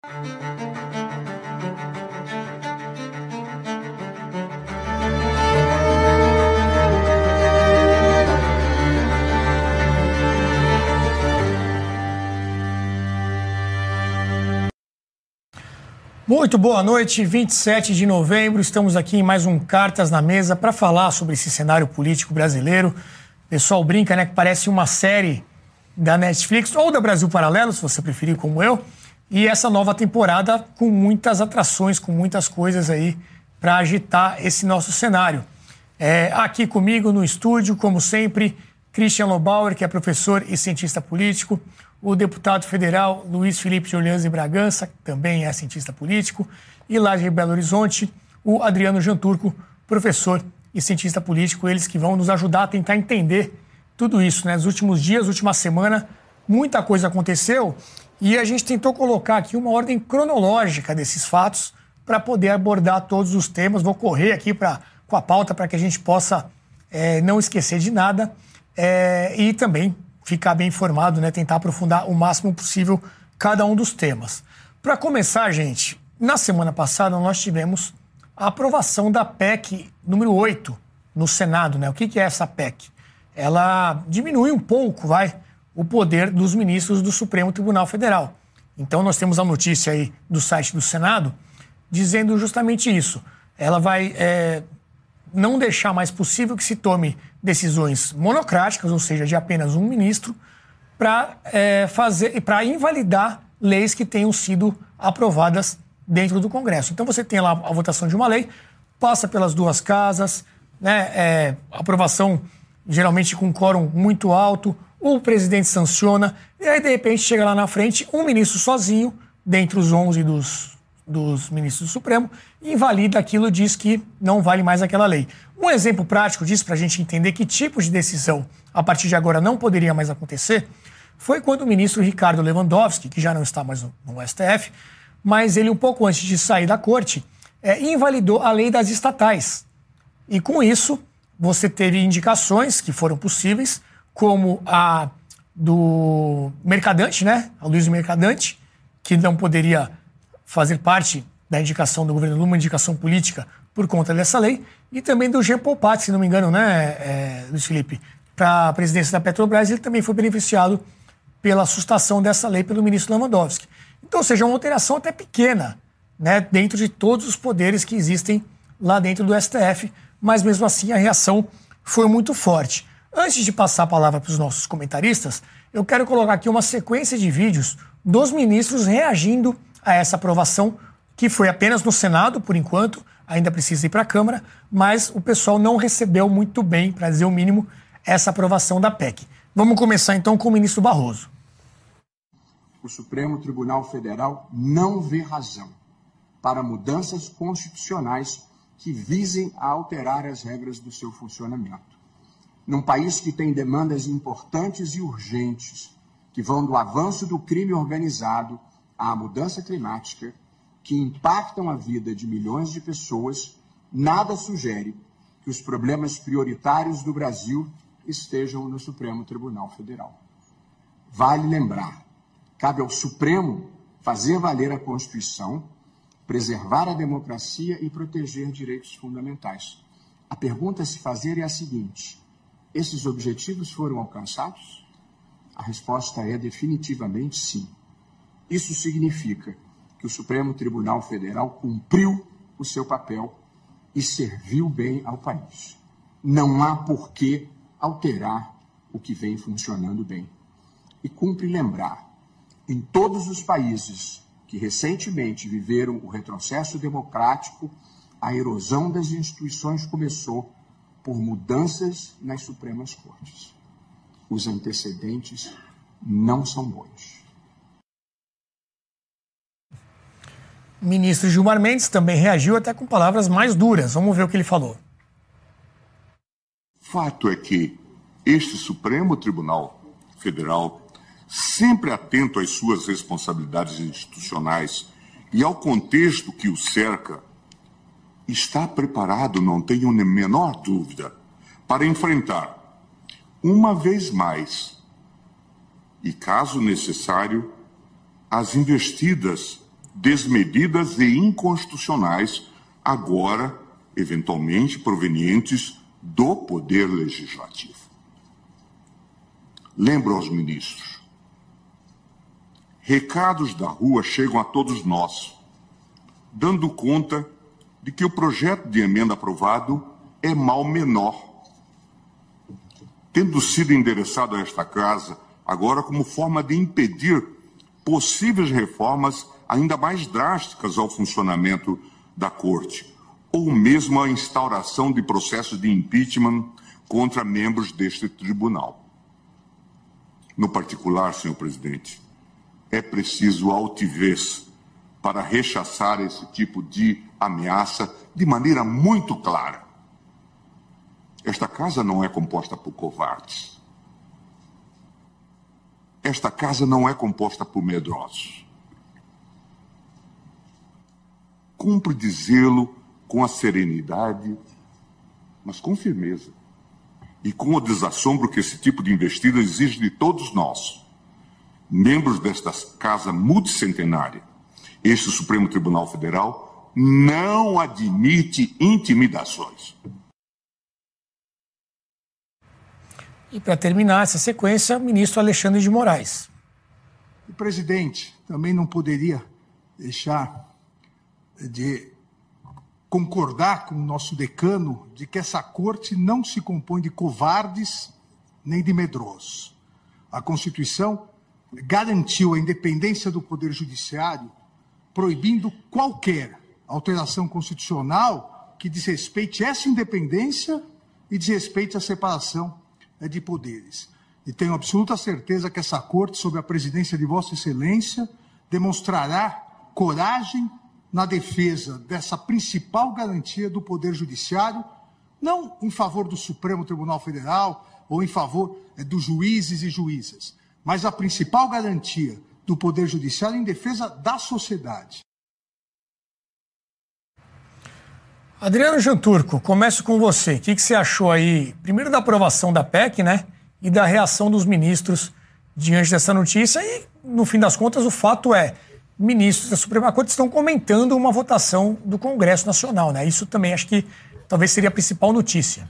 Muito boa noite, 27 de novembro, estamos aqui em mais um Cartas na Mesa para falar sobre esse cenário político brasileiro. O pessoal brinca, né, que parece uma série da Netflix ou da Brasil Paralelo, se você preferir, como eu. E essa nova temporada com muitas atrações, com muitas coisas aí para agitar esse nosso cenário. Aqui comigo no estúdio, como sempre, Christian Lobauer, que é professor e cientista político, o deputado federal Luiz Felipe de Orleans e Bragança, que também é cientista político, e lá de Belo Horizonte, o Adriano Janturco, professor e cientista político, eles que vão nos ajudar a tentar entender tudo isso, né? Nos últimos dias, última semana, muita coisa aconteceu e a gente tentou colocar aqui uma ordem cronológica desses fatos para poder abordar todos os temas. Vou correr aqui com a pauta para que a gente possa não esquecer de nada e também ficar bem informado, né? Tentar aprofundar o máximo possível cada um dos temas. Para começar, gente, na semana passada nós tivemos a aprovação da PEC número 8 no Senado, né? O que é essa PEC? Ela diminui um pouco, o poder dos ministros do Supremo Tribunal Federal. Então nós temos a notícia aí do site do Senado dizendo justamente isso. Ela vai não deixar mais possível que se tome decisões monocráticas, ou seja, de apenas um ministro, para invalidar leis que tenham sido aprovadas dentro do Congresso. Então você tem lá a votação de uma lei, passa pelas duas casas, né, aprovação geralmente com quórum muito alto, o presidente sanciona, e aí de repente chega lá na frente um ministro sozinho, dentre os 11 dos ministros do Supremo, invalida aquilo, diz que não vale mais aquela lei. Um exemplo prático disso, para a gente entender que tipo de decisão a partir de agora não poderia mais acontecer, foi quando o ministro Ricardo Lewandowski, que já não está mais no STF, mas ele um pouco antes de sair da corte, invalidou a lei das estatais. E com isso, você teve indicações que foram possíveis, como a do Mercadante, né? A Luiz Mercadante, que não poderia fazer parte da indicação do governo Lula, uma indicação política por conta dessa lei, e também do Jean Paul Prat, se não me engano, né, Luiz Felipe, para a presidência da Petrobras, ele também foi beneficiado pela sustação dessa lei pelo ministro Lewandowski. Então, ou seja, uma alteração até pequena, né, dentro de todos os poderes que existem lá dentro do STF, mas mesmo assim a reação foi muito forte. Antes de passar a palavra para os nossos comentaristas, eu quero colocar aqui uma sequência de vídeos dos ministros reagindo a essa aprovação, que foi apenas no Senado, por enquanto, ainda precisa ir para a Câmara, mas o pessoal não recebeu muito bem, para dizer o mínimo, essa aprovação da PEC. Vamos começar então com o ministro Barroso. O Supremo Tribunal Federal não vê razão para mudanças constitucionais que visem a alterar as regras do seu funcionamento. Num país que tem demandas importantes e urgentes, que vão do avanço do crime organizado à mudança climática, que impactam a vida de milhões de pessoas, nada sugere que os problemas prioritários do Brasil estejam no Supremo Tribunal Federal. Vale lembrar, cabe ao Supremo fazer valer a Constituição, preservar a democracia e proteger direitos fundamentais. A pergunta a se fazer é a seguinte: esses objetivos foram alcançados? A resposta é definitivamente sim. Isso significa que o Supremo Tribunal Federal cumpriu o seu papel e serviu bem ao país. Não há por que alterar o que vem funcionando bem. E cumpre lembrar, em todos os países que recentemente viveram o retrocesso democrático, a erosão das instituições começou por mudanças nas Supremas Cortes. Os antecedentes não são bons. O ministro Gilmar Mendes também reagiu até com palavras mais duras. Vamos ver o que ele falou. Fato é que este Supremo Tribunal Federal, sempre atento às suas responsabilidades institucionais e ao contexto que o cerca, está preparado, não tenho a menor dúvida, para enfrentar, uma vez mais, e caso necessário, as investidas desmedidas e inconstitucionais, agora, eventualmente, provenientes do Poder Legislativo. Lembro aos ministros, recados da rua chegam a todos nós, dando conta de que o projeto de emenda aprovado é mal menor, tendo sido endereçado a esta Casa agora como forma de impedir possíveis reformas ainda mais drásticas ao funcionamento da Corte, ou mesmo a instauração de processos de impeachment contra membros deste tribunal. No particular, senhor presidente, é preciso altivez para rechaçar esse tipo de ameaça de maneira muito clara. Esta Casa não é composta por covardes. Esta Casa não é composta por medrosos. Cumpre dizê-lo com a serenidade, mas com firmeza, e com o desassombro que esse tipo de investida exige de todos nós, membros desta Casa multicentenária. Este Supremo Tribunal Federal não admite intimidações. E para terminar essa sequência, o ministro Alexandre de Moraes. O presidente também não poderia deixar de concordar com o nosso decano de que essa corte não se compõe de covardes nem de medrosos. A Constituição garantiu a independência do Poder Judiciário, proibindo qualquer alteração constitucional que desrespeite essa independência e desrespeite a separação de poderes. E tenho absoluta certeza que essa corte, sob a presidência de Vossa Excelência, demonstrará coragem na defesa dessa principal garantia do Poder Judiciário, não em favor do Supremo Tribunal Federal ou em favor dos juízes e juízas, mas a principal garantia do Poder Judiciário em defesa da sociedade. Adriano Janturco, começo com você. O que você achou aí, primeiro da aprovação da PEC, né, e da reação dos ministros diante dessa notícia? E, no fim das contas, o fato é, ministros da Suprema Corte estão comentando uma votação do Congresso Nacional, né? Isso também acho que talvez seria a principal notícia.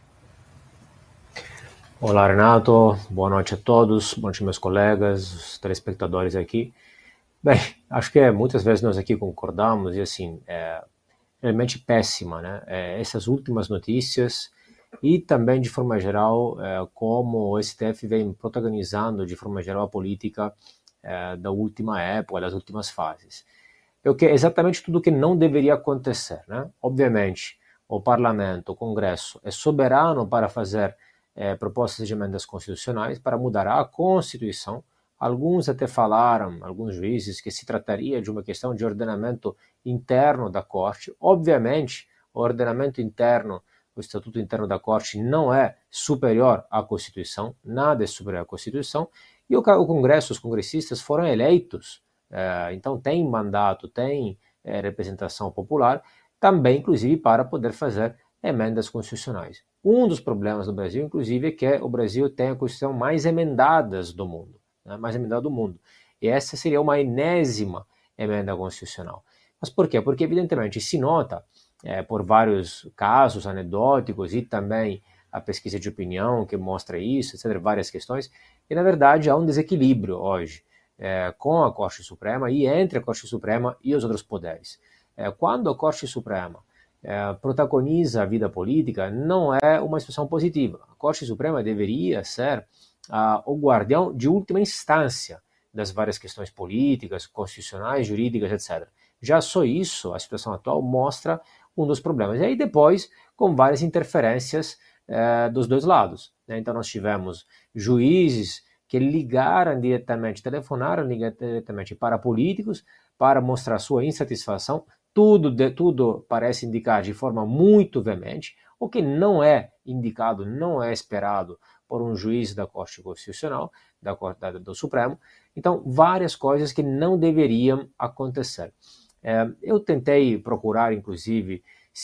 Olá, Renato. Boa noite a todos. Boa noite, meus colegas, os telespectadores aqui. Bem, acho que muitas vezes nós aqui concordamos e, assim, realmente péssima, né? Essas últimas notícias e também, de forma geral, como o STF vem protagonizando, de forma geral, a política da última época, das últimas fases. É exatamente tudo o que não deveria acontecer, né? Obviamente, o Parlamento, o Congresso, é soberano para fazer propostas de emendas constitucionais para mudar a Constituição. Alguns até falaram, alguns juízes, que se trataria de uma questão de ordenamento interno da Corte. Obviamente, o ordenamento interno, o Estatuto Interno da Corte não é superior à Constituição, nada é superior à Constituição, e o Congresso, os congressistas foram eleitos, então tem mandato, tem representação popular, também, inclusive, para poder fazer emendas constitucionais. Um dos problemas do Brasil, inclusive, é que o Brasil tem a Constituição mais emendada do mundo, né? Mais emendada do mundo. E essa seria uma enésima emenda constitucional. Mas por quê? Porque, evidentemente, se nota, por vários casos anedóticos e também a pesquisa de opinião que mostra isso, etc., várias questões, e, na verdade, há um desequilíbrio hoje com a Corte Suprema e entre a Corte Suprema e os outros poderes. Quando a Corte Suprema protagoniza a vida política, não é uma situação positiva. A Corte Suprema deveria ser o guardião de última instância das várias questões políticas, constitucionais, jurídicas, etc. Já só isso, a situação atual, mostra um dos problemas. E aí depois, com várias interferências dos dois lados, né? Então nós tivemos juízes que ligaram diretamente, telefonaram diretamente para políticos para mostrar sua insatisfação. Tudo parece indicar de forma muito veemente, o que não é indicado, não é esperado por um juiz da Corte Constitucional, do Supremo. Então, várias coisas que não deveriam acontecer. Eu tentei procurar, inclusive,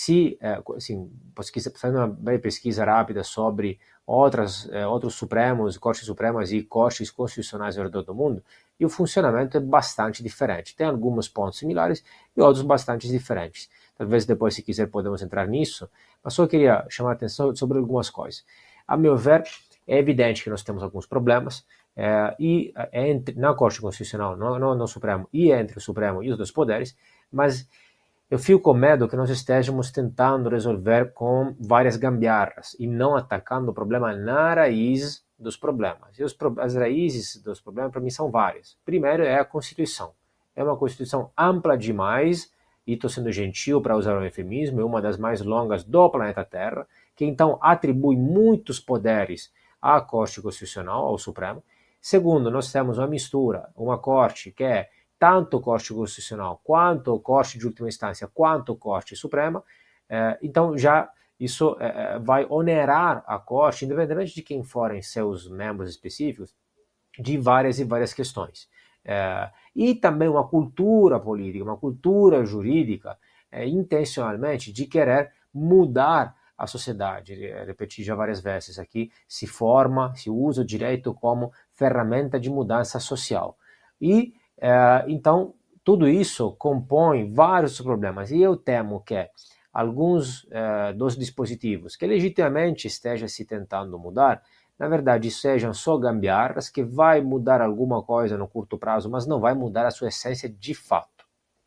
fazendo uma breve pesquisa rápida sobre outros Supremos, Cortes Supremas e Cortes Constitucionais ao redor do mundo, e o funcionamento é bastante diferente. Tem alguns pontos similares e outros bastante diferentes. Talvez depois, se quiser, podemos entrar nisso, mas só queria chamar a atenção sobre algumas coisas. A meu ver, é evidente que nós temos alguns problemas, na Corte Constitucional, no Supremo, e entre o Supremo e os dois poderes, mas eu fico com medo que nós estejamos tentando resolver com várias gambiarras e não atacando o problema na raiz dos problemas. E as raízes dos problemas, para mim, são várias. Primeiro é a Constituição. É uma Constituição ampla demais, e estou sendo gentil para usar o eufemismo, é uma das mais longas do planeta Terra, que então atribui muitos poderes à Corte Constitucional, ao Supremo. Segundo, nós temos uma mistura, uma Corte que é tanto Corte Constitucional, quanto Corte de última instância, quanto Corte Suprema. Então já isso vai onerar a Corte, independentemente de quem forem seus membros específicos, de várias e várias questões. E também uma cultura política, uma cultura jurídica, intencionalmente, de querer mudar a sociedade. Repeti já várias vezes aqui, se usa o direito como ferramenta de mudança social. E então, tudo isso compõe vários problemas, e eu temo que alguns dos dispositivos que legitimamente estejam se tentando mudar, na verdade, sejam só gambiarras que vai mudar alguma coisa no curto prazo, mas não vai mudar a sua essência de fato.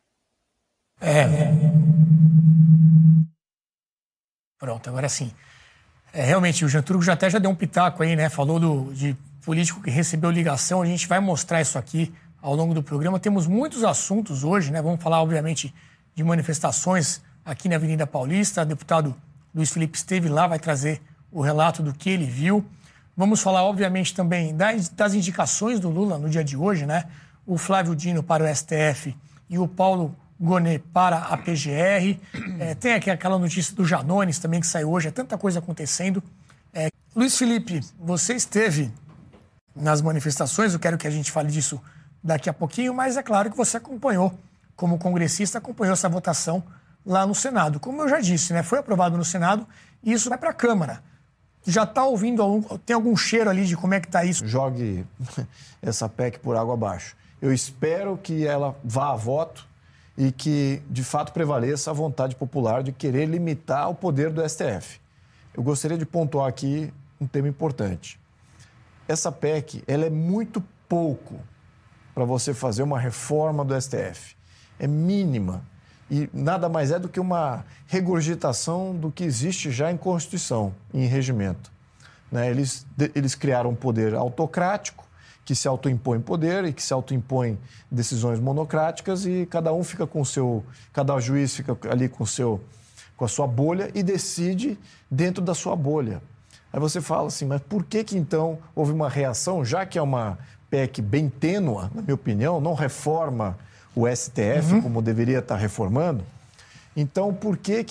Pronto, agora sim. Realmente, o Jean Turco já deu um pitaco aí, né? Falou de político que recebeu ligação, a gente vai mostrar isso aqui ao longo do programa. Temos muitos assuntos hoje, né? Vamos falar, obviamente, de manifestações aqui na Avenida Paulista. O deputado Luiz Felipe esteve lá, vai trazer o relato do que ele viu. Vamos falar, obviamente, também das indicações do Lula no dia de hoje, né? O Flávio Dino para o STF e o Paulo Gonet para a PGR. Tem aqui aquela notícia do Janones também que saiu hoje. É tanta coisa acontecendo. Luiz Felipe, você esteve nas manifestações. Eu quero que a gente fale disso daqui a pouquinho, mas é claro que você acompanhou, como congressista, acompanhou essa votação lá no Senado. Como eu já disse, né, foi aprovado no Senado e isso vai para a Câmara. Já está ouvindo, tem algum cheiro ali de como é que está isso? Jogue essa PEC por água abaixo. Eu espero que ela vá a voto e que, de fato, prevaleça a vontade popular de querer limitar o poder do STF. Eu gostaria de pontuar aqui um tema importante. Essa PEC, ela é muito pouco para você fazer uma reforma do STF. É mínima e nada mais é do que uma regurgitação do que existe já em Constituição, em regimento. Né? Eles criaram um poder autocrático que se autoimpõe poder e que se autoimpõe decisões monocráticas e cada juiz fica ali com a sua bolha e decide dentro da sua bolha. Aí você fala assim, mas por que então houve uma reação, já que é uma PEC bem tênua, na minha opinião, não reforma o STF como deveria estar reformando? Então, por que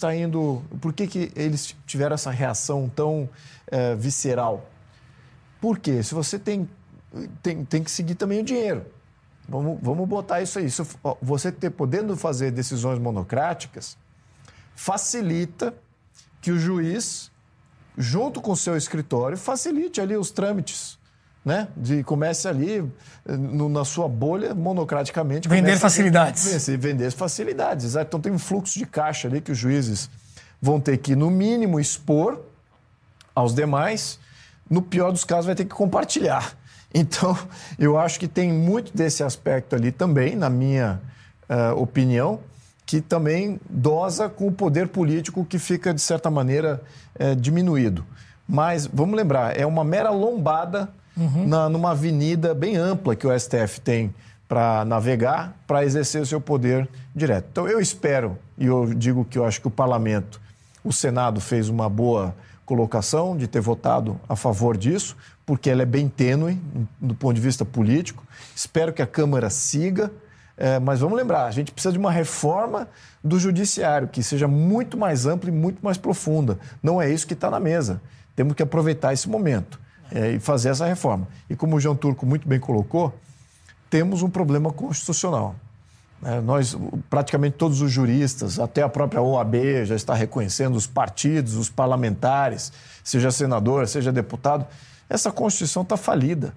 eles tiveram essa reação tão visceral? Porque se você tem que seguir também o dinheiro. Vamos botar isso aí. Você podendo fazer decisões monocráticas, facilita que o juiz, junto com o seu escritório, facilite ali os trâmites, né? Comece ali na sua bolha, monocraticamente. Vender facilidades. Vender facilidades, exato. Então tem um fluxo de caixa ali que os juízes vão ter que, no mínimo, expor aos demais. No pior dos casos, vai ter que compartilhar. Então, eu acho que tem muito desse aspecto ali também, na minha opinião, que também dosa com o poder político que fica, de certa maneira, diminuído. Mas, vamos lembrar, é uma mera lombada numa avenida bem ampla que o STF tem para navegar, para exercer o seu poder direto. Então, eu espero, e eu digo que eu acho que o Parlamento, o Senado fez uma boa colocação de ter votado a favor disso, porque ela é bem tênue do ponto de vista político. Espero que a Câmara siga, mas vamos lembrar, a gente precisa de uma reforma do Judiciário, que seja muito mais ampla e muito mais profunda. Não é isso que está na mesa. Temos que aproveitar esse momento e fazer essa reforma. E como o Jean Turco muito bem colocou, temos um problema constitucional. Nós, praticamente todos os juristas, até a própria OAB já está reconhecendo os partidos, os parlamentares, seja senador, seja deputado. Essa Constituição está falida.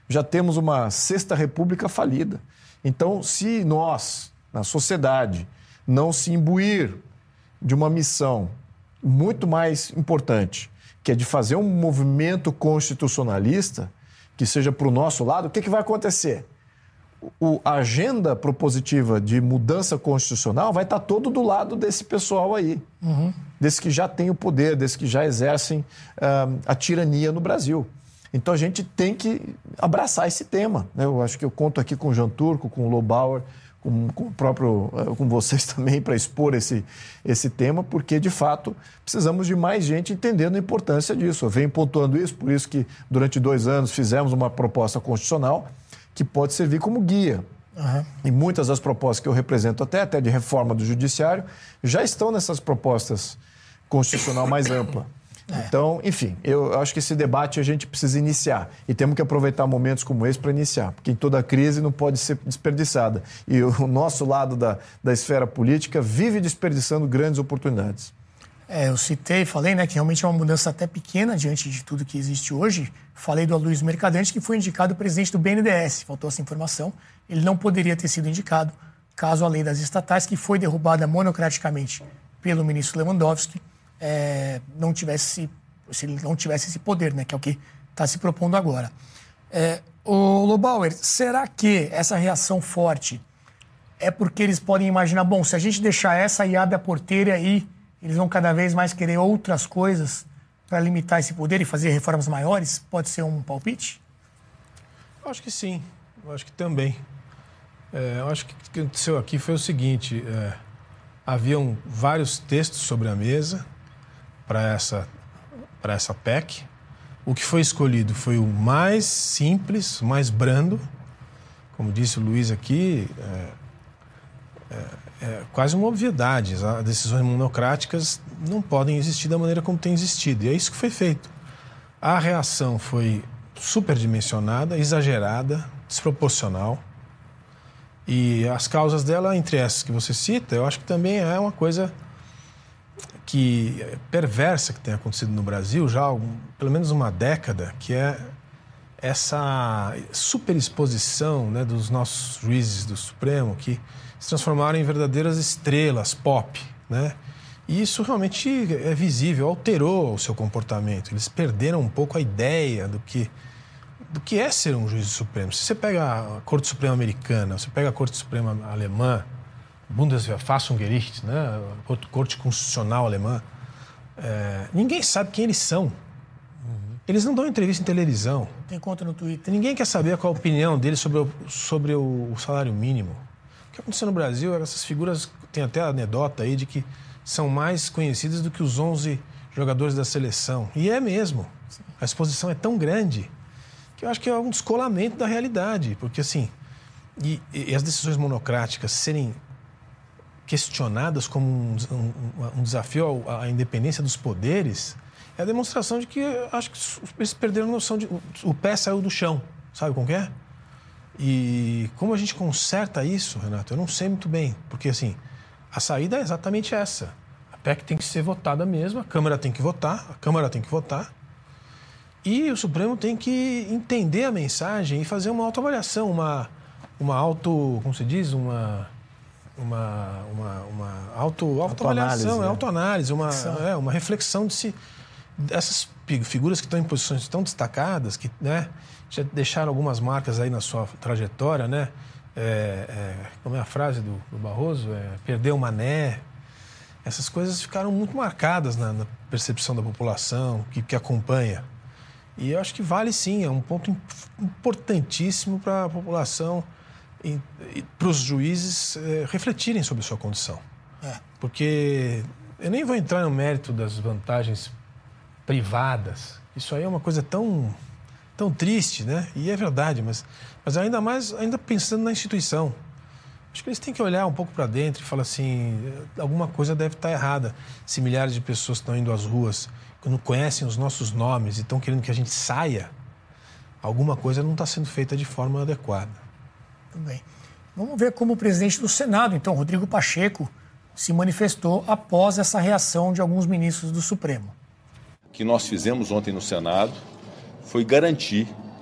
já temos uma sexta república falida. Então, se nós, na sociedade, não se imbuir de uma missão muito mais importante, que é de fazer um movimento constitucionalista que seja para o nosso lado, o que vai acontecer? A agenda propositiva de mudança constitucional vai estar todo do lado desse pessoal aí, desse que já tem o poder, desse que já exercem a tirania no Brasil. Então a gente tem que abraçar esse tema, né? Eu acho que eu conto aqui com o Jean Turco, com o Lobauer, com vocês também para expor esse tema, porque de fato precisamos de mais gente entendendo a importância disso. Eu venho pontuando isso, por isso que durante 2 anos fizemos uma proposta constitucional que pode servir como guia. E muitas das propostas que eu represento até de reforma do judiciário já estão nessas propostas constitucional mais ampla. Então, enfim, eu acho que esse debate a gente precisa iniciar e temos que aproveitar momentos como esse para iniciar, porque toda crise não pode ser desperdiçada e o nosso lado da esfera política vive desperdiçando grandes oportunidades. Eu citei, falei, né, que realmente é uma mudança até pequena diante de tudo que existe hoje. Falei do Aloysio Mercadante, que foi indicado presidente do BNDES, faltou essa informação. Ele não poderia ter sido indicado caso a lei das estatais, que foi derrubada monocraticamente pelo ministro Lewandowski, se ele não tivesse esse poder, né, que é o que está se propondo agora. O Lobauer, será que essa reação forte é porque eles podem imaginar, bom, se a gente deixar essa e abre a porteira aí, eles vão cada vez mais querer outras coisas para limitar esse poder e fazer reformas maiores? Pode ser um palpite? Eu acho que sim, eu acho que também. Eu acho que o que aconteceu aqui foi o seguinte, haviam vários textos sobre a mesa para essa PEC. O que foi escolhido foi o mais simples, mais brando. Como disse o Luiz aqui, é quase uma obviedade. As decisões monocráticas não podem existir da maneira como tem existido. E é isso que foi feito. A reação foi superdimensionada, exagerada, desproporcional. E as causas dela, entre essas que você cita, eu acho que também é uma coisa perversa que tem acontecido no Brasil já há pelo menos uma década, que é essa superexposição, né, dos nossos juízes do Supremo, que se transformaram em verdadeiras estrelas pop, né? E isso realmente é visível, alterou o seu comportamento. Eles perderam um pouco a ideia do que é ser um juiz do Supremo. Se você pega a Corte Suprema Americana, você pega a Corte Suprema Alemã, Bundesverfassungsgericht, né, a Corte Constitucional Alemã, ninguém sabe quem eles são. Eles não dão entrevista em televisão. Tem conta no Twitter. Ninguém quer saber qual a opinião deles sobre o salário mínimo. O que aconteceu no Brasil, essas figuras, tem até a anedota aí de que são mais conhecidas do que os 11 jogadores da seleção. E é mesmo. A exposição é tão grande que eu acho que é um descolamento da realidade. Porque, assim, e as decisões monocráticas serem questionadas como um desafio à independência dos poderes, é a demonstração de que acho que eles perderam a noção de... O pé saiu do chão, sabe como que é? E como a gente conserta isso, Renato, eu não sei muito bem. Porque, assim, a saída é exatamente essa. A PEC tem que ser votada mesmo, a Câmara tem que votar, e o Supremo tem que entender a mensagem e fazer uma autoavaliação, como se diz, uma autoavaliação, autoanálise, uma reflexão de se essas figuras que estão em posições tão destacadas, que, né, já deixaram algumas marcas aí na sua trajetória, né? Como é a frase do Barroso? Perder o mané. Essas coisas ficaram muito marcadas na percepção da população que acompanha. E eu acho que vale sim, é um ponto importantíssimo para a população e para os juízes refletirem sobre a sua condição. Porque eu nem vou entrar no mérito das vantagens privadas. Isso aí é uma coisa tão triste, né? E é verdade, mas ainda pensando na instituição. Acho que eles têm que olhar um pouco para dentro e falar assim, alguma coisa deve estar errada. Se milhares de pessoas estão indo às ruas, que não conhecem os nossos nomes e estão querendo que a gente saia, alguma coisa não está sendo feita de forma adequada. Muito bem. Vamos ver como o presidente do Senado, então, Rodrigo Pacheco, se manifestou após essa reação de alguns ministros do Supremo. O que nós fizemos ontem no Senado foi garantir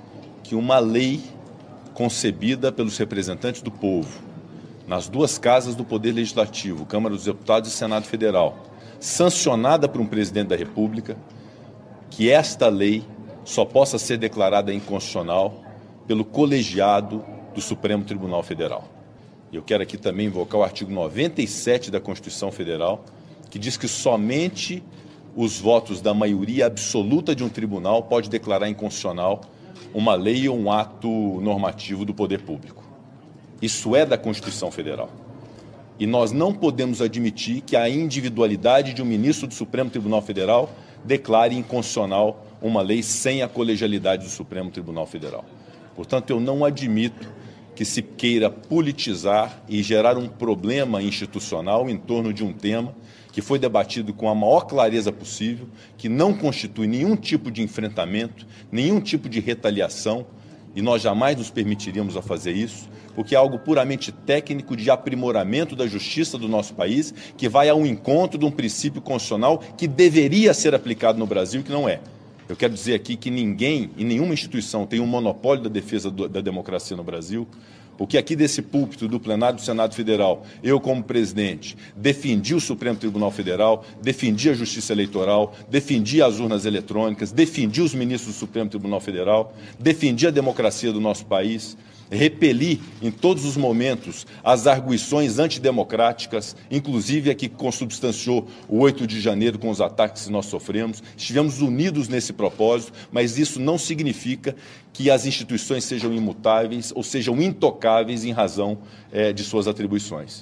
que uma lei concebida pelos representantes do povo, nas duas casas do Poder Legislativo, Câmara dos Deputados e Senado Federal, sancionada por um presidente da República, que esta lei só possa ser declarada inconstitucional pelo colegiado do Supremo Tribunal Federal. E eu quero aqui também invocar o artigo 97 da Constituição Federal, que diz que somente os votos da maioria absoluta de um tribunal pode declarar inconstitucional uma lei ou um ato normativo do poder público. Isso é da Constituição Federal. E nós não podemos admitir que a individualidade de um ministro do Supremo Tribunal Federal declare inconstitucional uma lei sem a colegialidade do Supremo Tribunal Federal. Portanto, eu não admito que se queira politizar e gerar um problema institucional em torno de um tema que foi debatido com a maior clareza possível, que não constitui nenhum tipo de enfrentamento, nenhum tipo de retaliação, e nós jamais nos permitiríamos a fazer isso, porque é algo puramente técnico de aprimoramento da justiça do nosso país, que vai ao encontro de um princípio constitucional que deveria ser aplicado no Brasil e que não é. Eu quero dizer aqui que ninguém e nenhuma instituição tem um monopólio da defesa da democracia no Brasil, porque aqui desse púlpito do plenário do Senado Federal, eu como presidente, defendi o Supremo Tribunal Federal, defendi a Justiça Eleitoral, defendi as urnas eletrônicas, defendi os ministros do Supremo Tribunal Federal, defendi a democracia do nosso país, repeli em todos os momentos as arguições antidemocráticas, inclusive a que consubstanciou o 8 de janeiro com os ataques que nós sofremos. Estivemos unidos nesse propósito, mas isso não significa que as instituições sejam imutáveis ou sejam intocáveis em razão de suas atribuições.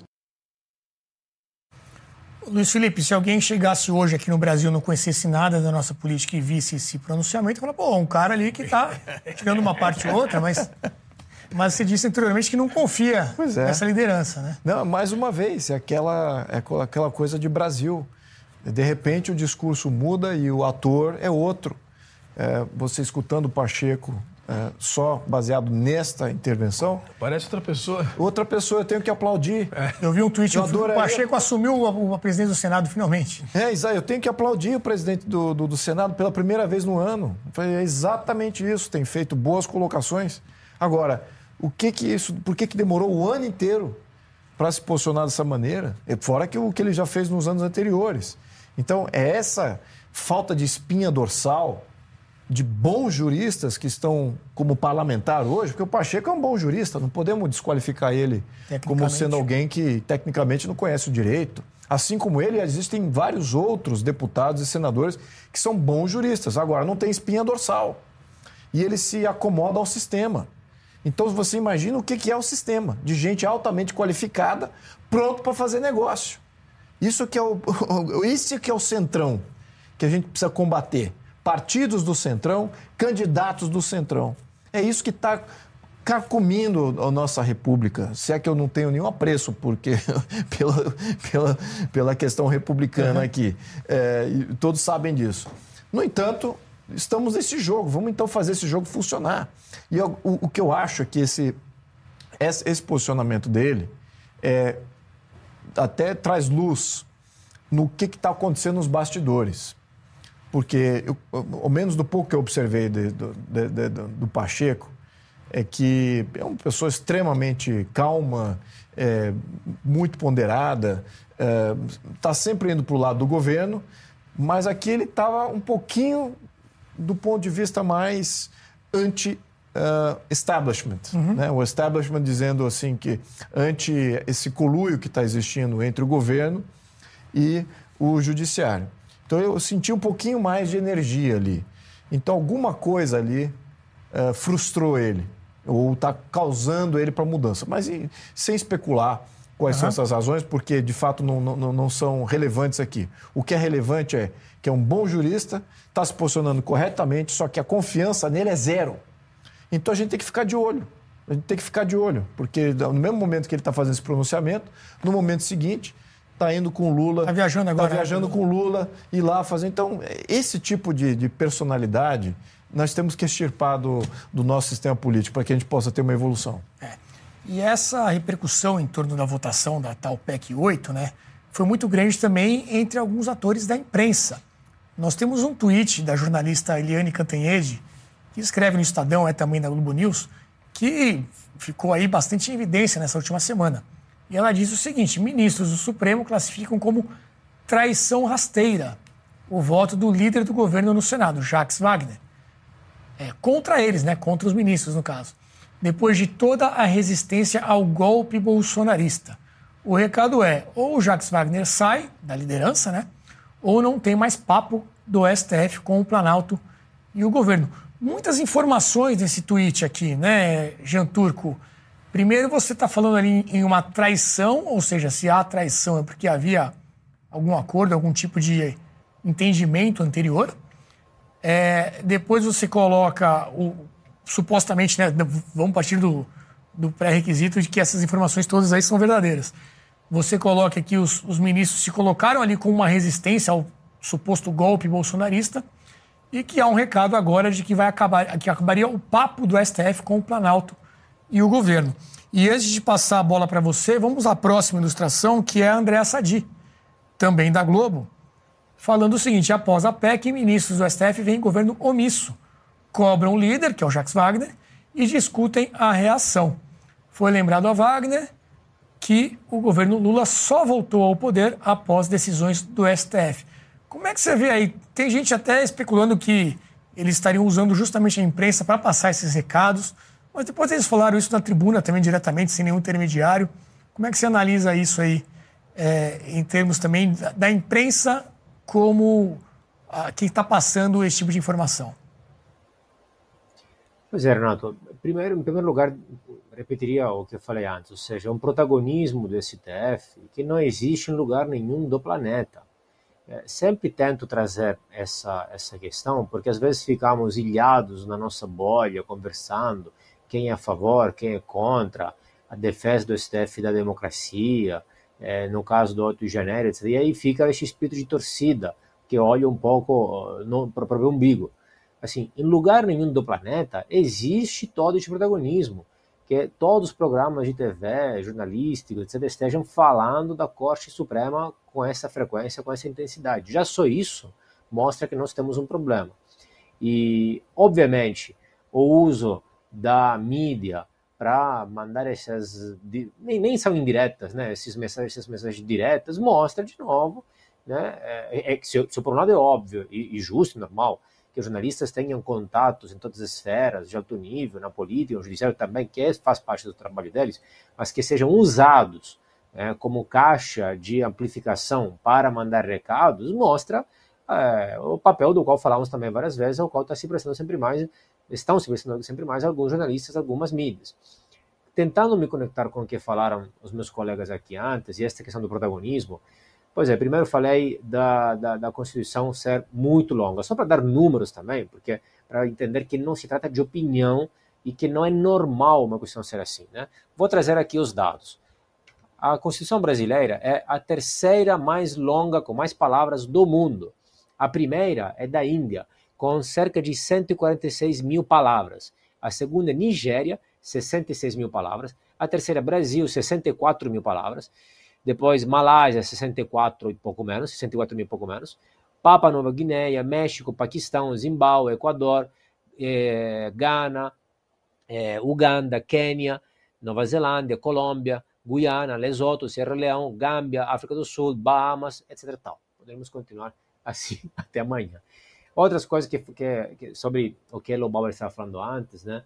Luiz Felipe, se alguém chegasse hoje aqui no Brasil e não conhecesse nada da nossa política e visse esse pronunciamento, fala, pô, um cara ali que está tirando uma parte ou outra, mas você disse anteriormente que não confia nessa liderança, né? Não, mais uma vez, é aquela coisa de Brasil. De repente o discurso muda e o ator é outro. Você escutando o Pacheco só baseado nesta intervenção... Parece outra pessoa. Outra pessoa, eu tenho que aplaudir. Eu vi um tweet, o Pacheco assumiu a presidência do Senado finalmente. Eu tenho que aplaudir o presidente do Senado pela primeira vez no ano. É exatamente isso, tem feito boas colocações. Agora, por que demorou o ano inteiro para se posicionar dessa maneira? Fora que o que ele já fez nos anos anteriores. Então, é essa falta de espinha dorsal de bons juristas que estão como parlamentar hoje, porque o Pacheco é um bom jurista, não podemos desqualificar ele como sendo alguém que tecnicamente não conhece o direito. Assim como ele, existem vários outros deputados e senadores que são bons juristas. Agora, não tem espinha dorsal. E ele se acomoda ao sistema. Então, você imagina o que é o sistema de gente altamente qualificada, pronto para fazer negócio. Isso que é o centrão que a gente precisa combater. Partidos do centrão, candidatos do centrão. É isso que está carcomindo a nossa república. Se é que eu não tenho nenhum apreço pela questão republicana aqui. E todos sabem disso. No entanto, estamos nesse jogo. Vamos então fazer esse jogo funcionar. E o que eu acho é que esse posicionamento dele até traz luz no que está acontecendo nos bastidores. Porque, ao menos do pouco que eu observei do Pacheco, é que é uma pessoa extremamente calma, muito ponderada, está sempre indo para o lado do governo, mas aqui ele estava um pouquinho do ponto de vista mais anti-establishment. Né? O establishment dizendo assim que anti esse conluio que está existindo entre o governo e o judiciário. Então eu senti um pouquinho mais de energia ali. Então alguma coisa ali frustrou ele, ou está causando ele para mudança. Mas sem especular quais são essas razões, porque de fato não são relevantes aqui. O que é relevante é que é um bom jurista, está se posicionando corretamente, só que a confiança nele é zero. Então a gente tem que ficar de olho. A gente tem que ficar de olho, porque no mesmo momento que ele está fazendo esse pronunciamento, no momento seguinte, está indo com o Lula. Está viajando agora. Está viajando com o Lula e lá fazendo. Então, esse tipo de personalidade nós temos que extirpar do nosso sistema político para que a gente possa ter uma evolução. E essa repercussão em torno da votação da tal PEC 8, né, foi muito grande também entre alguns atores da imprensa. Nós temos um tweet da jornalista Eliane Cantanhede que escreve no Estadão, é também da Globo News, que ficou aí bastante em evidência nessa última semana. E ela diz o seguinte: ministros do Supremo classificam como traição rasteira o voto do líder do governo no Senado, Jacques Wagner. Contra eles, né? Contra os ministros, no caso. Depois de toda a resistência ao golpe bolsonarista. O recado é, ou o Jacques Wagner sai da liderança, né? Ou não tem mais papo do STF com o Planalto e o governo. Muitas informações nesse tweet aqui, né, Jean Turco? Primeiro, você está falando ali em uma traição, ou seja, se há traição é porque havia algum acordo, algum tipo de entendimento anterior. Depois você coloca, supostamente, né, vamos partir do pré-requisito de que essas informações todas aí são verdadeiras. Você coloca que os ministros se colocaram ali com uma resistência ao suposto golpe bolsonarista e que há um recado agora de que acabaria o papo do STF com o Planalto e o governo. E antes de passar a bola para você, vamos à próxima ilustração, que é a Andréa Sadi, também da Globo, falando o seguinte: após a PEC, ministros do STF veem governo omisso, cobram o líder, que é o Jacques Wagner, e discutem a reação. Foi lembrado a Wagner que o governo Lula só voltou ao poder após decisões do STF. Como é que você vê aí? Tem gente até especulando que eles estariam usando justamente a imprensa para passar esses recados, mas depois eles falaram isso na tribuna também diretamente, sem nenhum intermediário. Como é que você analisa isso aí, em termos também da imprensa como quem está passando esse tipo de informação? Pois é, Renato. Em primeiro lugar, repetiria o que eu falei antes, ou seja, um protagonismo do STF que não existe em lugar nenhum do planeta. Sempre tento trazer essa questão, porque às vezes ficamos ilhados na nossa bolha, conversando, quem é a favor, quem é contra, a defesa do STF da democracia, no caso do 8 de janeiro, etc. E aí fica esse espírito de torcida, que olha um pouco para o próprio umbigo. Assim, em lugar nenhum do planeta existe todo esse protagonismo, que todos os programas de TV, jornalísticos, etc., estejam falando da Corte Suprema com essa frequência, com essa intensidade. Já só isso mostra que nós temos um problema. E, obviamente, o uso da mídia para mandar essas... Nem são indiretas, né? Essas mensagens diretas, mostra de novo, né? Se por um lado é óbvio e justo e normal que os jornalistas tenham contatos em todas as esferas, de alto nível, na política, no judiciário também, que faz parte do trabalho deles, mas que sejam usados como caixa de amplificação para mandar recados, mostra o papel do qual falamos também várias vezes, ao qual estão se prestando sempre mais alguns jornalistas, algumas mídias. Tentando me conectar com o que falaram os meus colegas aqui antes, e esta questão do protagonismo, pois é, primeiro falei da Constituição ser muito longa, só para dar números também, porque para entender que não se trata de opinião e que não é normal uma Constituição ser assim, né? Vou trazer aqui os dados. A Constituição brasileira é a terceira mais longa, com mais palavras do mundo. A primeira é da Índia, com cerca de 146 mil palavras. A segunda é Nigéria, 66 mil palavras. A terceira é Brasil, 64 mil palavras. Depois Malásia, 64 mil e pouco menos. Papua Nova Guiné, México, Paquistão, Zimbábue, Equador, Gana, Uganda, Quênia, Nova Zelândia, Colômbia, Guiana, Lesoto, Sierra Leão, Gâmbia, África do Sul, Bahamas, etc. Podemos continuar assim até amanhã. Outras coisas que sobre o que o Bauer estava falando antes, né?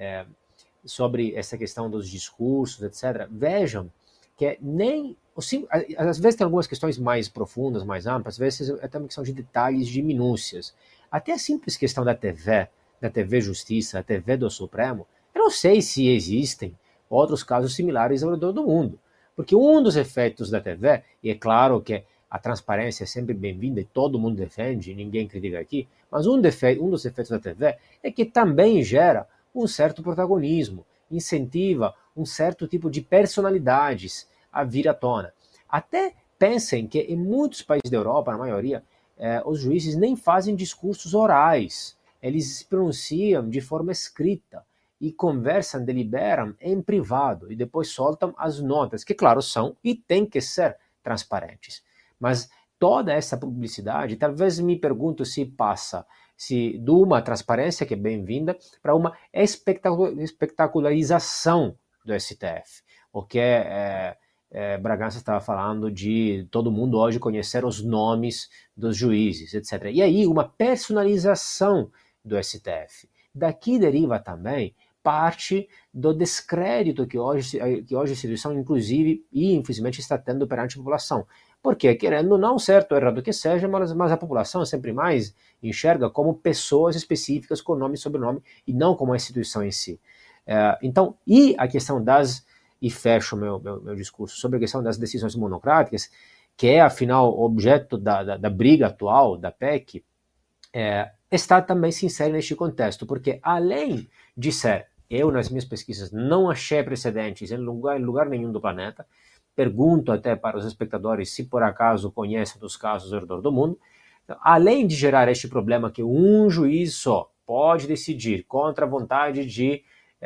Sobre essa questão dos discursos, etc. Vejam que nem... Às vezes tem algumas questões mais profundas, mais amplas, às vezes é até uma questão de detalhes, de minúcias. Até a simples questão da TV Justiça, a TV do Supremo, eu não sei se existem outros casos similares ao redor do mundo. Porque um dos efeitos da TV, e é claro que a transparência é sempre bem-vinda e todo mundo defende, ninguém critica aqui, mas um dos efeitos da TV é que também gera um certo protagonismo, incentiva um certo tipo de personalidades a vir à tona. Até pensem que em muitos países da Europa, na maioria, os juízes nem fazem discursos orais, eles se pronunciam de forma escrita e conversam, deliberam em privado e depois soltam as notas, que claro são e têm que ser transparentes. Mas toda essa publicidade, talvez me pergunto se de uma transparência que é bem-vinda para uma espetacularização do STF. O que Bragança estava falando de todo mundo hoje conhecer os nomes dos juízes, etc. E aí uma personalização do STF. Daqui deriva também parte do descrédito que hoje a instituição, inclusive, e infelizmente está tendo perante a população. Porque, querendo não, certo ou errado que seja, mas a população sempre mais enxerga como pessoas específicas com nome e sobrenome e não como a instituição em si. Então, e a questão e fecho meu discurso sobre a questão das decisões monocráticas, que é, afinal, objeto da briga atual da PEC, está também se insere neste contexto, porque além de ser, eu nas minhas pesquisas não achei precedentes em lugar nenhum do planeta, pergunto até para os espectadores se por acaso conhecem dos casos ao redor do mundo, além de gerar este problema que um juiz só pode decidir contra a vontade de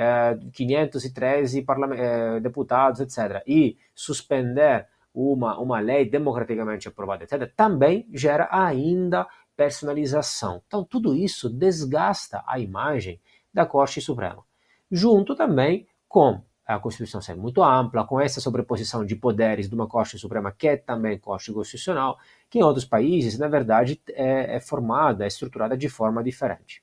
513 deputados, etc., e suspender uma lei democraticamente aprovada, etc., também gera ainda personalização. Então, tudo isso desgasta a imagem da Corte Suprema. Junto também com a Constituição ser muito ampla, com essa sobreposição de poderes de uma Corte Suprema que é também Corte Constitucional, que em outros países, na verdade, é formada, é estruturada de forma diferente.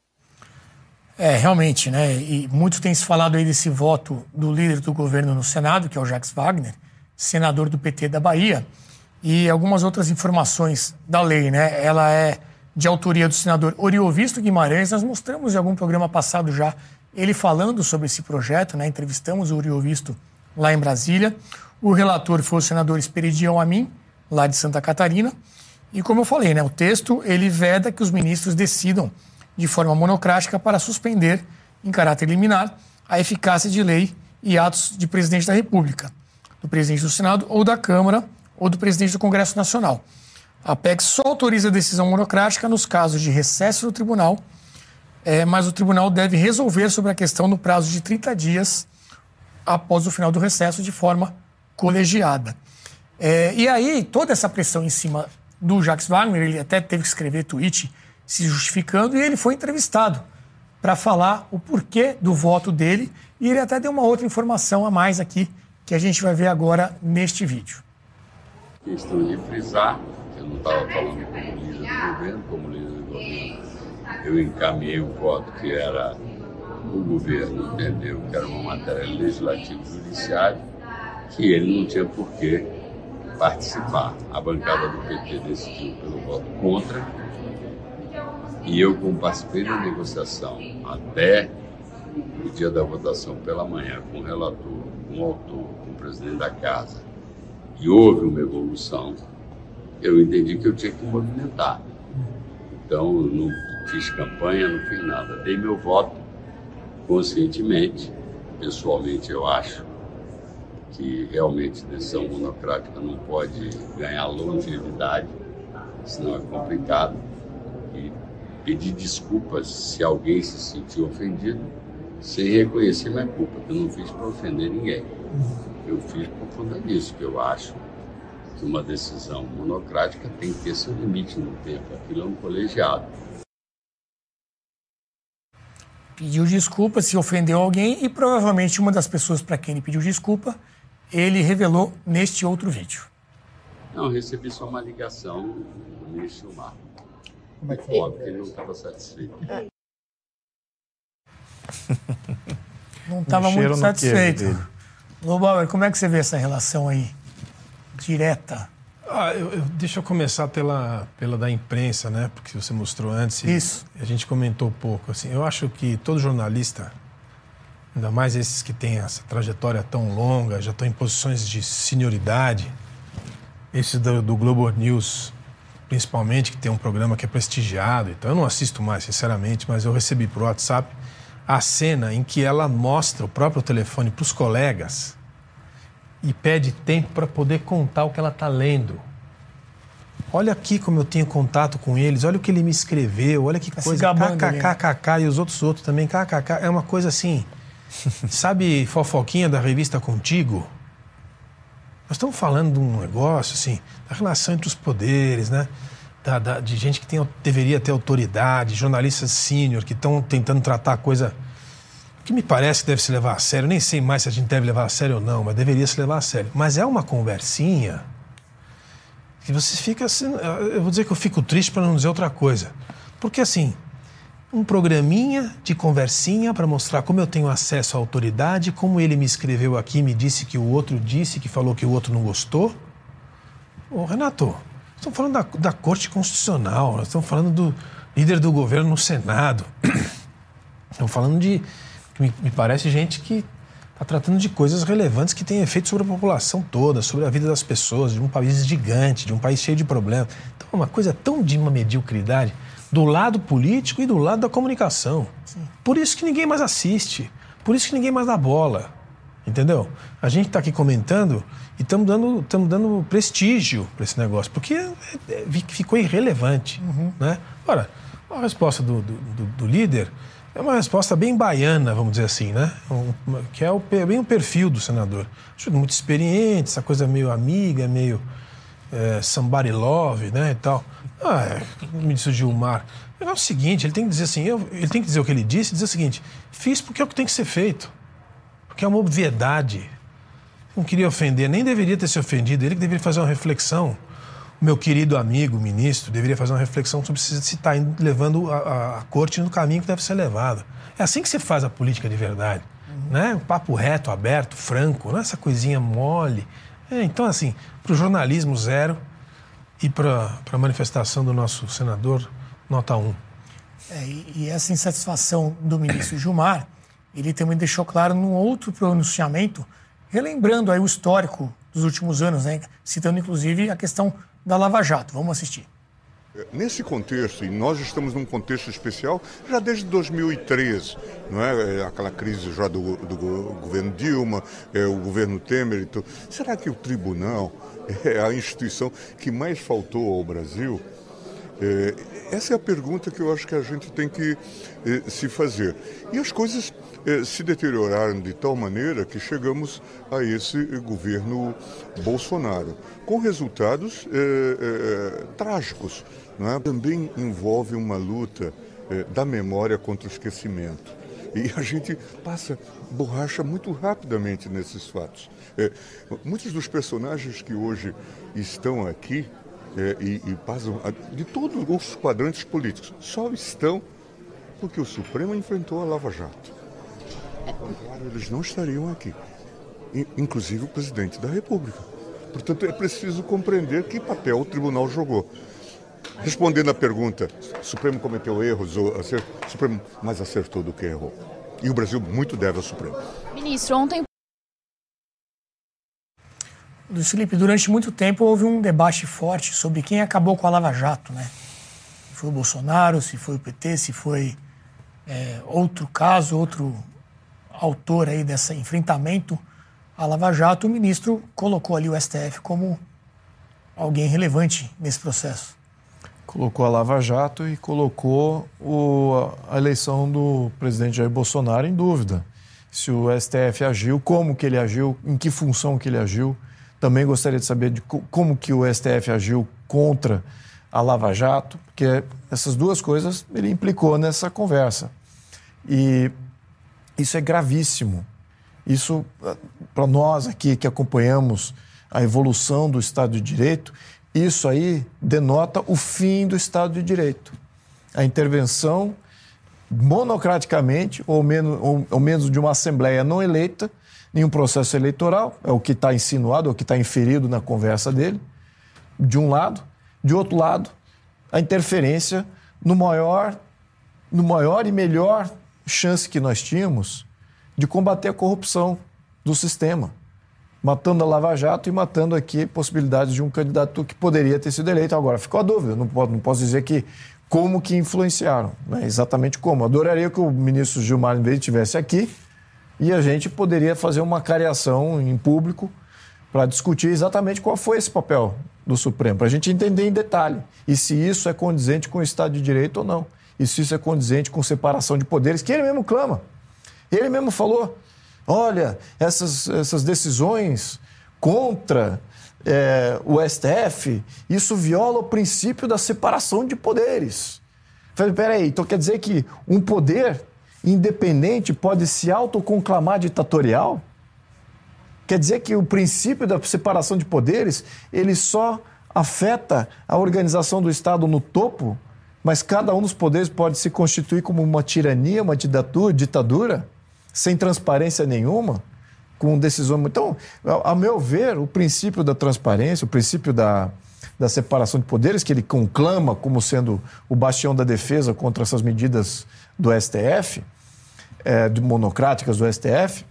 Realmente, né? E muito tem se falado aí desse voto do líder do governo no Senado, que é o Jacques Wagner, senador do PT da Bahia, e algumas outras informações da lei, né? Ela é de autoria do senador Oriovisto Guimarães. Nós mostramos em algum programa passado já ele falando sobre esse projeto, né? Entrevistamos o Oriovisto lá em Brasília. O relator foi o senador Esperidião Amin, lá de Santa Catarina. E como eu falei, né? O texto ele veda que os ministros decidam de forma monocrática para suspender, em caráter liminar, a eficácia de lei e atos de presidente da República, do presidente do Senado ou da Câmara ou do presidente do Congresso Nacional. A PEC só autoriza a decisão monocrática nos casos de recesso do tribunal, mas o tribunal deve resolver sobre a questão no prazo de 30 dias após o final do recesso de forma colegiada. E aí, toda essa pressão em cima do Jacques Wagner, ele até teve que escrever tweet se justificando, e ele foi entrevistado para falar o porquê do voto dele, e ele até deu uma outra informação a mais aqui, que a gente vai ver agora neste vídeo. Questão de frisar, eu não estava falando como líder do governo, como líder do governo, eu encaminhei o voto que era, o governo entendeu que era uma matéria legislativa e judiciária, que ele não tinha por que participar. A bancada do PT decidiu pelo voto contra, e eu, como participei da negociação até o dia da votação pela manhã, com o relator, com o autor, com o presidente da casa, e houve uma evolução, eu entendi que eu tinha que movimentar. Então, eu não fiz campanha, não fiz nada. Dei meu voto conscientemente. Pessoalmente, eu acho que realmente decisão monocrática não pode ganhar longevidade, senão é complicado. E pedir desculpas se alguém se sentiu ofendido, sem reconhecer minha culpa, que eu não fiz para ofender ninguém. Eu fiz por conta disso, que eu acho que uma decisão monocrática tem que ter seu limite no tempo. Aquilo é um colegiado. Pediu desculpa se ofendeu alguém, e provavelmente uma das pessoas para quem ele pediu desculpa, ele revelou neste outro vídeo. Não, eu recebi só uma ligação do ministro Gilmar. Como é que foi? Óbvio que ele não estava satisfeito. Não estava muito satisfeito. Lobauer, como é que você vê essa relação aí, direta? Deixa eu começar pela da imprensa, né? Porque você mostrou antes. Isso. A gente comentou pouco. Assim, eu acho que todo jornalista, ainda mais esses que têm essa trajetória tão longa, já estão em posições de senioridade, esse do Globo News, principalmente, que tem um programa que é prestigiado. Então, eu não assisto mais, sinceramente, mas eu recebi por WhatsApp a cena em que ela mostra o próprio telefone para os colegas e pede tempo para poder contar o que ela está lendo. Olha aqui como eu tenho contato com eles, olha o que ele me escreveu, olha que coisa, kkkk, e os outros também, kkk. É uma coisa assim, sabe, fofoquinha da revista Contigo? Nós estamos falando de um negócio, assim, da relação entre os poderes, né? de gente que deveria ter autoridade, jornalistas sênior que estão tentando tratar a coisa que me parece que deve se levar a sério. Nem sei mais se a gente deve levar a sério ou não, mas deveria se levar a sério. Mas é uma conversinha que você fica assim... Eu vou dizer que eu fico triste para não dizer outra coisa. Porque, assim, um programinha de conversinha para mostrar como eu tenho acesso à autoridade, como ele me escreveu aqui, me disse que o outro disse, que falou que o outro não gostou. Ô, Renato, estamos falando da Corte Constitucional, nós estamos falando do líder do governo no Senado. Estamos falando de... Me parece gente que está tratando de coisas relevantes que têm efeito sobre a população toda, sobre a vida das pessoas, de um país gigante, de um país cheio de problemas. Então é uma coisa tão de uma mediocridade do lado político e do lado da comunicação. Sim. Por isso que ninguém mais assiste, por isso que ninguém mais dá bola, entendeu? A gente está aqui comentando e estamos dando prestígio para esse negócio, porque ficou irrelevante, né? Ora, a resposta do líder... É uma resposta bem baiana, vamos dizer assim, né? Que é bem o perfil do senador. Acho muito experiente, essa coisa meio amiga, meio somebody love, né, e tal. O ministro Gilmar. É o seguinte, ele tem que dizer assim, ele tem que dizer o que ele disse, dizer o seguinte, fiz porque é o que tem que ser feito. Porque é uma obviedade. Não queria ofender, nem deveria ter se ofendido, ele que deveria fazer uma reflexão. O meu querido amigo, ministro, deveria fazer uma reflexão sobre se está levando a corte no caminho que deve ser levado. É assim que se faz a política de verdade. Né? Um papo reto, aberto, franco, não é essa coisinha mole. Então, assim, para o jornalismo, 0, e para a manifestação do nosso senador, nota 1. E essa insatisfação do ministro Gilmar, ele também deixou claro num outro pronunciamento, relembrando aí o histórico dos últimos anos, né? Citando inclusive a questão da Lava Jato. Vamos assistir. Nesse contexto, e nós estamos num contexto especial já desde 2013, não é? Aquela crise já do governo Dilma, o governo Temer e tudo. Será que o tribunal é a instituição que mais faltou ao Brasil? Essa é a pergunta que eu acho que a gente tem que se fazer. E as coisas se deterioraram de tal maneira que chegamos a esse governo Bolsonaro, com resultados trágicos. Não é? Também envolve uma luta da memória contra o esquecimento. E a gente passa borracha muito rapidamente nesses fatos. Muitos dos personagens que hoje estão aqui e passam de todos os quadrantes políticos só estão porque o Supremo enfrentou a Lava Jato. Claro, eles não estariam aqui, inclusive o presidente da República. Portanto, é preciso compreender que papel o tribunal jogou. Respondendo à pergunta, o Supremo cometeu erros, o Supremo mais acertou do que errou. E o Brasil muito deve ao Supremo. Ministro, ontem... Luiz Felipe, durante muito tempo houve um debate forte sobre quem acabou com a Lava Jato, né? Se foi o Bolsonaro, se foi o PT, se foi outro caso, outro autor aí desse enfrentamento à Lava Jato. O ministro colocou ali o STF como alguém relevante nesse processo. Colocou a Lava Jato e colocou a eleição do presidente Jair Bolsonaro em dúvida. Se o STF agiu, como que ele agiu, em que função que ele agiu. Também gostaria de saber de como que o STF agiu contra a Lava Jato, porque essas duas coisas ele implicou nessa conversa. E isso é gravíssimo. Isso, para nós aqui que acompanhamos a evolução do Estado de Direito, isso aí denota o fim do Estado de Direito. A intervenção monocraticamente, ou menos de uma Assembleia não eleita, em um processo eleitoral, é o que está insinuado, é o que está inferido na conversa dele, de um lado. De outro lado, a interferência no maior e melhor chance que nós tínhamos de combater a corrupção do sistema, matando a Lava Jato e matando aqui possibilidades de um candidato que poderia ter sido eleito. Agora, ficou a dúvida, não posso dizer que como que influenciaram, né? Exatamente como. Adoraria que o ministro Gilmar Mendes estivesse aqui e a gente poderia fazer uma cariação em público para discutir exatamente qual foi esse papel do Supremo, para a gente entender em detalhe e se isso é condizente com o Estado de Direito ou não, e se isso é condizente com separação de poderes, que ele mesmo clama. Ele mesmo falou, olha, essas decisões contra o STF, isso viola o princípio da separação de poderes. Falei, peraí, então quer dizer que um poder independente pode se autoconclamar ditatorial? Quer dizer que o princípio da separação de poderes, ele só afeta a organização do Estado no topo, mas cada um dos poderes pode se constituir como uma tirania, uma ditadura, sem transparência nenhuma, com decisão... Então, a meu ver, o princípio da transparência, o princípio da separação de poderes, que ele conclama como sendo o bastião da defesa contra essas medidas do STF, monocráticas do STF,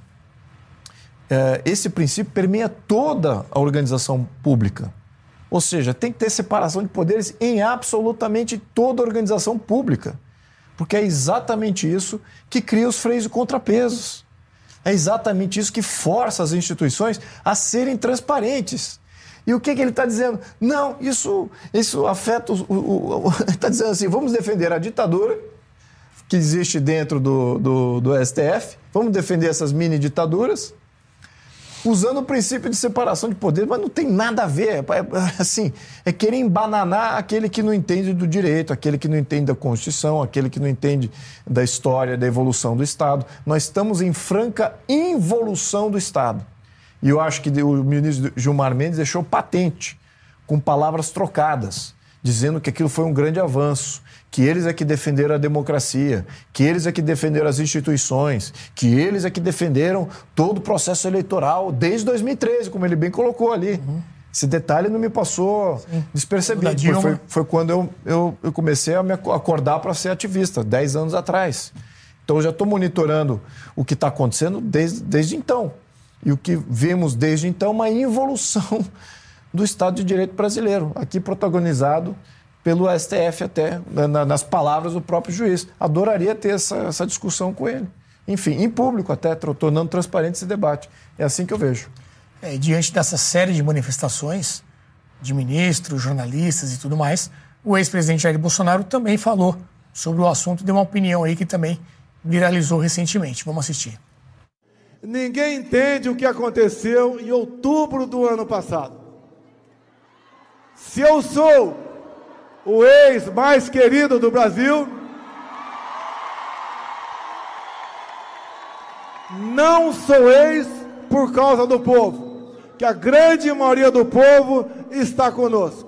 esse princípio permeia toda a organização pública. Ou seja, tem que ter separação de poderes em absolutamente toda a organização pública. Porque é exatamente isso que cria os freios e contrapesos. É exatamente isso que força as instituições a serem transparentes. E o que ele está dizendo? Não, isso afeta... Está dizendo assim, vamos defender a ditadura que existe dentro do STF, vamos defender essas mini-ditaduras, usando o princípio de separação de poderes, mas não tem nada a ver. É querer embananar aquele que não entende do direito, aquele que não entende da Constituição, aquele que não entende da história, da evolução do Estado. Nós estamos em franca involução do Estado. E eu acho que o ministro Gilmar Mendes deixou patente, com palavras trocadas, dizendo que aquilo foi um grande avanço, que eles é que defenderam a democracia, que eles é que defenderam as instituições, que eles é que defenderam todo o processo eleitoral desde 2013, como ele bem colocou ali. Esse detalhe não me passou despercebido. Foi quando eu comecei a me acordar para ser ativista, 10 anos atrás. Então eu já estou monitorando o que está acontecendo desde então. E o que vemos desde então é uma involução do Estado de Direito brasileiro, aqui protagonizado pelo STF até, nas palavras do próprio juiz. Adoraria ter essa discussão com ele. Enfim, em público até, tornando transparente esse debate. É assim que eu vejo. Diante dessa série de manifestações de ministros, jornalistas e tudo mais, o ex-presidente Jair Bolsonaro também falou sobre o assunto, deu uma opinião aí que também viralizou recentemente. Vamos assistir. Ninguém entende o que aconteceu em outubro do ano passado. Se eu sou o ex mais querido do Brasil, não sou ex por causa do povo, que a grande maioria do povo está conosco.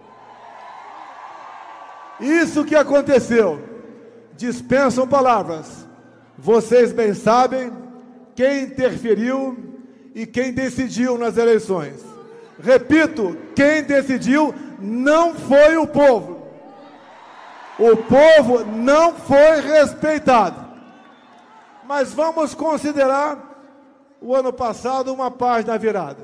Isso que aconteceu, dispensam palavras. Vocês bem sabem quem interferiu e quem decidiu nas eleições. Repito, quem decidiu não foi o povo. O povo não foi respeitado. Mas vamos considerar o ano passado uma página virada.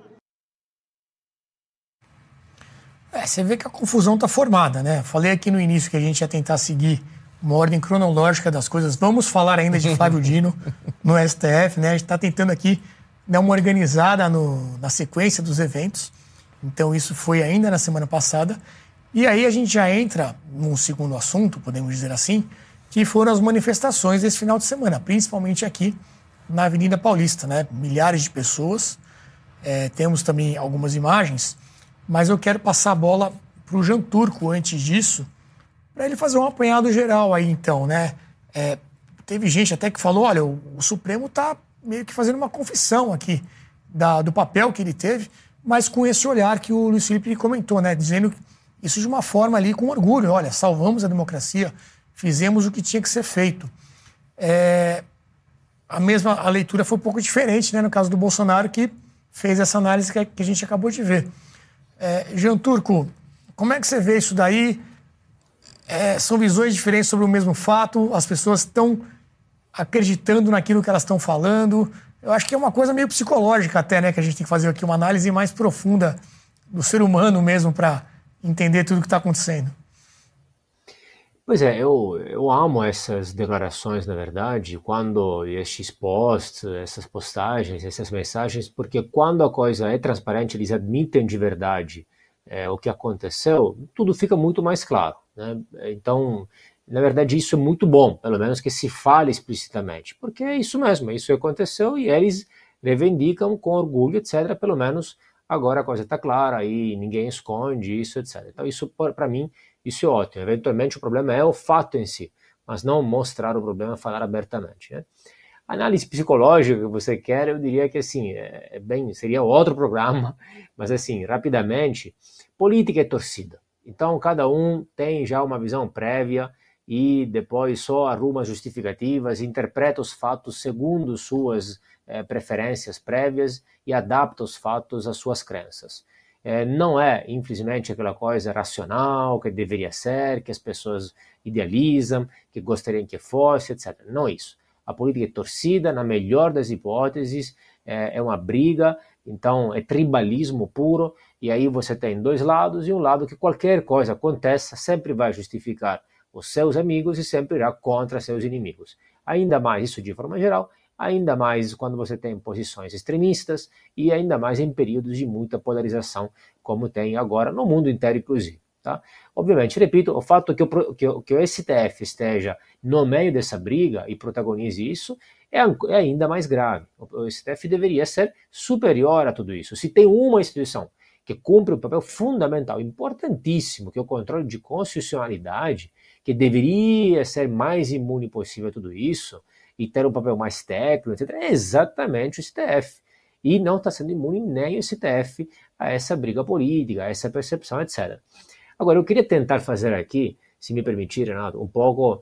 Você vê que a confusão está formada, né? Falei aqui no início que a gente ia tentar seguir uma ordem cronológica das coisas. Vamos falar ainda de Flávio Dino no STF, né? A gente está tentando aqui dar uma organizada na sequência dos eventos. Então isso foi ainda na semana passada. E aí a gente já entra num segundo assunto, podemos dizer assim, que foram as manifestações desse final de semana, principalmente aqui na Avenida Paulista, né? Milhares de pessoas. Temos também algumas imagens, mas eu quero passar a bola para o Jean Turco antes disso, para ele fazer um apanhado geral aí, então, né? Teve gente até que falou, olha, o Supremo está meio que fazendo uma confissão aqui do papel que ele teve, mas com esse olhar que o Luiz Felipe comentou, né? Dizendo isso de uma forma ali com orgulho, olha, salvamos a democracia, fizemos o que tinha que ser feito. A leitura foi um pouco diferente, né? No caso do Bolsonaro, que fez essa análise que a gente acabou de ver. Jean Turco, como é que você vê isso daí? São visões diferentes sobre o mesmo fato, as pessoas estão acreditando naquilo que elas estão falando. Eu acho que é uma coisa meio psicológica até, né? Que a gente tem que fazer aqui uma análise mais profunda do ser humano mesmo para entender tudo o que está acontecendo. Pois é, eu amo essas declarações, na verdade, quando estes posts, essas postagens, essas mensagens, porque quando a coisa é transparente, eles admitem de verdade o que aconteceu, tudo fica muito mais claro, né? Então, na verdade, isso é muito bom, pelo menos que se fale explicitamente, porque é isso mesmo, isso aconteceu e eles reivindicam com orgulho, etc., pelo menos agora a coisa está clara e ninguém esconde isso, etc. Então isso, para mim, isso é ótimo. Eventualmente o problema é o fato em si, mas não mostrar o problema, falar abertamente, né? Análise psicológica que você quer, eu diria que assim, seria outro programa, mas assim, rapidamente, política é torcida. Então cada um tem já uma visão prévia e depois só arruma justificativas, interpreta os fatos segundo suas preferências prévias e adapta os fatos às suas crenças. Não é, infelizmente, aquela coisa racional que deveria ser, que as pessoas idealizam, que gostariam que fosse, etc. Não é isso. A política é torcida, na melhor das hipóteses, é uma briga, então é tribalismo puro, e aí você tem dois lados, e um lado que qualquer coisa aconteça sempre vai justificar os seus amigos e sempre irá contra seus inimigos. Ainda mais isso de forma geral, ainda mais quando você tem posições extremistas e ainda mais em períodos de muita polarização, como tem agora no mundo inteiro, inclusive. Tá? Obviamente, repito, o fato que o STF esteja no meio dessa briga e protagonize isso é ainda mais grave. O STF deveria ser superior a tudo isso. Se tem uma instituição que cumpre um papel fundamental, importantíssimo, que é o controle de constitucionalidade, que deveria ser mais imune possível a tudo isso e ter um papel mais técnico, etc., é exatamente o STF. E não está sendo imune nem o STF a essa briga política, a essa percepção, etc. Agora, eu queria tentar fazer aqui, se me permitir, Renato, um pouco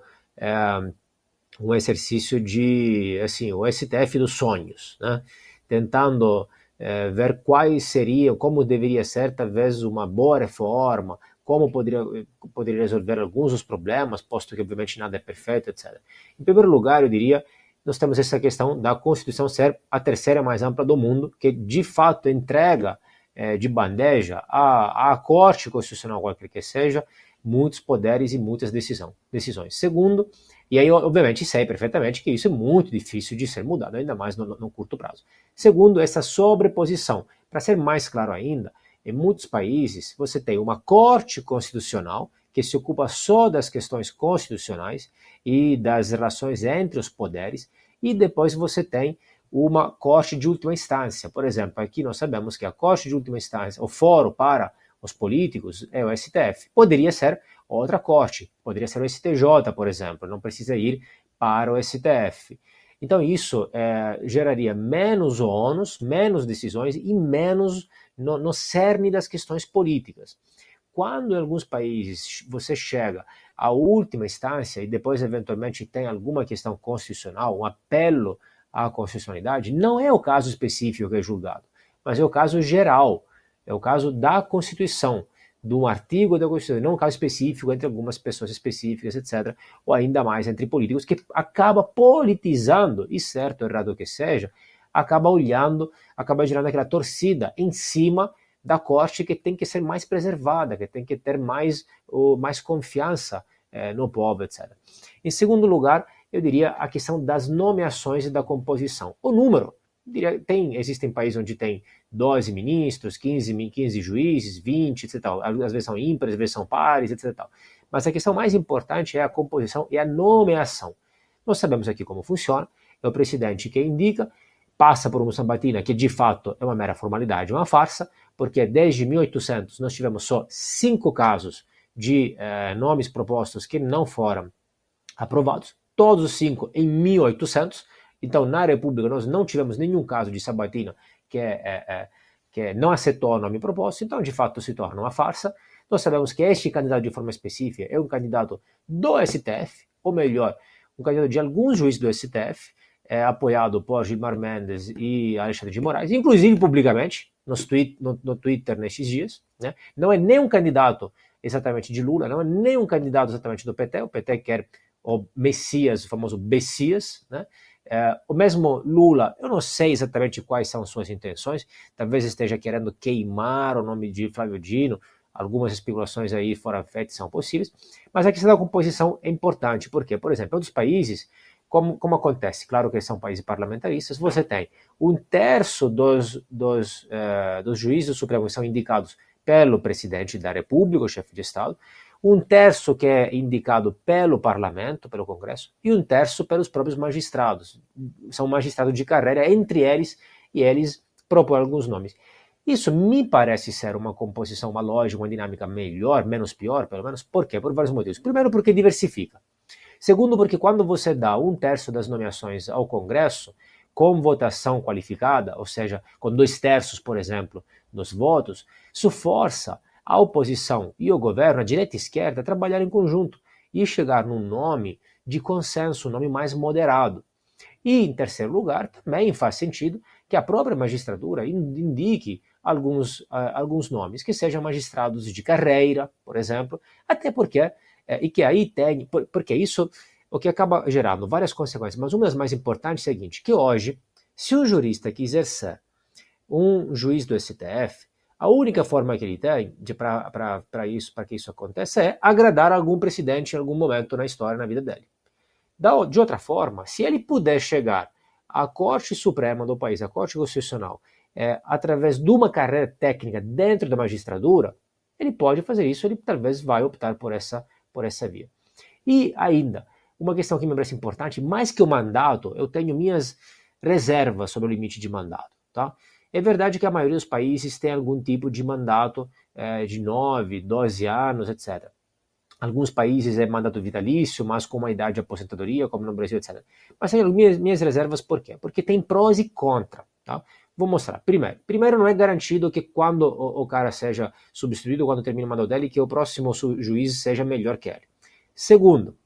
um exercício de, assim, o STF dos sonhos, né? Tentando ver quais seriam, como deveria ser, talvez, uma boa reforma, como poderia resolver alguns dos problemas, posto que, obviamente, nada é perfeito, etc. Em primeiro lugar, eu diria, nós temos essa questão da Constituição ser a terceira mais ampla do mundo, que, de fato, entrega de bandeja à Corte Constitucional, qualquer que seja, muitos poderes e muitas decisões. Segundo, e aí obviamente sei perfeitamente que isso é muito difícil de ser mudado, ainda mais no curto prazo. Segundo, essa sobreposição. Para ser mais claro ainda, em muitos países você tem uma Corte Constitucional que se ocupa só das questões constitucionais e das relações entre os poderes, e depois você tem uma corte de última instância. Por exemplo, aqui nós sabemos que a corte de última instância, o fórum para os políticos, é o STF. Poderia ser outra corte, poderia ser o STJ, por exemplo, não precisa ir para o STF. Então isso geraria menos ônus, menos decisões e menos no cerne das questões políticas. Quando em alguns países você chega à última instância e depois eventualmente tem alguma questão constitucional, um apelo à constitucionalidade, não é o caso específico que é julgado, mas é o caso geral, é o caso da Constituição, de um artigo da Constituição, não um caso específico entre algumas pessoas específicas, etc., ou ainda mais entre políticos, que acaba politizando, e certo ou errado que seja, acaba gerando aquela torcida em cima da corte que tem que ser mais preservada, que tem que ter mais confiança no povo, etc. Em segundo lugar, eu diria a questão das nomeações e da composição. O número, existem países onde tem 12 ministros, 15 juízes, 20, etc. Às vezes são ímpares, às vezes são pares, etc. Mas a questão mais importante é a composição e a nomeação. Nós sabemos aqui como funciona, é o presidente que indica, passa por uma sabatina que de fato é uma mera formalidade, uma farsa, porque desde 1800 nós tivemos só 5 casos de nomes propostos que não foram aprovados, todos os 5 em 1800, então na República nós não tivemos nenhum caso de sabatina que não aceitou o nome proposto, então de fato se torna uma farsa. Nós sabemos que este candidato de forma específica é um candidato do STF, ou melhor, um candidato de alguns juízes do STF, apoiado por Gilmar Mendes e Alexandre de Moraes, inclusive publicamente, no Twitter nestes dias, né? Não é nem um candidato exatamente de Lula, não é nem um candidato exatamente do PT, o PT quer o Messias, o famoso Bessias, né? O mesmo Lula, eu não sei exatamente quais são suas intenções, talvez esteja querendo queimar o nome de Flávio Dino, algumas especulações aí foram feitas, são possíveis, mas a questão da composição é importante, porque, por exemplo, em outros países, como acontece, claro que são países parlamentaristas, você tem 1/3 dos juízes do Supremo que são indicados pelo presidente da República, o chefe de Estado, 1/3 que é indicado pelo Parlamento, pelo Congresso, e 1/3 pelos próprios magistrados. São magistrados de carreira entre eles, e eles propõem alguns nomes. Isso me parece ser uma composição, uma lógica, uma dinâmica melhor, menos pior, pelo menos. Por quê? Por vários motivos. Primeiro, porque diversifica. Segundo, porque quando você dá 1/3 das nomeações ao Congresso, com votação qualificada, ou seja, com 2/3, por exemplo, dos votos, isso força a oposição e o governo, a direita e a esquerda, a trabalhar em conjunto e chegar num nome de consenso, um nome mais moderado. E, em terceiro lugar, também faz sentido que a própria magistratura indique alguns nomes, que sejam magistrados de carreira, por exemplo, até porque, e que aí tem, porque isso, o que acaba gerando várias consequências, mas uma das mais importantes é a seguinte, que hoje, se um jurista quiser ser um juiz do STF, a única forma que ele tem para que isso aconteça é agradar algum presidente em algum momento na história, na vida dele. De outra forma, se ele puder chegar à Corte Suprema do país, à Corte Constitucional, através de uma carreira técnica dentro da magistratura, ele pode fazer isso, ele talvez vai optar por essa via. E ainda, uma questão que me parece importante, mais que o mandato, eu tenho minhas reservas sobre o limite de mandato. Tá? É verdade que a maioria dos países tem algum tipo de mandato de 9, 12 anos, etc. Alguns países é mandato vitalício, mas com uma idade de aposentadoria, como no Brasil, etc. Mas tem minhas reservas por quê? Porque tem prós e contras. Tá? Vou mostrar. Primeiro, não é garantido que quando o cara seja substituído, quando termina o mandato dele, que o próximo juiz seja melhor que ele. Segundo,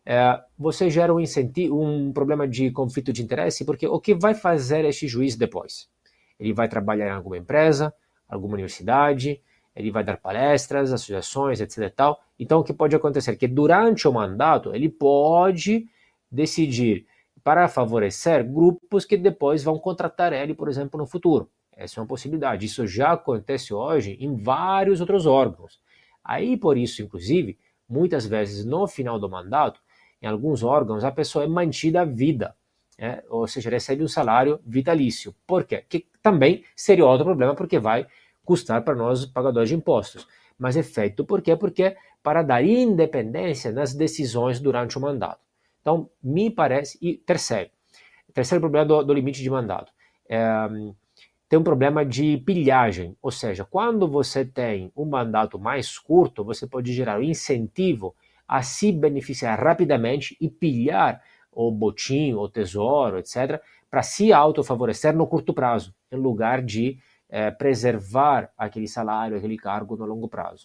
você gera um problema de conflito de interesse, porque o que vai fazer este juiz depois? Ele vai trabalhar em alguma empresa, alguma universidade, ele vai dar palestras, associações, etc. e tal. Então, o que pode acontecer? Que durante o mandato, ele pode decidir para favorecer grupos que depois vão contratar ele, por exemplo, no futuro. Essa é uma possibilidade. Isso já acontece hoje em vários outros órgãos. Aí, por isso, inclusive, muitas vezes, no final do mandato, em alguns órgãos, a pessoa é mantida à vida. Ou seja, recebe um salário vitalício. Por quê? Que também seria outro problema, porque vai custar para nós, pagadores de impostos. Mas é feito por quê? Porque para dar independência nas decisões durante o mandato. Então, me parece... E terceiro problema do limite de mandato. Tem um problema de pilhagem. Ou seja, quando você tem um mandato mais curto, você pode gerar um incentivo a se beneficiar rapidamente e pilhar o botim, o tesouro, etc., para se autofavorecer no curto prazo, em lugar de preservar aquele salário, aquele cargo no longo prazo.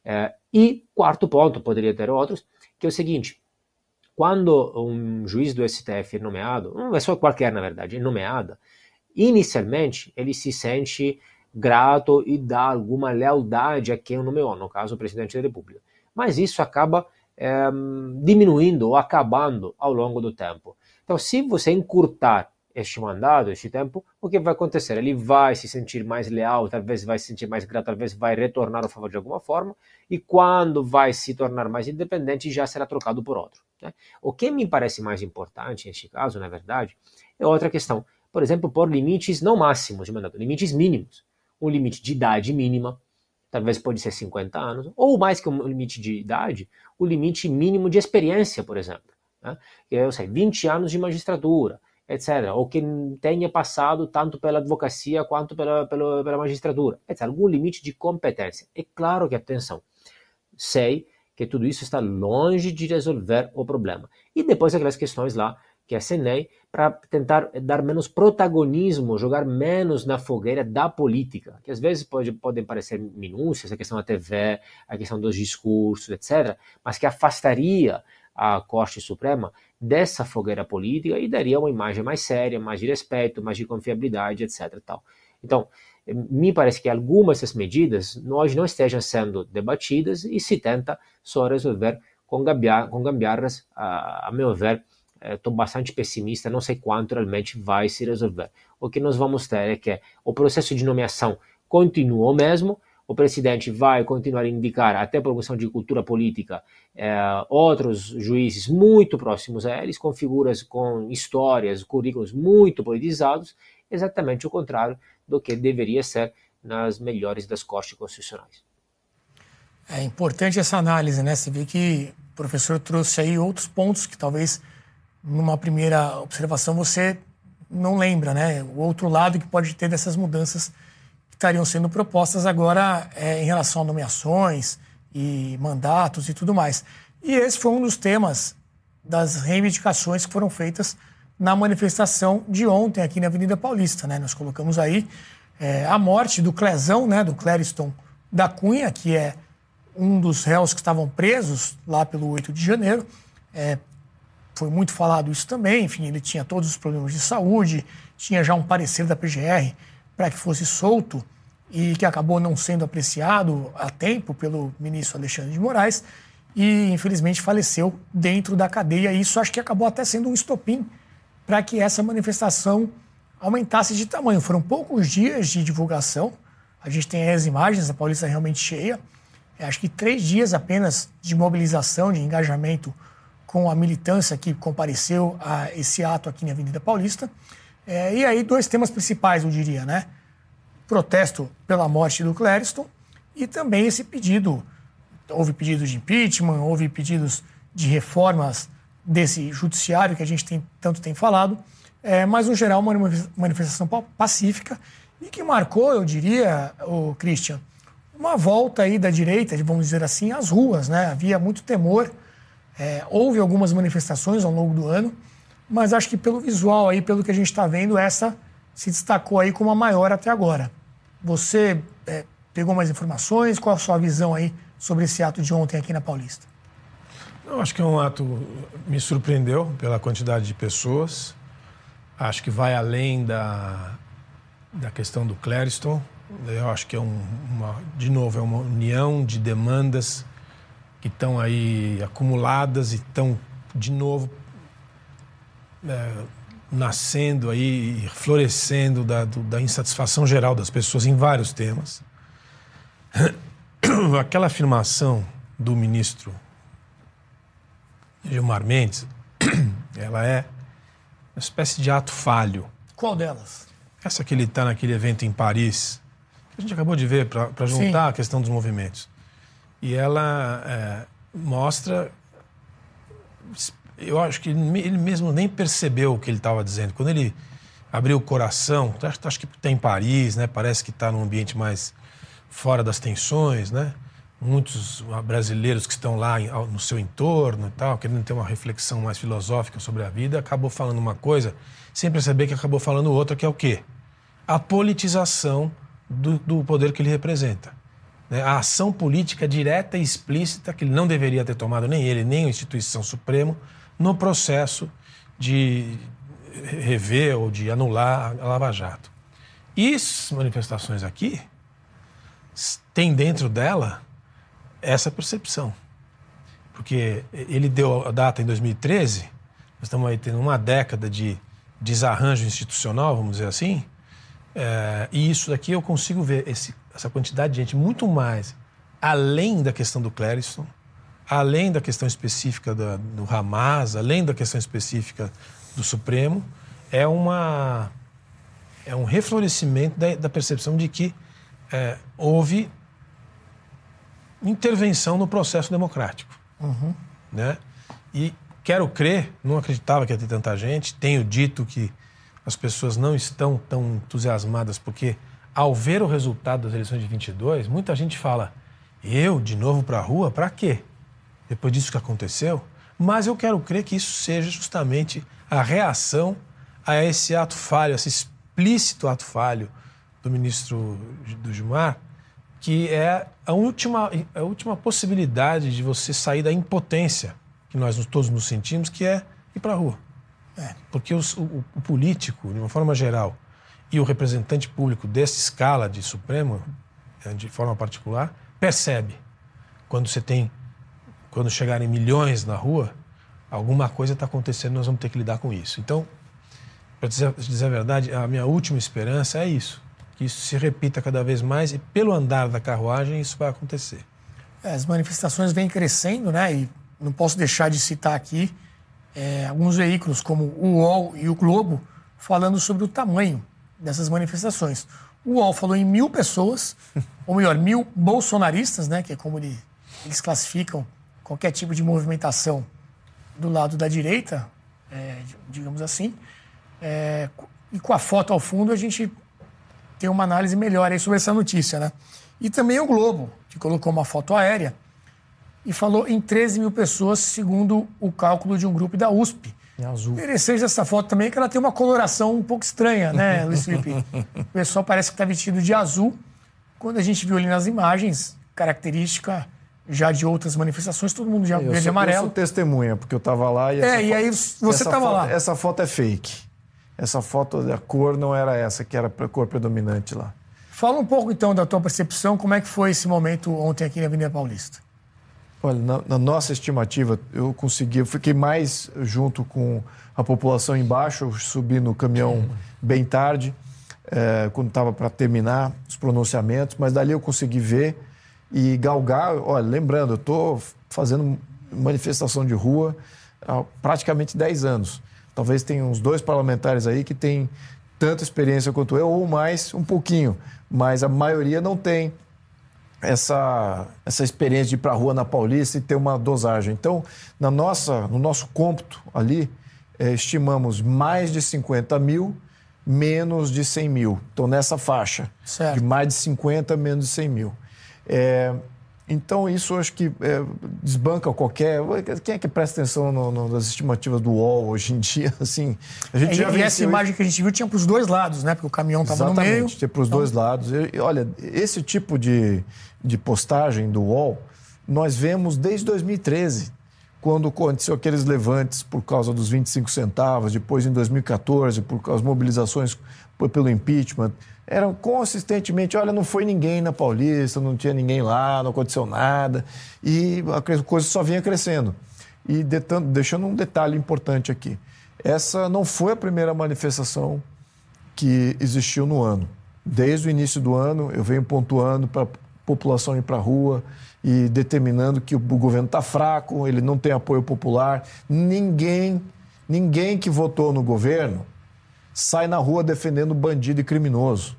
E quarto ponto, poderia ter outros, que é o seguinte: quando um juiz do STF é nomeado, não é só qualquer, na verdade, é nomeado, inicialmente ele se sente grato e dá alguma lealdade a quem o nomeou, no caso o presidente da República. Mas isso acaba diminuindo ou acabando ao longo do tempo. Então, se você encurtar este mandato, este tempo, o que vai acontecer? Ele vai se sentir mais leal, talvez vai se sentir mais grato, talvez vai retornar ao favor de alguma forma, e quando vai se tornar mais independente, já será trocado por outro. Né? O que me parece mais importante neste caso, na verdade, é outra questão. Por exemplo, por limites não máximos de mandato, limites mínimos. Um limite de idade mínima, talvez pode ser 50 anos, ou mais que um limite de idade, o limite mínimo de experiência, por exemplo. Né? Eu sei, 20 anos de magistratura, etc. Ou que tenha passado tanto pela advocacia quanto pela magistratura, etc. Algum limite de competência. É claro que, atenção, sei que tudo isso está longe de resolver o problema. E depois aquelas questões lá que acenei para tentar dar menos protagonismo, jogar menos na fogueira da política, que às vezes podem parecer minúcias, a questão da TV, a questão dos discursos, etc., mas que afastaria a Corte Suprema dessa fogueira política e daria uma imagem mais séria, mais de respeito, mais de confiabilidade, etc. Tal. Então, me parece que algumas dessas medidas hoje não estejam sendo debatidas e se tenta só resolver com gambiarras, a meu ver. Estou bastante pessimista, não sei quanto realmente vai se resolver. O que nós vamos ter é que o processo de nomeação continua o mesmo, o presidente vai continuar a indicar, até por questão de cultura política, outros juízes muito próximos a eles, com figuras, com histórias, currículos muito politizados, exatamente o contrário do que deveria ser nas melhores das cortes constitucionais. É importante essa análise, né? Você vê que o professor trouxe aí outros pontos que talvez numa primeira observação você não lembra, né? O outro lado que pode ter dessas mudanças que estariam sendo propostas agora em relação a nomeações e mandatos e tudo mais. E esse foi um dos temas das reivindicações que foram feitas na manifestação de ontem aqui na Avenida Paulista, né? Nós colocamos aí a morte do Clezão, né? Do Clériston da Cunha, que é um dos réus que estavam presos lá pelo 8 de janeiro. Foi muito falado isso também, enfim, ele tinha todos os problemas de saúde, tinha já um parecer da PGR para que fosse solto e que acabou não sendo apreciado a tempo pelo ministro Alexandre de Moraes e, infelizmente, faleceu dentro da cadeia. E isso acho que acabou até sendo um estopim para que essa manifestação aumentasse de tamanho. Foram poucos dias de divulgação, a gente tem as imagens, a Paulista realmente cheia. Acho que 3 dias apenas de mobilização, de engajamento com a militância que compareceu a esse ato aqui na Avenida Paulista. E aí 2 temas principais, eu diria, né? Protesto pela morte do Clériston e também esse pedido. Houve pedidos de impeachment, houve pedidos de reformas desse judiciário que a gente tanto tem falado, mas, no geral, uma manifestação pacífica e que marcou, eu diria, Christian, uma volta aí da direita, vamos dizer assim, às ruas, né? Havia muito temor. Houve algumas manifestações ao longo do ano, mas acho que pelo visual aí, pelo que a gente está vendo, essa se destacou aí como a maior até agora. Você pegou mais informações? Qual a sua visão aí sobre esse ato de ontem aqui na Paulista? Eu acho que é um ato, me surpreendeu pela quantidade de pessoas. Acho que vai além da questão do Clériston. Eu acho que de novo, é uma união de demandas que estão aí acumuladas e estão, de novo, nascendo aí, florescendo da insatisfação geral das pessoas em vários temas. Aquela afirmação do ministro Gilmar Mendes, ela é uma espécie de ato falho. Qual delas? Essa que ele está naquele evento em Paris, que a gente acabou de ver, para juntar a questão dos movimentos. E ela mostra... Eu acho que ele mesmo nem percebeu o que ele estava dizendo. Quando ele abriu o coração, acho que está em Paris, né? Parece que está num ambiente mais fora das tensões, né? Muitos brasileiros que estão lá no seu entorno e tal, querendo ter uma reflexão mais filosófica sobre a vida, acabou falando uma coisa, sem perceber que acabou falando outra, que é o quê? A politização do poder que ele representa. A ação política direta e explícita que ele não deveria ter tomado, nem ele, nem a instituição Supremo, no processo de rever ou de anular a Lava Jato. E as manifestações aqui têm dentro dela essa percepção. Porque ele deu a data em 2013, nós estamos aí tendo uma década de desarranjo institucional, vamos dizer assim, e isso daqui eu consigo ver essa quantidade de gente muito mais além da questão do Clériston, além da questão específica do Hamas, além da questão específica do Supremo, é um reflorescimento da percepção de que houve intervenção no processo democrático. Uhum. Né? E quero crer, não acreditava que ia ter tanta gente, tenho dito que as pessoas não estão tão entusiasmadas porque, ao ver o resultado das eleições de 22, muita gente fala, eu de novo para a rua, para quê? Depois disso que aconteceu? Mas eu quero crer que isso seja justamente a reação a esse ato falho, esse explícito ato falho do ministro do Gilmar, que é a última possibilidade de você sair da impotência que nós todos nos sentimos, que é ir para a rua. Porque o político, de uma forma geral, e o representante público dessa escala de Supremo, de forma particular, percebe quando chegarem milhões na rua, alguma coisa está acontecendo, nós vamos ter que lidar com isso. Então, para dizer a verdade, a minha última esperança é isso, que isso se repita cada vez mais e, pelo andar da carruagem, isso vai acontecer. As manifestações vêm crescendo, né? E não posso deixar de citar aqui alguns veículos como o UOL e o Globo falando sobre o tamanho dessas manifestações. O UOL falou em 1.000 pessoas, ou melhor, 1.000 bolsonaristas, né? Que é como eles classificam qualquer tipo de movimentação do lado da direita, digamos assim. E com a foto ao fundo a gente ter uma análise melhor aí sobre essa notícia, né? E também o Globo, que colocou uma foto aérea e falou em 13 mil pessoas, segundo o cálculo de um grupo da USP. É azul. Interessante dessa foto também é que ela tem uma coloração um pouco estranha, né, Luiz Felipe? O pessoal parece que está vestido de azul. Quando a gente viu ali nas imagens, característica já de outras manifestações, todo mundo já verde e amarelo. Eu sou testemunha, porque eu estava lá e... E aí você estava lá. Essa foto é fake. Essa foto, a cor não era essa, que era a cor predominante lá. Fala um pouco, então, da tua percepção, como é que foi esse momento ontem aqui na Avenida Paulista? Olha, na nossa estimativa, eu fiquei mais junto com a população embaixo, eu subi no caminhão bem tarde, quando estava para terminar os pronunciamentos, mas dali eu consegui ver e galgar. Olha, lembrando, eu estou fazendo manifestação de rua há praticamente 10 anos. Talvez tenha uns 2 parlamentares aí que têm tanta experiência quanto eu, ou mais, um pouquinho, mas a maioria não tem essa experiência de ir para a rua na Paulista e ter uma dosagem. Então, no nosso cômputo ali, estimamos mais de 50 mil, menos de 100 mil. Então, nessa faixa, certo, de mais de 50, menos de 100 mil. Então, isso acho que desbanca qualquer... Quem é que presta atenção nas estimativas do UOL hoje em dia? Assim, a gente já e essa imagem que a gente viu tinha para os dois lados, né? Porque o caminhão estava no meio. Exatamente, tinha para os dois lados. Olha, esse tipo de postagem do UOL, nós vemos desde 2013, quando aconteceu aqueles levantes por causa dos 25 centavos, depois em 2014, por causa das mobilizações pelo impeachment. Eram consistentemente, olha, não foi ninguém na Paulista, não tinha ninguém lá, não aconteceu nada. E a coisa só vinha crescendo. E deixando um detalhe importante aqui. Essa não foi a primeira manifestação que existiu no ano. Desde o início do ano, eu venho pontuando para a população ir para a rua e determinando que o governo está fraco, ele não tem apoio popular. Ninguém que votou no governo sai na rua defendendo bandido e criminoso.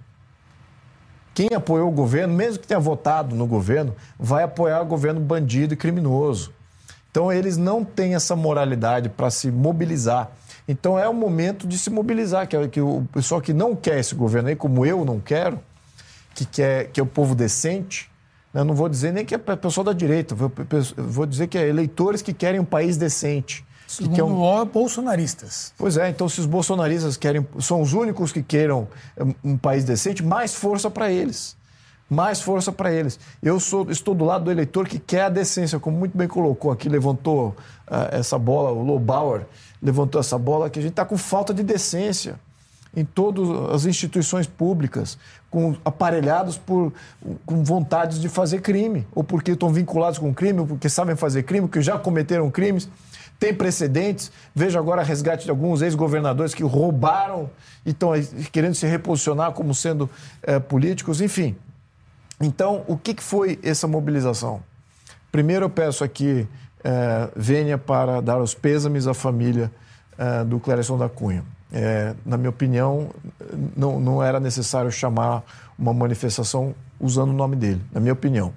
Quem apoiou o governo, mesmo que tenha votado no governo, vai apoiar o governo bandido e criminoso. Então, eles não têm essa moralidade para se mobilizar. Então, é o momento de se mobilizar, que o pessoal que não quer esse governo aí, como eu não quero, que é o povo decente, eu não vou dizer nem que é pessoal da direita, vou dizer que é eleitores que querem um país decente. Segundo o UOL, bolsonaristas. Pois é, então se os bolsonaristas são os únicos que queiram um país decente, mais força para eles. Mais força para eles. Eu estou do lado do eleitor que quer a decência, como muito bem colocou aqui, levantou essa bola, o Lobauer levantou essa bola, que a gente está com falta de decência em todas as instituições públicas, aparelhados com vontades de fazer crime, ou porque estão vinculados com crime, ou porque sabem fazer crime, porque já cometeram crimes. Tem precedentes. Veja agora a resgate de alguns ex-governadores que roubaram e estão querendo se reposicionar como sendo políticos, enfim. Então, o que foi essa mobilização? Primeiro, eu peço aqui, venha para dar os pêsames à família do Clérisson da Cunha. Na minha opinião, não era necessário chamar uma manifestação usando o nome dele, na minha opinião.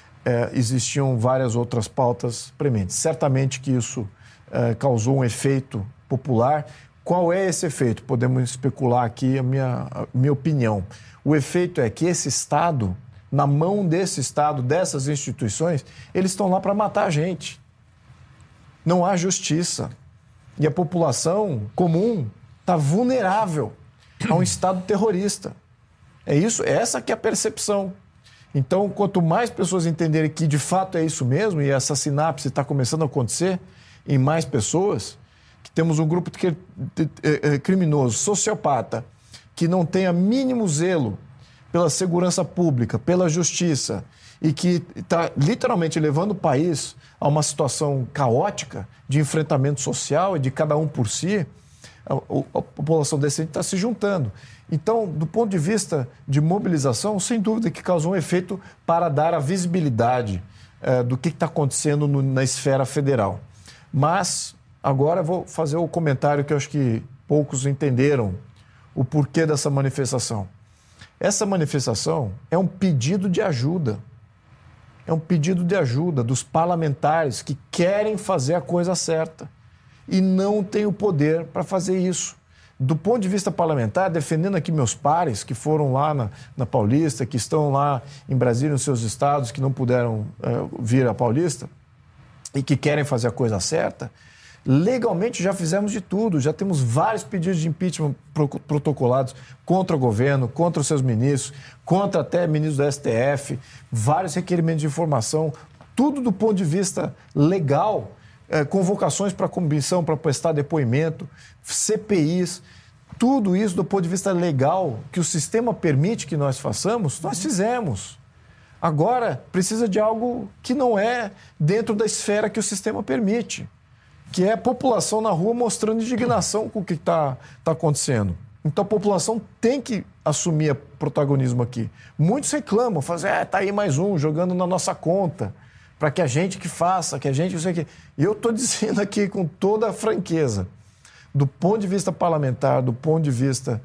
Existiam várias outras pautas prementes. Certamente que isso causou um efeito popular. Qual é esse efeito? Podemos especular aqui a minha opinião. O efeito é que esse Estado, na mão desse Estado, dessas instituições, eles estão lá para matar a gente. Não há justiça. E a população comum está vulnerável a um Estado terrorista. Essa que é a percepção. Então, quanto mais pessoas entenderem que de fato é isso mesmo, e essa sinapse está começando a acontecer em mais pessoas, que temos um grupo criminoso, sociopata, que não tenha mínimo zelo pela segurança pública, pela justiça, e que está literalmente levando o país a uma situação caótica de enfrentamento social e de cada um por si, a população decente está se juntando. Então, do ponto de vista de mobilização, sem dúvida que causou um efeito para dar a visibilidade do que está acontecendo na esfera federal. Mas, agora vou fazer o comentário que eu acho que poucos entenderam o porquê dessa manifestação. Essa manifestação é um pedido de ajuda. É um pedido de ajuda dos parlamentares que querem fazer a coisa certa e não têm o poder para fazer isso. Do ponto de vista parlamentar, defendendo aqui meus pares que foram lá na Paulista, que estão lá em Brasília, nos seus estados, que não puderam vir à Paulista e que querem fazer a coisa certa, legalmente já fizemos de tudo, já temos vários pedidos de impeachment protocolados contra o governo, contra os seus ministros, contra até ministros do STF, vários requerimentos de informação, tudo do ponto de vista legal, convocações para comissão para prestar depoimento, CPIs, tudo isso do ponto de vista legal que o sistema permite que nós façamos, nós fizemos. Agora, precisa de algo que não é dentro da esfera que o sistema permite, que é a população na rua mostrando indignação com o que está acontecendo. Então, a população tem que assumir protagonismo aqui. Muitos reclamam, fazem, tá aí mais um, jogando na nossa conta, para que a gente que faça, que a gente não sei o quê. E eu estou dizendo aqui com toda a franqueza, do ponto de vista parlamentar, do ponto de vista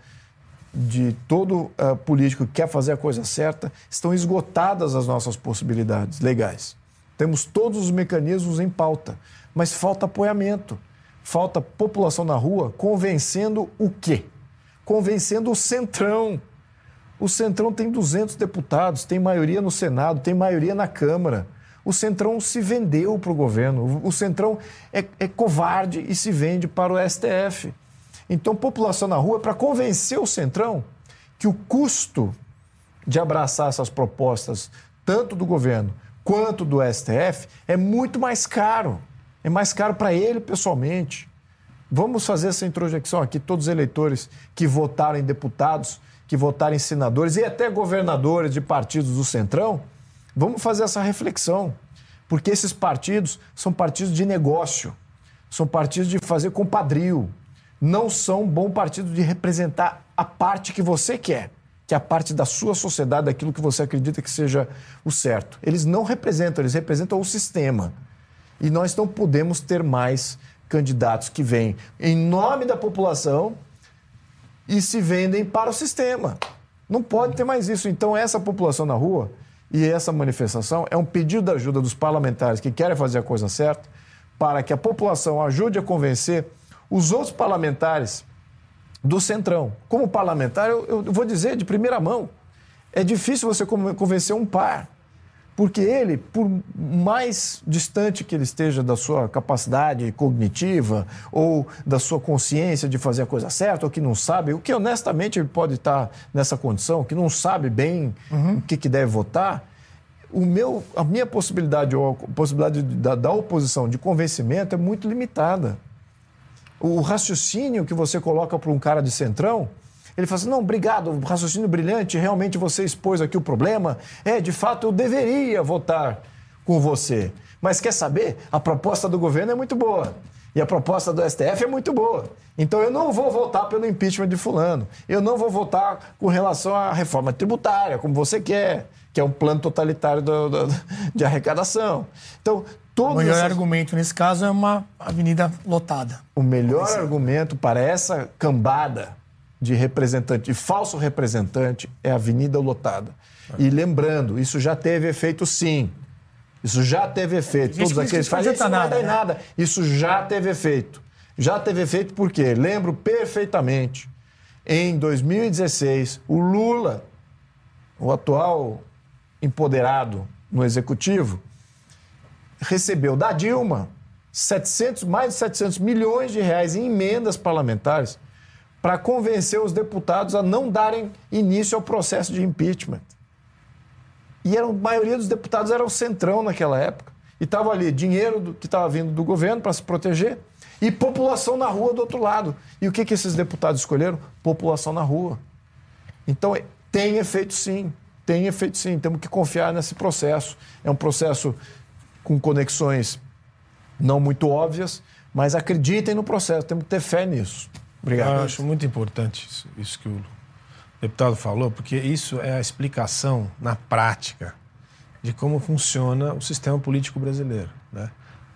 de todo político que quer fazer a coisa certa, estão esgotadas as nossas possibilidades legais. Temos todos os mecanismos em pauta, mas falta apoiamento, falta população na rua convencendo o quê? Convencendo o Centrão. O Centrão tem 200 deputados, tem maioria no Senado, tem maioria na Câmara. O Centrão se vendeu para o governo, o Centrão é covarde e se vende para o STF. Então, população na rua é para convencer o Centrão que o custo de abraçar essas propostas, tanto do governo quanto do STF, é muito mais caro. É mais caro para ele pessoalmente. Vamos fazer essa introjecção aqui, todos os eleitores que votaram em deputados, que votaram em senadores e até governadores de partidos do Centrão, vamos fazer essa reflexão, porque esses partidos são partidos de negócio, são partidos de fazer compadrio, não são bom partido de representar a parte que você quer, que é a parte da sua sociedade, daquilo que você acredita que seja o certo. Eles não representam, eles representam o sistema. E nós não podemos ter mais candidatos que vêm em nome da população e se vendem para o sistema. Não pode ter mais isso. Então, essa população na rua e essa manifestação é um pedido de ajuda dos parlamentares que querem fazer a coisa certa para que a população ajude a convencer os outros parlamentares do Centrão. Como parlamentar, eu vou dizer de primeira mão, é difícil você convencer um par, porque ele, por mais distante que ele esteja da sua capacidade cognitiva ou da sua consciência de fazer a coisa certa, ou que não sabe, o que honestamente ele pode estar nessa condição, que não sabe bem o que deve votar, a minha possibilidade, ou a possibilidade da oposição de convencimento é muito limitada. O raciocínio que você coloca para um cara de Centrão, ele fala assim, não, obrigado, raciocínio brilhante, realmente você expôs aqui o problema, de fato eu deveria votar com você. Mas quer saber? A proposta do governo é muito boa e a proposta do STF é muito boa. Então eu não vou votar pelo impeachment de fulano, eu não vou votar com relação à reforma tributária, como você quer, que é um plano totalitário de arrecadação. Então, o melhor argumento nesse caso é uma avenida lotada. O melhor argumento para essa cambada de representante, de falso representante, é a avenida lotada. E lembrando, isso já teve efeito sim. Isso já teve efeito. Todos aqueles que fazem isso não vai dar em nada. Isso já teve efeito. Já teve efeito porque, lembro perfeitamente, em 2016, o Lula, o atual empoderado no Executivo, recebeu da Dilma mais de 700 milhões de reais em emendas parlamentares para convencer os deputados a não darem início ao processo de impeachment. E a maioria dos deputados era o Centrão naquela época. E estava ali dinheiro que estava vindo do governo para se proteger e população na rua do outro lado. E o que esses deputados escolheram? População na rua. Então, tem efeito sim. Tem efeito sim. Temos que confiar nesse processo. É um processo com conexões não muito óbvias, mas acreditem no processo, temos que ter fé nisso. Obrigado. Eu acho muito importante isso que o deputado falou, porque isso é a explicação na prática de como funciona o sistema político brasileiro, né?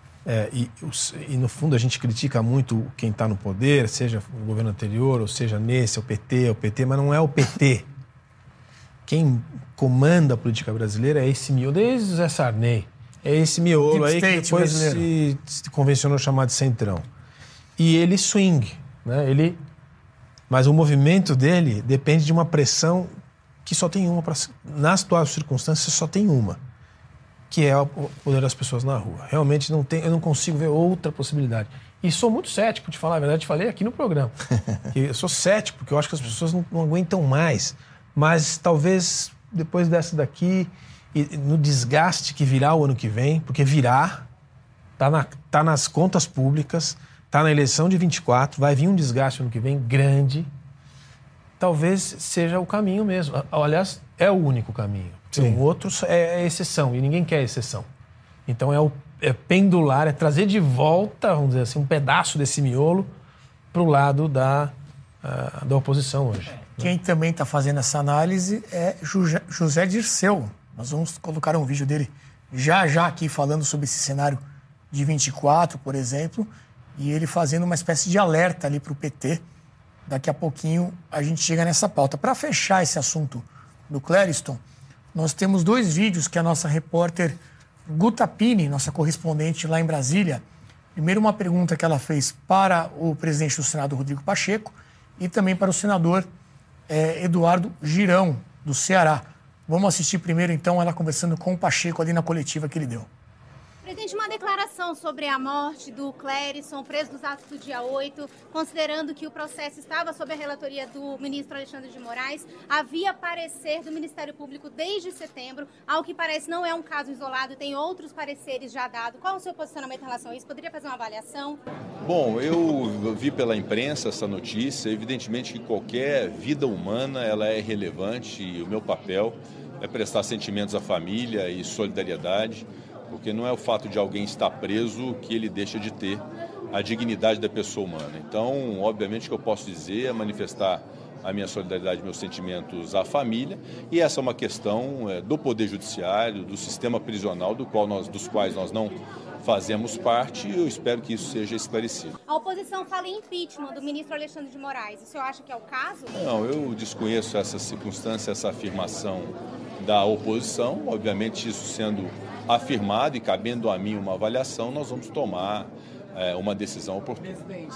E no fundo a gente critica muito quem está no poder, seja o governo anterior, ou seja nesse, o PT, mas não é o PT. Quem comanda a política brasileira é esse miolo, desde o Zé Sarney. É esse miolo aí que depois se convencionou chamar de Centrão. E ele swing, né? Ele Mas o movimento dele depende de uma pressão que só tem uma, nas atuais circunstâncias só tem uma, que é o poder das pessoas na rua. Realmente eu não consigo ver outra possibilidade. E sou muito cético, de falar a verdade, falei aqui no programa. Que eu sou cético, porque eu acho que as pessoas não aguentam mais. Mas talvez depois dessa daqui, e no desgaste que virá o ano que vem, porque virá, tá nas contas públicas, tá na eleição de 24, vai vir um desgaste ano que vem grande, talvez seja o caminho mesmo. Aliás, é o único caminho. O outro é exceção, e ninguém quer exceção. Então é pendular, é trazer de volta, vamos dizer assim, um pedaço desse miolo para o lado da oposição hoje. Quem também está fazendo essa análise é José Dirceu. Nós vamos colocar um vídeo dele já aqui falando sobre esse cenário de 24, por exemplo, e ele fazendo uma espécie de alerta ali para o PT. Daqui a pouquinho a gente chega nessa pauta. Para fechar esse assunto do Clériston, nós temos 2 vídeos que a nossa repórter Guta Pini, nossa correspondente lá em Brasília, primeiro uma pergunta que ela fez para o presidente do Senado, Rodrigo Pacheco, e também para o senador Eduardo Girão, do Ceará. Vamos assistir primeiro, então, ela conversando com o Pacheco ali na coletiva que ele deu. Presidente, uma declaração sobre a morte do Clériston, preso dos atos do dia 8, considerando que o processo estava sob a relatoria do ministro Alexandre de Moraes, havia parecer do Ministério Público desde setembro, ao que parece não é um caso isolado, tem outros pareceres já dados. Qual é o seu posicionamento em relação a isso? Poderia fazer uma avaliação? Bom, eu vi pela imprensa essa notícia, evidentemente que qualquer vida humana ela é relevante e o meu papel é prestar sentimentos à família e solidariedade, porque não é o fato de alguém estar preso que ele deixa de ter a dignidade da pessoa humana. Então, obviamente que eu posso dizer, manifestar a minha solidariedade, meus sentimentos à família, e essa é uma questão do Poder Judiciário, do sistema prisional, dos quais nós não fazemos parte, e eu espero que isso seja esclarecido. A oposição fala em impeachment do ministro Alexandre de Moraes. O senhor acha que é o caso? Não, eu desconheço essa circunstância, essa afirmação da oposição. Obviamente, isso sendo afirmado e cabendo a mim uma avaliação, nós vamos tomar uma decisão oportuna.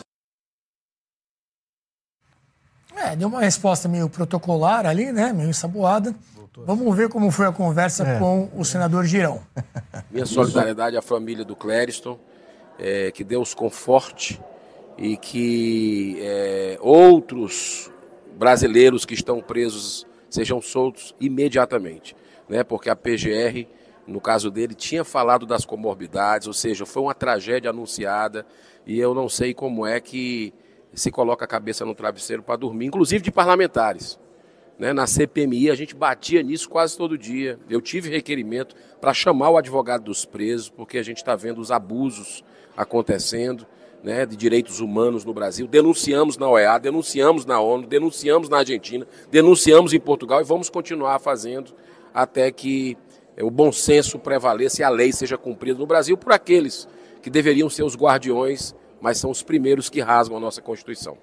Deu uma resposta meio protocolar ali, né? Meio ensaboada. Vamos ver como foi a conversa com o senador Girão. Minha solidariedade à família do Clériston, que Deus conforte e que outros brasileiros que estão presos sejam soltos imediatamente, né? Porque a PGR, no caso dele, tinha falado das comorbidades, ou seja, foi uma tragédia anunciada e eu não sei como é que se coloca a cabeça no travesseiro para dormir, inclusive de parlamentares. Né? Na CPMI a gente batia nisso quase todo dia. Eu tive requerimento para chamar o advogado dos presos, porque a gente está vendo os abusos acontecendo, né, de direitos humanos no Brasil. Denunciamos na OEA, denunciamos na ONU, denunciamos na Argentina, denunciamos em Portugal e vamos continuar fazendo até que o bom senso prevaleça e a lei seja cumprida no Brasil por aqueles que deveriam ser os guardiões, mas são os primeiros que rasgam a nossa Constituição.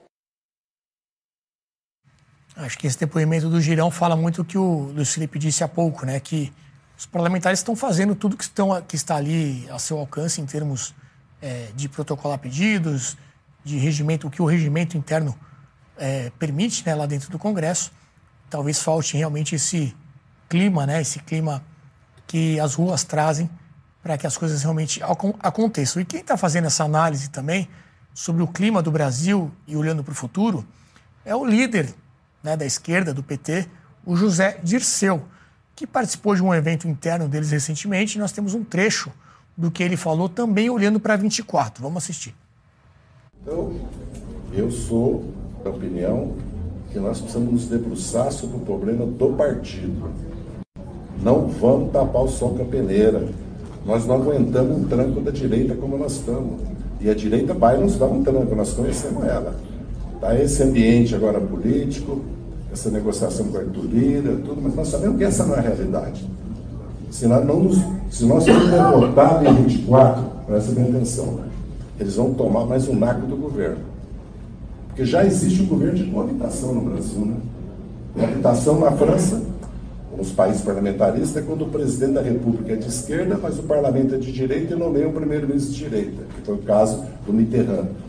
Acho que esse depoimento do Girão fala muito o que o Luiz Felipe disse há pouco, né? Que os parlamentares estão fazendo tudo que está ali a seu alcance em termos de protocolar pedidos, de regimento, o que o regimento interno permite, né, lá dentro do Congresso. Talvez falte realmente esse clima, né? Esse clima que as ruas trazem para que as coisas realmente aconteçam. E quem está fazendo essa análise também sobre o clima do Brasil e olhando para o futuro é o líder, né, da esquerda, do PT, o José Dirceu, que participou de um evento interno deles recentemente. E nós temos um trecho do que ele falou também olhando para 24. Vamos assistir. Então, eu sou da opinião que nós precisamos nos debruçar sobre o problema do partido. Não vamos tapar o sol com a peneira. Nós não aguentamos um tranco da direita como nós estamos. E a direita vai nos dar um tranco, nós conhecemos ela. Tá, esse ambiente agora político, essa negociação com a Arthur Lira, tudo, mas nós sabemos que essa não é a realidade. Se nós formos derrotados em 24, presta bem atenção, eles vão tomar mais um naco do governo. Porque já existe um governo de coabitação no Brasil, né? Coabitação na França, nos países parlamentaristas, é quando o presidente da República é de esquerda, mas o parlamento é de direita e nomeia um primeiro-ministro de direita, que foi o caso do Mitterrand.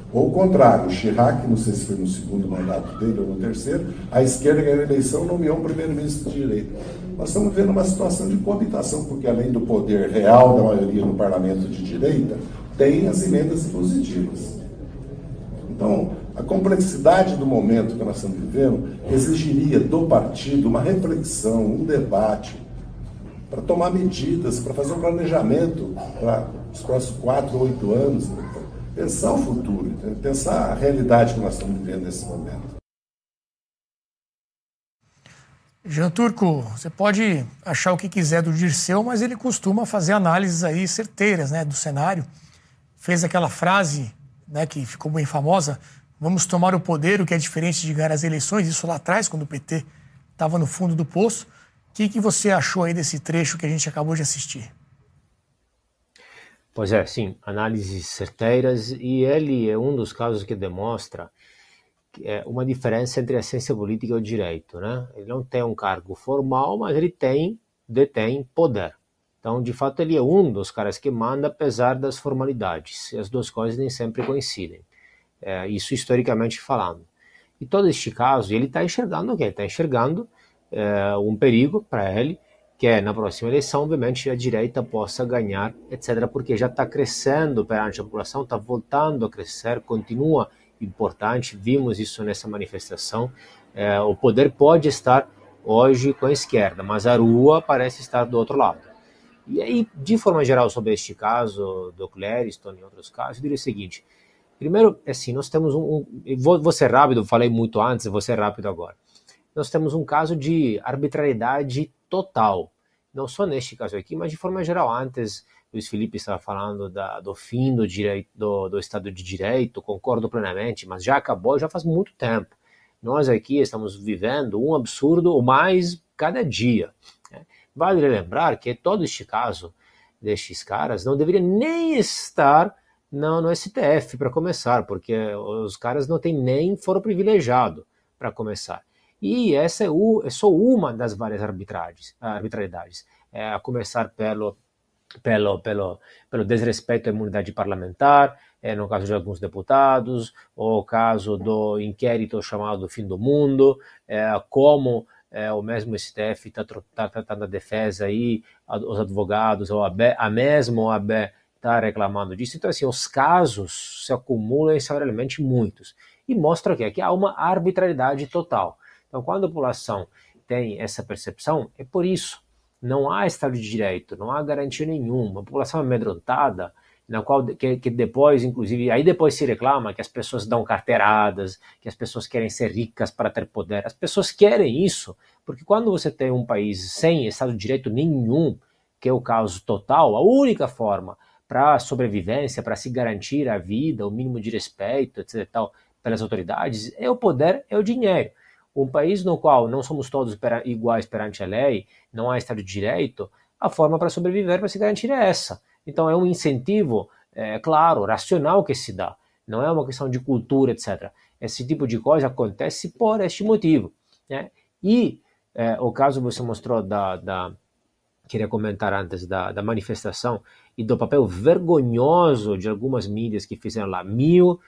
Ou o contrário, o Chirac, não sei se foi no segundo mandato dele ou no terceiro, a esquerda ganhou a eleição e nomeou um primeiro-ministro de direita. Nós estamos vendo uma situação de coabitação, porque além do poder real da maioria no parlamento de direita, tem as emendas impositivas. Então, a complexidade do momento que nós estamos vivendo exigiria do partido uma reflexão, um debate, para tomar medidas, para fazer um planejamento para os próximos 4 ou 8 anos, pensar o futuro, pensar a realidade que nós estamos vivendo nesse momento. Jean Turco, você pode achar o que quiser do Dirceu, mas ele costuma fazer análises aí certeiras, né, do cenário. Fez aquela frase, né, que ficou bem famosa: vamos tomar o poder, o que é diferente de ganhar as eleições. Isso lá atrás, quando o PT estava no fundo do poço. O que você achou aí desse trecho que a gente acabou de assistir? Pois é, sim, análises certeiras, e ele é um dos casos que demonstra uma diferença entre a ciência política e o direito, né? Ele não tem um cargo formal, mas ele detém poder. Então, de fato, ele é um dos caras que manda, apesar das formalidades. E as duas coisas nem sempre coincidem. Isso historicamente falando. E todo este caso, ele está enxergando o quê? Ele está enxergando um perigo para ele, que é, na próxima eleição, obviamente, a direita possa ganhar, etc., porque já está crescendo perante a população, está voltando a crescer, continua importante, vimos isso nessa manifestação. O poder pode estar hoje com a esquerda, mas a rua parece estar do outro lado. E aí, de forma geral, sobre este caso do Clériston e outros casos, eu diria o seguinte: primeiro, assim, nós temos vou ser rápido, falei muito antes, vou ser rápido agora. Nós temos um caso de arbitrariedade total, não só neste caso aqui, mas de forma geral. Antes, Luiz Felipe estava falando do fim do Estado de Direito, concordo plenamente, mas já acabou, já faz muito tempo. Nós aqui estamos vivendo um absurdo, o mais cada dia. Vale lembrar que todo este caso destes caras não deveria nem estar no STF para começar, porque os caras não têm nem foro privilegiado para começar. E essa é só uma das várias arbitrariedades, a começar pelo desrespeito à imunidade parlamentar, no caso de alguns deputados, ou o caso do inquérito chamado Fim do Mundo, como o mesmo STF está tratando a defesa aí, os advogados, ou a mesma OAB está reclamando disso. Então, assim, os casos se acumulam e são realmente muitos. E mostra que há uma arbitrariedade total. Então, quando a população tem essa percepção, é por isso. Não há Estado de Direito, não há garantia nenhuma. A população amedrontada, na qual que depois, inclusive, aí depois se reclama que as pessoas dão carteiradas, que as pessoas querem ser ricas para ter poder. As pessoas querem isso, porque quando você tem um país sem Estado de Direito nenhum, que é o caso total, a única forma para a sobrevivência, para se garantir a vida, o mínimo de respeito, etc., tal, pelas autoridades, é o poder, é o dinheiro. Um país no qual não somos todos iguais perante a lei, não há Estado de Direito, a forma para sobreviver, para se garantir é essa. Então é um incentivo, claro, racional que se dá. Não é uma questão de cultura, etc. Esse tipo de coisa acontece por este motivo, né? E o caso você mostrou queria comentar antes da manifestação e do papel vergonhoso de algumas mídias que fizeram lá. Mil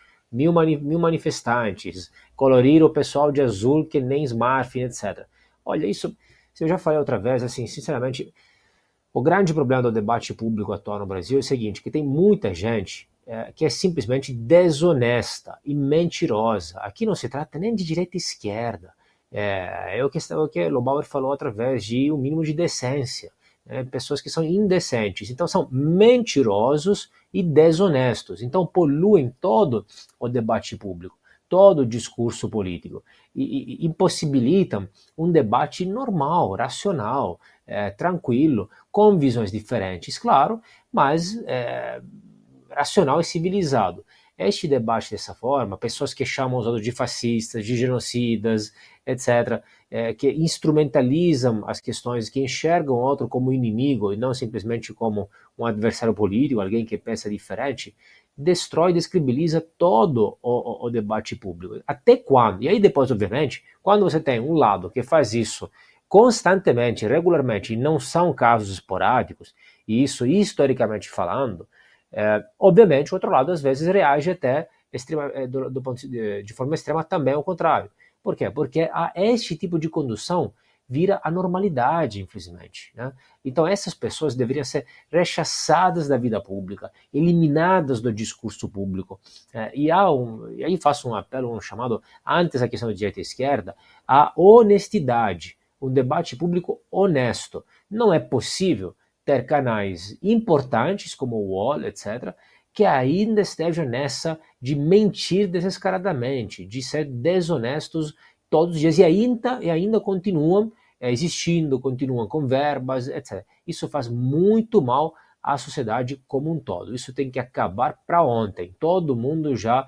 manifestantes, colorir o pessoal de azul que nem Smartphone, etc. Olha, isso eu já falei outra vez, assim, sinceramente, o grande problema do debate público atual no Brasil é o seguinte, que tem muita gente que é simplesmente desonesta e mentirosa. Aqui não se trata nem de direita e esquerda. É o que Lobauer falou outra vez, de um mínimo de decência. Pessoas que são indecentes, então são mentirosos e desonestos, então poluem todo o debate público, todo o discurso político e impossibilitam um debate normal, racional, tranquilo, com visões diferentes, claro, mas racional e civilizado. Este debate dessa forma, pessoas que chamam os outros de fascistas, de genocidas, etc., que instrumentalizam as questões, que enxergam o outro como inimigo e não simplesmente como um adversário político, alguém que pensa diferente, destrói, descredibiliza todo o debate público. Até quando? E aí depois, obviamente, quando você tem um lado que faz isso constantemente, regularmente, e não são casos esporádicos, e isso historicamente falando, obviamente o outro lado às vezes reage até de forma extrema também ao contrário. Por quê? Porque este tipo de condução vira a normalidade, infelizmente, né? Então essas pessoas deveriam ser rechaçadas da vida pública, eliminadas do discurso público. E aí faço um apelo, um chamado, antes da questão de direita e esquerda, à honestidade, um debate público honesto. Não é possível ter canais importantes como o UOL, etc., que ainda estejam nessa de mentir desescaradamente, de ser desonestos todos os dias e ainda continuam existindo, continuam com verbas, etc. Isso faz muito mal à sociedade como um todo. Isso tem que acabar para ontem. Todo mundo já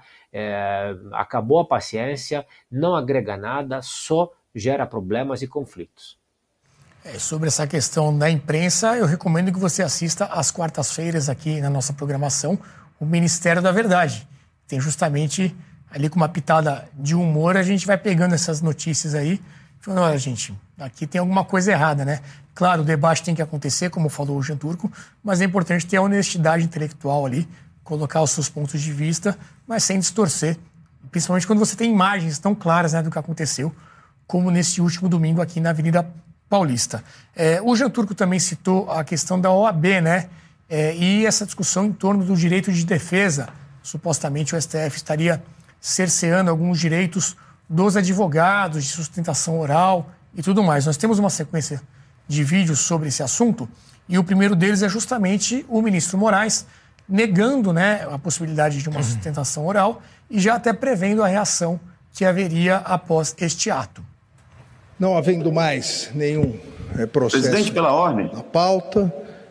acabou a paciência, não agrega nada, só gera problemas e conflitos. Sobre essa questão da imprensa, eu recomendo que você assista às quartas-feiras aqui na nossa programação, o Ministério da Verdade. Tem justamente ali com uma pitada de humor, a gente vai pegando essas notícias aí, falando, olha, gente, aqui tem alguma coisa errada, né? Claro, o debate tem que acontecer, como falou o Jean Turco, mas é importante ter a honestidade intelectual ali, colocar os seus pontos de vista, mas sem distorcer, principalmente quando você tem imagens tão claras, né, do que aconteceu, como nesse último domingo aqui na Avenida Paulista. O Jean Turco também citou a questão da OAB, né? E essa discussão em torno do direito de defesa. Supostamente o STF estaria cerceando alguns direitos dos advogados de sustentação oral e tudo mais. Nós temos uma sequência de vídeos sobre esse assunto e o primeiro deles é justamente o ministro Moraes negando, né, a possibilidade de uma sustentação oral e já até prevendo a reação que haveria após este ato. Não havendo mais nenhum processo. Presidente, pela ordem. Na pauta.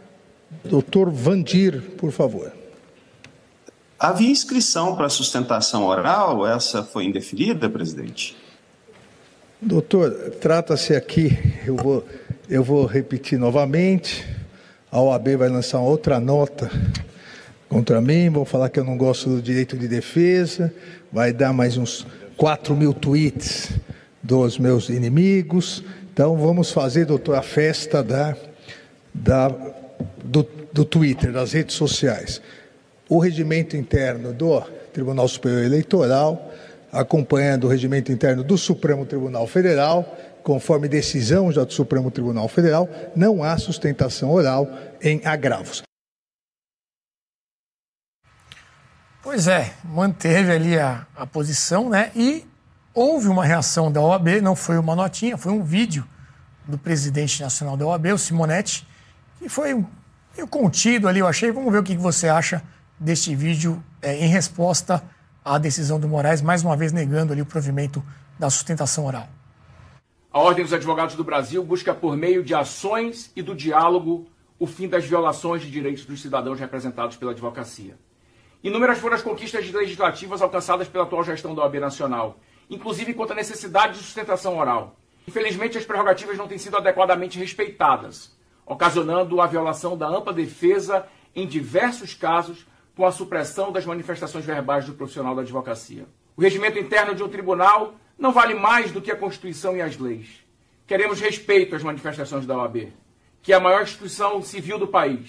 Doutor Vandir, por favor. Havia inscrição para sustentação oral? Essa foi indeferida, presidente? Doutor, trata-se aqui, eu vou repetir novamente, a OAB vai lançar uma outra nota contra mim, vou falar que eu não gosto do direito de defesa, vai dar mais uns 4.000 tweets dos meus inimigos. Então vamos fazer, doutor, a festa do Twitter, das redes sociais. O regimento interno do Tribunal Superior Eleitoral, acompanhando o regimento interno do Supremo Tribunal Federal, conforme decisão já do Supremo Tribunal Federal, não há sustentação oral em agravos. Pois é, manteve ali a posição, né? E houve uma reação da OAB, não foi uma notinha, foi um vídeo do presidente nacional da OAB, o Simonetti, que foi meio contido ali, eu achei. Vamos ver o que você acha deste vídeo em resposta à decisão do Moraes, mais uma vez negando ali o provimento da sustentação oral. A Ordem dos Advogados do Brasil busca, por meio de ações e do diálogo, o fim das violações de direitos dos cidadãos representados pela advocacia. Inúmeras foram as conquistas legislativas alcançadas pela atual gestão da OAB Nacional, inclusive quanto à necessidade de sustentação oral. Infelizmente, as prerrogativas não têm sido adequadamente respeitadas, ocasionando a violação da ampla defesa em diversos casos, com a supressão das manifestações verbais do profissional da advocacia. O regimento interno de um tribunal não vale mais do que a Constituição e as leis. Queremos respeito às manifestações da OAB, que é a maior instituição civil do país.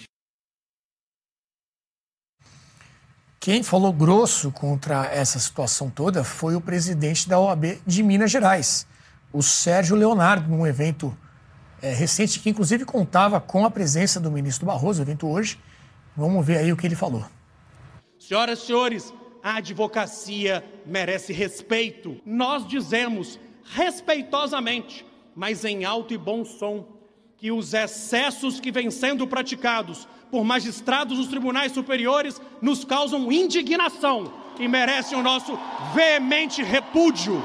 Quem falou grosso contra essa situação toda foi o presidente da OAB de Minas Gerais, o Sérgio Leonardo, num evento recente, que inclusive contava com a presença do ministro Barroso, o evento hoje. Vamos ver aí o que ele falou. Senhoras e senhores, a advocacia merece respeito. Nós dizemos respeitosamente, mas em alto e bom som, que os excessos que vêm sendo praticados por magistrados dos tribunais superiores nos causam indignação e merecem o nosso veemente repúdio.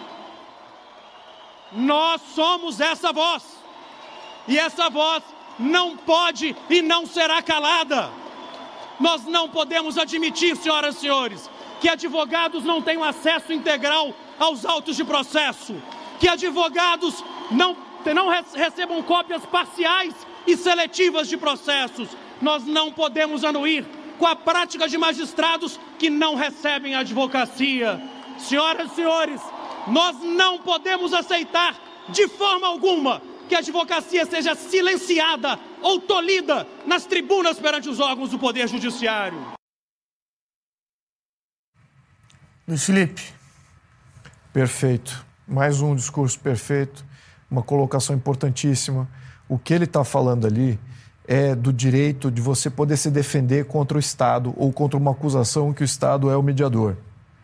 Nós somos essa voz, e essa voz não pode e não será calada. Nós não podemos admitir, senhoras e senhores, que advogados não tenham acesso integral aos autos de processo, que advogados não recebam cópias parciais e seletivas de processos. Nós não podemos anuir com a prática de magistrados que não recebem advocacia. Senhoras e senhores, nós não podemos aceitar de forma alguma que a advocacia seja silenciada ou tolhida nas tribunas perante os órgãos do Poder Judiciário. Luiz Felipe. Perfeito. Mais um discurso perfeito, uma colocação importantíssima. O que ele está falando ali é do direito de você poder se defender contra o Estado ou contra uma acusação que o Estado é o mediador.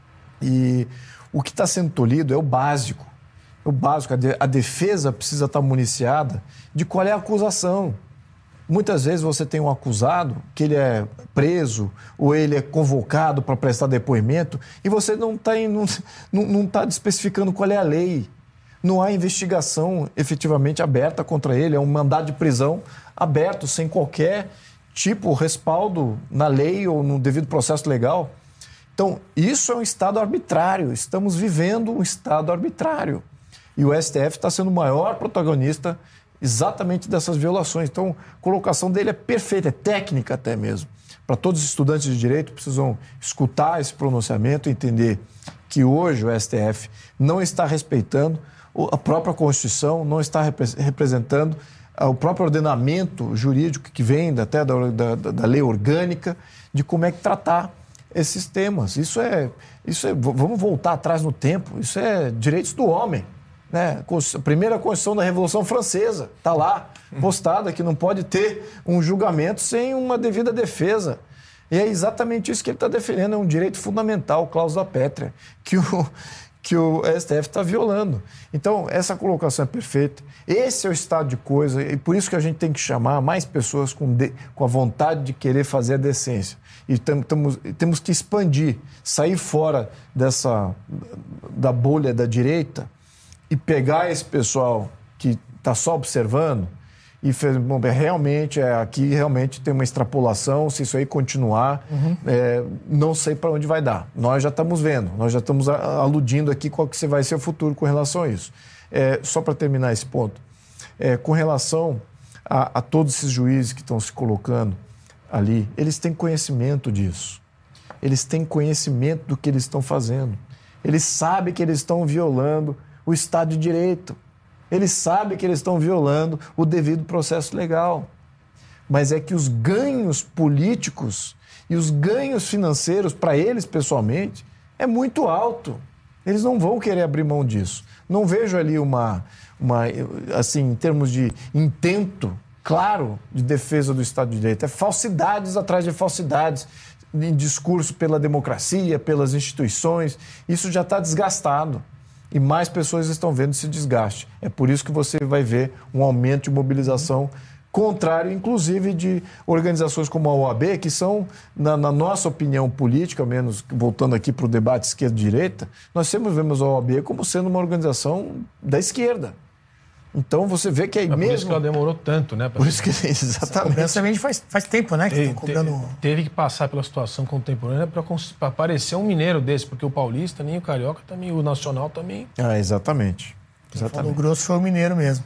E o que está sendo tolhido é o básico. O básico, a defesa precisa estar municiada de qual é a acusação. Muitas vezes você tem um acusado que ele é preso ou ele é convocado para prestar depoimento e você não está especificando qual é a lei. Não há investigação efetivamente aberta contra ele, é um mandado de prisão aberto, sem qualquer tipo de respaldo na lei ou no devido processo legal. Então, isso é um Estado arbitrário, estamos vivendo um Estado arbitrário. E o STF está sendo o maior protagonista exatamente dessas violações. Então, a colocação dele é perfeita, é técnica até mesmo. Para todos os estudantes de direito, precisam escutar esse pronunciamento e entender que hoje o STF não está respeitando a própria Constituição, não está representando o próprio ordenamento jurídico que vem até da lei orgânica, de como é que tratar esses temas. Isso é, vamos voltar atrás no tempo, isso é direitos do homem. Né? A primeira Constituição da Revolução Francesa está lá, postada, que não pode ter um julgamento sem uma devida defesa. E é exatamente isso que ele está defendendo, é um direito fundamental, cláusula pétrea, que o STF está violando. Então, essa colocação é perfeita. Esse é o estado de coisa, e por isso que a gente tem que chamar mais pessoas com a vontade de querer fazer a decência. E temos que expandir, sair fora da bolha da direita e pegar esse pessoal que está só observando e bom, aqui realmente tem uma extrapolação, se isso aí continuar, não sei para onde vai dar. Nós já estamos vendo, nós já estamos aludindo aqui qual que vai ser o futuro com relação a isso. Só para terminar esse ponto, com relação a todos esses juízes que estão se colocando ali, eles têm conhecimento disso. Eles têm conhecimento do que eles estão fazendo. Eles sabem que eles estão violando o Estado de Direito. Eles sabem que eles estão violando o devido processo legal. Mas é que os ganhos políticos e os ganhos financeiros para eles, pessoalmente, é muito alto. Eles não vão querer abrir mão disso. Não vejo ali assim, em termos de intento claro de defesa do Estado de Direito. É falsidades atrás de falsidades, em discurso pela democracia, pelas instituições. Isso já está desgastado. E mais pessoas estão vendo esse desgaste. É por isso que você vai ver um aumento de mobilização contrário, inclusive de organizações como a OAB, que são, na nossa opinião política, ao menos voltando aqui para o debate esquerda-direita, nós sempre vemos a OAB como sendo uma organização da esquerda. Então você vê que aí mesmo... Por isso que ela demorou tanto, né? Por isso que, exatamente. Essa também faz tempo, né? Que cobrando... Teve que passar pela situação contemporânea para aparecer um mineiro desse, porque o paulista, nem o carioca, também, o nacional também... Exatamente. O grosso foi o mineiro mesmo.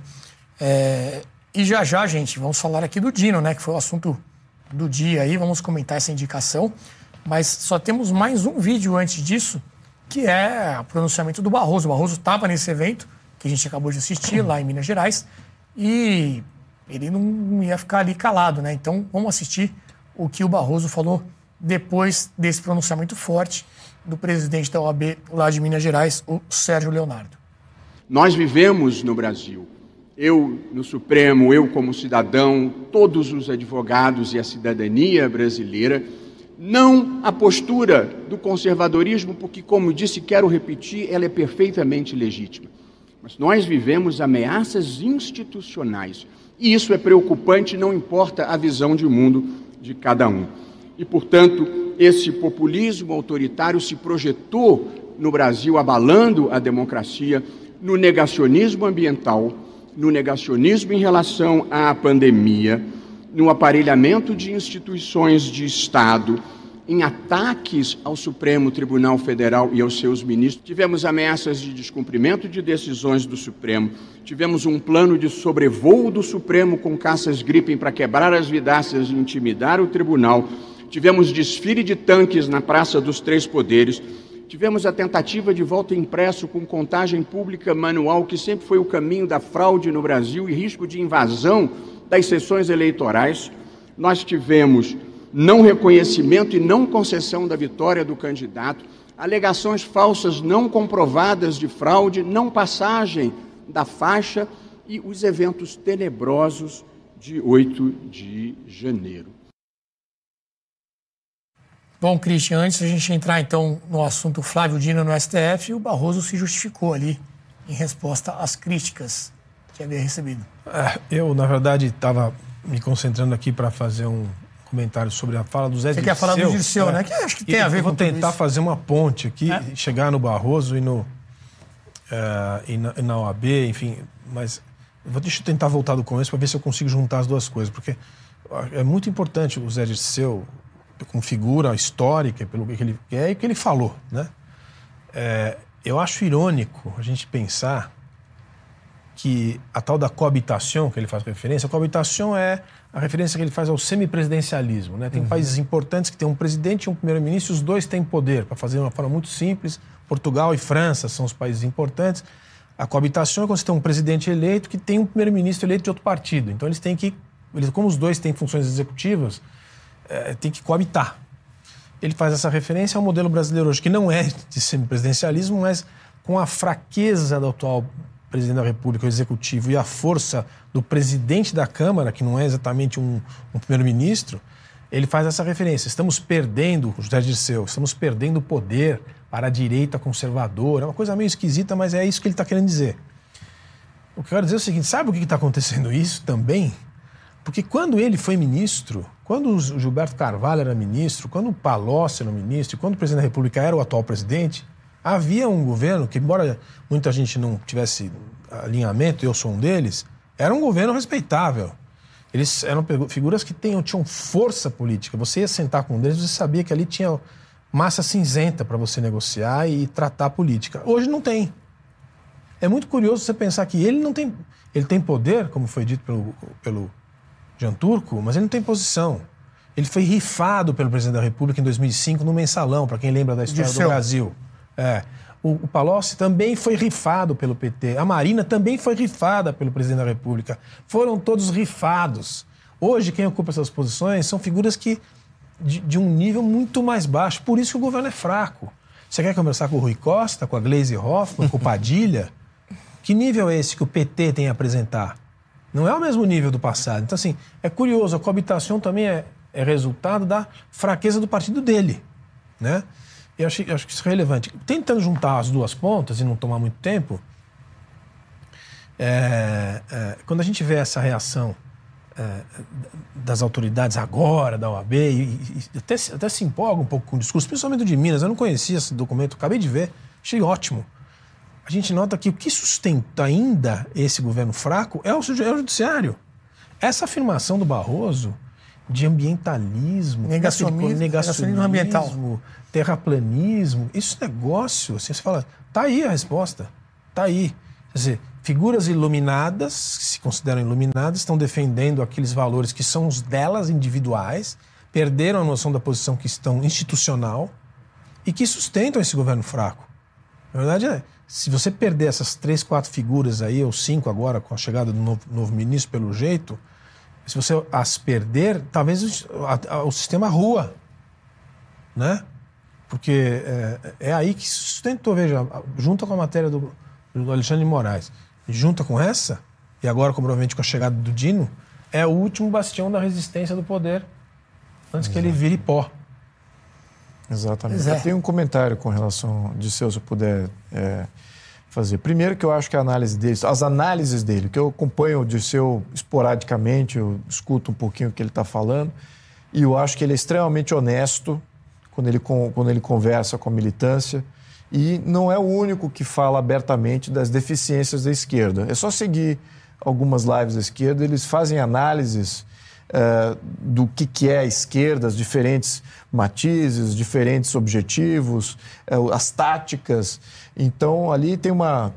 E já, gente, vamos falar aqui do Dino, né? Que foi o assunto do dia aí, vamos comentar essa indicação. Mas só temos mais um vídeo antes disso, que é o pronunciamento do Barroso. O Barroso estava nesse evento, que a gente acabou de assistir lá em Minas Gerais, e ele não ia ficar ali calado, né? Então, vamos assistir o que o Barroso falou depois desse pronunciamento forte do presidente da OAB lá de Minas Gerais, o Sérgio Leonardo. Nós vivemos no Brasil, eu no Supremo, eu como cidadão, todos os advogados e a cidadania brasileira, não a postura do conservadorismo, porque, como disse, quero repetir, ela é perfeitamente legítima. Mas nós vivemos ameaças institucionais. E isso é preocupante, não importa a visão de mundo de cada um. E, portanto, esse populismo autoritário se projetou no Brasil, abalando a democracia, no negacionismo ambiental, no negacionismo em relação à pandemia, no aparelhamento de instituições de Estado, em ataques ao Supremo Tribunal Federal e aos seus ministros. Tivemos ameaças de descumprimento de decisões do Supremo, tivemos um plano de sobrevoo do Supremo com caças Gripen para quebrar as vidraças e intimidar o tribunal, tivemos desfile de tanques na Praça dos Três Poderes, tivemos a tentativa de voto impresso com contagem pública manual, que sempre foi o caminho da fraude no Brasil e risco de invasão das sessões eleitorais. Nós tivemos não reconhecimento e não concessão da vitória do candidato. alegações falsas não comprovadas de fraude, não passagem da faixa e os eventos tenebrosos de 8 de janeiro. Bom, Christian, antes de a gente entrar então no assunto Flávio Dino no STF, o Barroso se justificou ali em resposta às críticas que havia recebido. Eu, na verdade, estava me concentrando aqui para fazer um comentário sobre a fala do Zé Dirceu. Você quer falar do Dirceu, né? Que acho que tem a ver com tudo isso. Vou tentar fazer uma ponte aqui, chegar no Barroso e na OAB, enfim, mas deixa eu tentar voltar do começo para ver se eu consigo juntar as duas coisas, porque é muito importante o Zé Dirceu, como figura histórica, pelo que ele é e o que ele falou, né? Eu acho irônico a gente pensar que a tal da coabitação, que ele faz referência, a coabitação é a referência que ele faz ao semipresidencialismo, né? Tem países importantes que têm um presidente e um primeiro-ministro, os dois têm poder, para fazer de uma forma muito simples. Portugal e França são os países importantes. A coabitação é quando você tem um presidente eleito que tem um primeiro-ministro eleito de outro partido. Então eles têm que, como os dois têm funções executivas, tem que coabitar. Ele faz essa referência ao modelo brasileiro hoje, que não é de semipresidencialismo, mas com a fraqueza do atual presidente da República, o executivo, e a força do presidente da Câmara, que não é exatamente um primeiro-ministro, ele faz essa referência. Estamos perdendo, o José Dirceu, estamos perdendo o poder para a direita conservadora. É uma coisa meio esquisita, mas é isso que ele está querendo dizer. O que eu quero dizer é o seguinte, sabe o que está acontecendo isso também? Porque quando ele foi ministro, quando o Gilberto Carvalho era ministro, quando o Palocci era ministro, quando o presidente da República era o atual presidente, havia um governo que, embora muita gente não tivesse alinhamento, eu sou um deles, era um governo respeitável. Eles eram figuras que tinham força política. Você ia sentar com um deles, você sabia que ali tinha massa cinzenta para você negociar e tratar a política. Hoje não tem. É muito curioso você pensar que ele não tem... Ele tem poder, como foi dito pelo Jean Turco, mas ele não tem posição. Ele foi rifado pelo presidente da República em 2005 no Mensalão, para quem lembra da história do Brasil. O Palocci também foi rifado pelo PT. A Marina também foi rifada pelo presidente da República. Foram todos rifados. Hoje, quem ocupa essas posições são figuras que de um nível muito mais baixo. Por isso que o governo é fraco. Você quer conversar com o Rui Costa, com a Gleisi Hoffmann, com o Padilha? Que nível é esse que o PT tem a apresentar? Não é o mesmo nível do passado. Então, assim, é curioso. A coabitação também é resultado da fraqueza do partido dele, né? Eu acho que isso é relevante. Tentando juntar as duas pontas e não tomar muito tempo, quando a gente vê essa reação das autoridades agora, da OAB, e até se empolga um pouco com o discurso, principalmente de Minas. Eu não conhecia esse documento, acabei de ver, achei ótimo. A gente nota que o que sustenta ainda esse governo fraco é o judiciário. Essa afirmação do Barroso de ambientalismo, negacionismo ambiental, terraplanismo, esse negócio, assim, você fala, tá aí a resposta, tá aí. Quer dizer, figuras iluminadas, que se consideram iluminadas, estão defendendo aqueles valores que são os delas individuais, perderam a noção da posição que estão institucional e que sustentam esse governo fraco. Na verdade, se você perder essas 3, 4 figuras aí, ou 5 agora, com a chegada do novo ministro, pelo jeito, se você as perder, talvez o sistema rua, né? Porque é aí que se sustentou, veja, junta com a matéria do Alexandre de Moraes, junta com essa, e agora, provavelmente, com a chegada do Dino, é o último bastião da resistência do poder, antes que ele vire pó. Exatamente. Eu tenho um comentário com relação de se eu puder fazer. Primeiro que eu acho que as análises dele, que eu acompanho o Dirceu esporadicamente, eu escuto um pouquinho o que ele está falando, e eu acho que ele é extremamente honesto quando ele conversa com a militância, e não é o único que fala abertamente das deficiências da esquerda. É só seguir algumas lives da esquerda, eles fazem análises do que é a esquerda, os diferentes matizes, diferentes objetivos, as táticas. Então, ali tem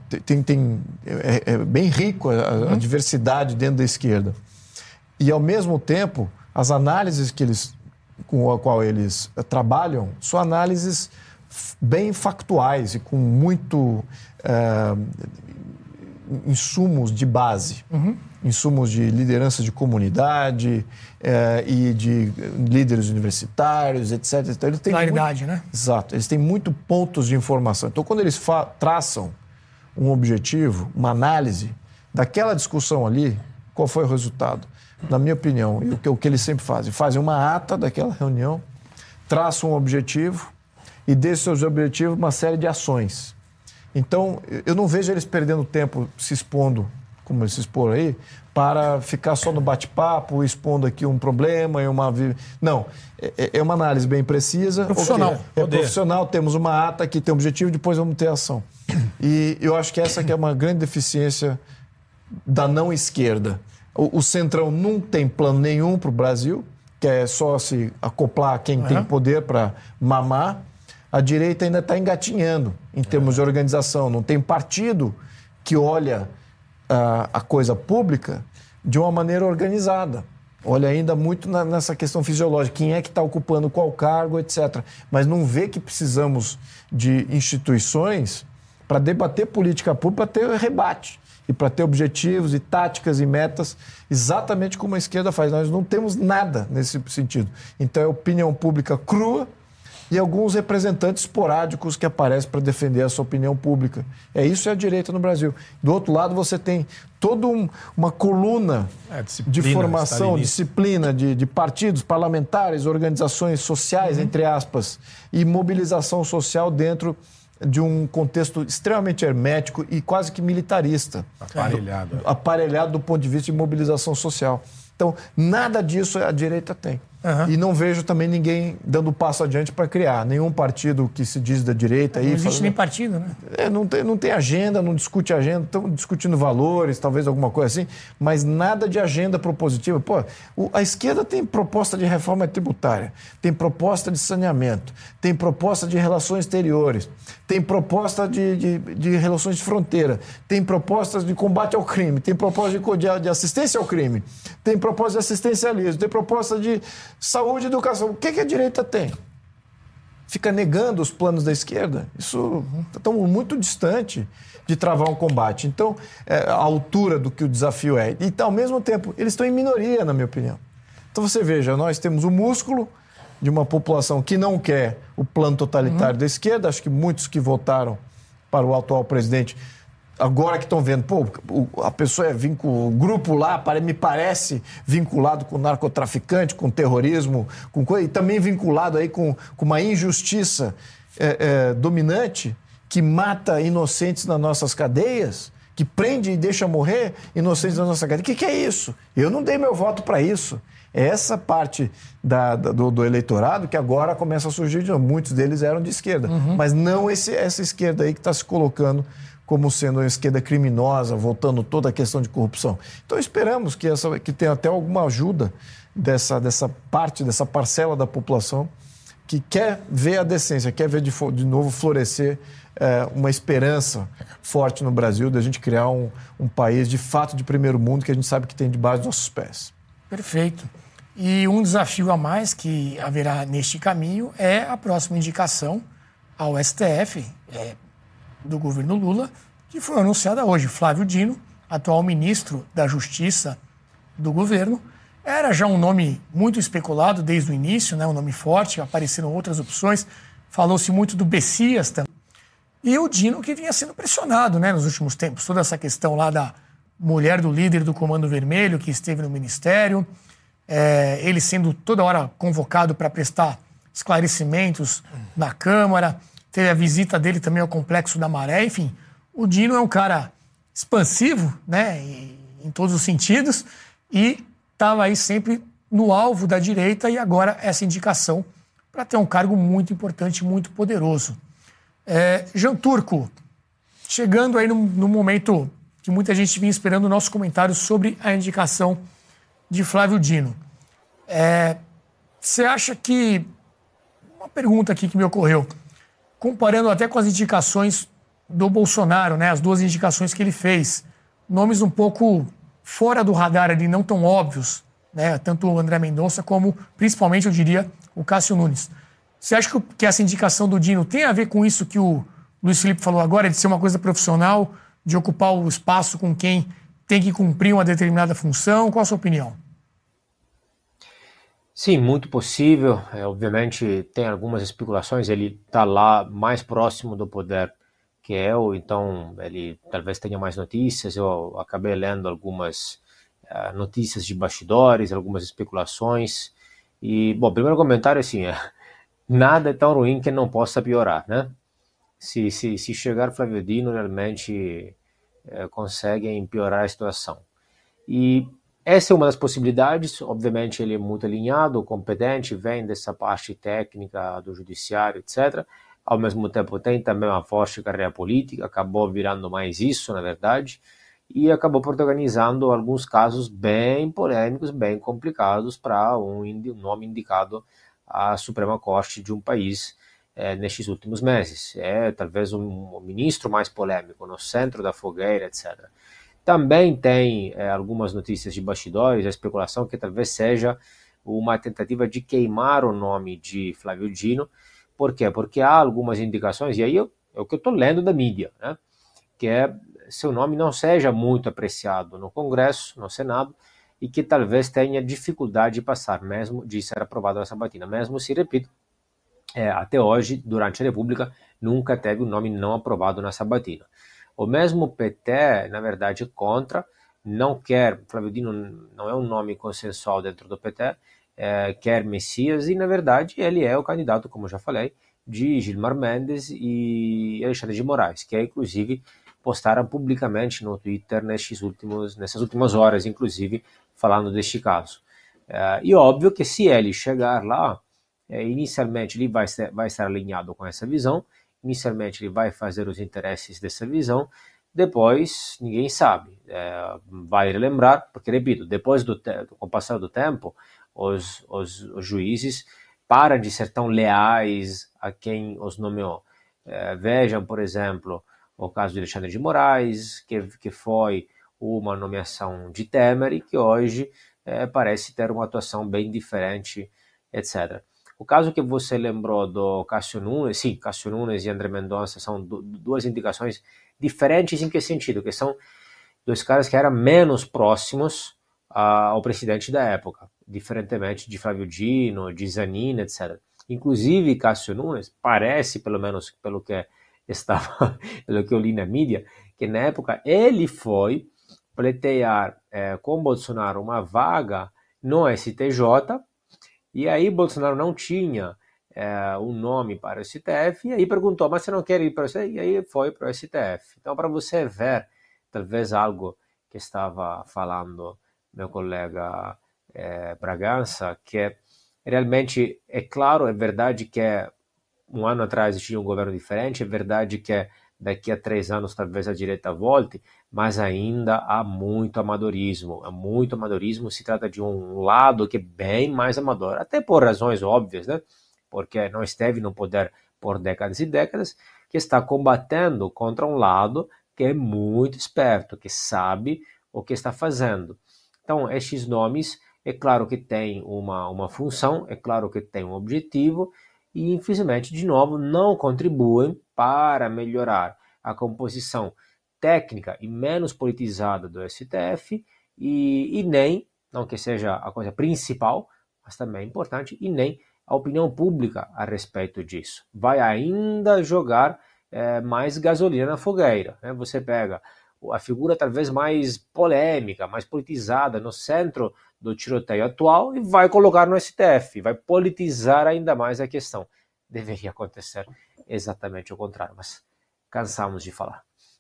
é bem rico a diversidade dentro da esquerda. E, ao mesmo tempo, as análises com a qual eles trabalham são análises bem factuais e com muito insumos de base, insumos de liderança de comunidade e de líderes universitários, etc. Então, ele tem claridade, né? Exato. Eles têm muito pontos de informação. Então, quando eles traçam um objetivo, uma análise daquela discussão ali, qual foi o resultado? Na minha opinião, e o que eles sempre fazem? Fazem uma ata daquela reunião, traçam um objetivo e desses seus objetivos uma série de ações. Então, eu não vejo eles perdendo tempo se expondo, como eles se exporam aí, para ficar só no bate-papo, expondo aqui um problema e uma... Não, é uma análise bem precisa. Profissional. Okay. É profissional, temos uma ata que tem um objetivo, depois vamos ter ação. E eu acho que essa que é uma grande deficiência da não esquerda. O Centrão não tem plano nenhum para o Brasil, que é só se acoplar a quem tem poder para mamar. A direita ainda está engatinhando em termos de organização. Não tem partido que olha a coisa pública de uma maneira organizada. Olha ainda muito nessa questão fisiológica. Quem é que está ocupando qual cargo, etc. Mas não vê que precisamos de instituições para debater política pública, para ter rebate e para ter objetivos e táticas e metas, exatamente como a esquerda faz. Nós não temos nada nesse sentido. Então é opinião pública crua e alguns representantes esporádicos que aparecem para defender a sua opinião pública. Isso é a direita no Brasil. Do outro lado, você tem toda uma coluna de formação, disciplina de partidos parlamentares, organizações sociais, entre aspas, e mobilização social dentro de um contexto extremamente hermético e quase que militarista. Aparelhado. Aparelhado do ponto de vista de mobilização social. Então, nada disso a direita tem. E não vejo também ninguém dando passo adiante para criar. Nenhum partido que se diz da direita... Não existe nem partido, né? Não tem agenda, não discute agenda. Estão discutindo valores, talvez alguma coisa assim, mas nada de agenda propositiva. Pô, a esquerda tem proposta de reforma tributária, tem proposta de saneamento, tem proposta de relações exteriores, tem proposta de relações de fronteira, tem propostas de combate ao crime, tem proposta de assistência ao crime, tem proposta de assistencialismo, tem proposta de saúde e educação. O que a direita tem? Fica negando os planos da esquerda? Isso estamos muito distante de travar um combate. Então, a altura do que o desafio é. E, ao mesmo tempo, eles estão em minoria, na minha opinião. Então, você veja, nós temos o músculo de uma população que não quer o plano totalitário da esquerda. Acho que muitos que votaram para o atual presidente agora que estão vendo, pô, a pessoa o grupo lá me parece vinculado com narcotraficante, com terrorismo, e também vinculado aí com uma injustiça dominante que mata inocentes nas nossas cadeias, que prende e deixa morrer inocentes nas nossas cadeias. O que é isso? Eu não dei meu voto para isso. É essa parte do eleitorado que agora começa a surgir. Muitos deles eram de esquerda, mas não essa esquerda aí que está se colocando como sendo uma esquerda criminosa, voltando toda a questão de corrupção. Então esperamos que tenha até alguma ajuda dessa parcela da população que quer ver a decência, quer ver de novo florescer uma esperança forte no Brasil de a gente criar um país de fato de primeiro mundo que a gente sabe que tem debaixo dos nossos pés. Perfeito. E um desafio a mais que haverá neste caminho é a próxima indicação ao STF, do governo Lula, que foi anunciada hoje. Flávio Dino, atual ministro da Justiça do governo, era já um nome muito especulado desde o início, né? Um nome forte, apareceram outras opções, falou-se muito do Bessias também. E o Dino que vinha sendo pressionado, né, nos últimos tempos, toda essa questão lá da mulher do líder do Comando Vermelho, que esteve no ministério, ele sendo toda hora convocado para prestar esclarecimentos na Câmara. Teve a visita dele também ao Complexo da Maré. Enfim, o Dino é um cara expansivo, né, em todos os sentidos, e estava aí sempre no alvo da direita, e agora essa indicação para ter um cargo muito importante, muito poderoso. Jean Turco, chegando aí no momento que muita gente vinha esperando o nosso comentário sobre a indicação de Flávio Dino. Você acha que... Uma pergunta aqui que me ocorreu. Comparando até com as indicações do Bolsonaro, né, as duas indicações que ele fez, nomes um pouco fora do radar ali, não tão óbvios, né, tanto o André Mendonça como, principalmente, eu diria, o Cássio Nunes. Você acha que essa indicação do Dino tem a ver com isso que o Luiz Felipe falou agora, de ser uma coisa profissional, de ocupar o espaço com quem tem que cumprir uma determinada função? Qual a sua opinião? Sim, muito possível. Obviamente tem algumas especulações, ele está lá mais próximo do poder que eu, então ele talvez tenha mais notícias. Eu acabei lendo algumas notícias de bastidores, algumas especulações. E, bom, primeiro comentário assim, nada é tão ruim que não possa piorar, né? Se chegar Flávio Dino, realmente conseguem piorar a situação. E essa é uma das possibilidades. Obviamente ele é muito alinhado, competente, vem dessa parte técnica do judiciário, etc. Ao mesmo tempo tem também uma forte carreira política, acabou virando mais isso, na verdade, e acabou protagonizando alguns casos bem polêmicos, bem complicados para um nome indicado à Suprema Corte de um país nestes últimos meses. É talvez um ministro mais polêmico, no centro da fogueira, etc. Também tem algumas notícias de bastidores, a especulação que talvez seja uma tentativa de queimar o nome de Flávio Dino. Por quê? Porque há algumas indicações, e aí é o que eu estou lendo da mídia, né? Que seu nome não seja muito apreciado no Congresso, no Senado, e que talvez tenha dificuldade de passar, mesmo de ser aprovado na sabatina. Mesmo se, repito, até hoje, durante a República, nunca teve um nome não aprovado na sabatina. O mesmo PT, na verdade, contra, não quer, Flávio Dino não é um nome consensual dentro do PT, quer Messias, e na verdade ele é o candidato, como já falei, de Gilmar Mendes e Alexandre de Moraes, que inclusive postaram publicamente no Twitter nessas últimas horas, inclusive, falando deste caso. E óbvio que se ele chegar lá, inicialmente ele vai estar alinhado com essa visão, inicialmente ele vai fazer os interesses dessa visão, depois ninguém sabe. Vale lembrar, porque, repito, depois com o passar do tempo, os juízes param de ser tão leais a quem os nomeou. Vejam, por exemplo, o caso de Alexandre de Moraes, que foi uma nomeação de Temer e que hoje parece ter uma atuação bem diferente, etc. O caso que você lembrou do Cássio Nunes, sim, Cássio Nunes e André Mendonça são duas indicações diferentes em que sentido? Que são dois caras que eram menos próximos ao presidente da época, diferentemente de Flávio Dino, de Zanin, etc. Inclusive, Cássio Nunes parece, pelo menos pelo que eu li na mídia, que na época ele foi pleitear com Bolsonaro uma vaga no STJ, e aí Bolsonaro não tinha um nome para o STF, e aí perguntou, mas você não quer ir para o STF? E aí foi para o STF. Então, para você ver, talvez algo que estava falando meu colega Bragança, que realmente é claro, é verdade que um ano atrás tinha um governo diferente, é verdade que daqui a 3 anos talvez a direita volte, mas ainda há muito amadorismo. Se trata de um lado que é bem mais amador, até por razões óbvias, né? Porque não esteve no poder por décadas e décadas, que está combatendo contra um lado que é muito esperto, que sabe o que está fazendo. Então, estes nomes, é claro que têm uma função, é claro que têm um objetivo, e infelizmente, de novo, não contribuem para melhorar a composição técnica e menos politizada do STF, e nem, não que seja a coisa principal, mas também é importante, e nem a opinião pública a respeito disso. Vai ainda jogar mais gasolina na fogueira, né? Você pega a figura talvez mais polêmica, mais politizada no centro do tiroteio atual e vai colocar no STF, vai politizar ainda mais a questão. Deveria acontecer exatamente o contrário, mas cansamos de falar.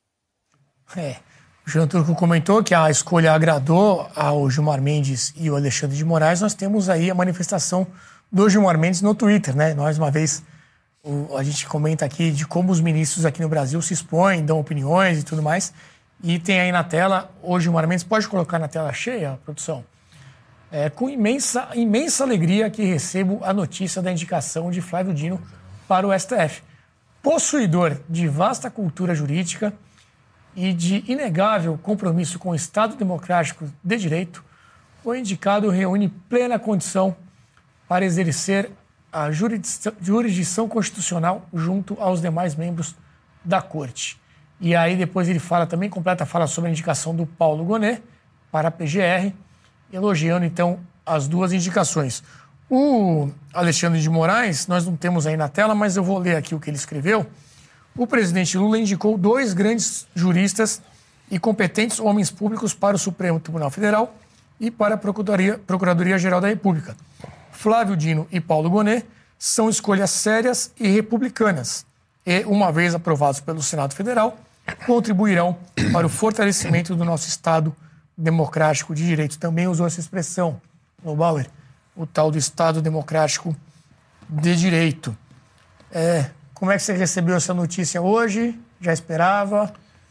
O Jean Turco comentou que a escolha agradou ao Gilmar Mendes e ao Alexandre de Moraes. Nós temos aí a manifestação do Gilmar Mendes no Twitter, né? Mais uma vez, a gente comenta aqui de como os ministros aqui no Brasil se expõem, dão opiniões e tudo mais. E tem aí na tela, o Gilmar Mendes, pode colocar na tela cheia, produção? Com imensa alegria que recebo a notícia da indicação de Flávio Dino para o STF. Possuidor de vasta cultura jurídica e de inegável compromisso com o Estado Democrático de Direito, o indicado reúne plena condição para exercer a jurisdição constitucional junto aos demais membros da Corte. E aí depois ele fala também, completa a fala sobre a indicação do Paulo Gonet para a PGR, elogiando então as duas indicações. O Alexandre de Moraes, nós não temos aí na tela, mas eu vou ler aqui o que ele escreveu. O presidente Lula indicou 2 grandes juristas e competentes homens públicos para o Supremo Tribunal Federal e para a Procuradoria-Geral da República. Flávio Dino e Paulo Gonet são escolhas sérias e republicanas e, uma vez aprovados pelo Senado Federal, contribuirão para o fortalecimento do nosso Estado democrático de direito. Também usou essa expressão, no Bauer, o tal do Estado democrático de direito. Como é que você recebeu essa notícia hoje? Já esperava?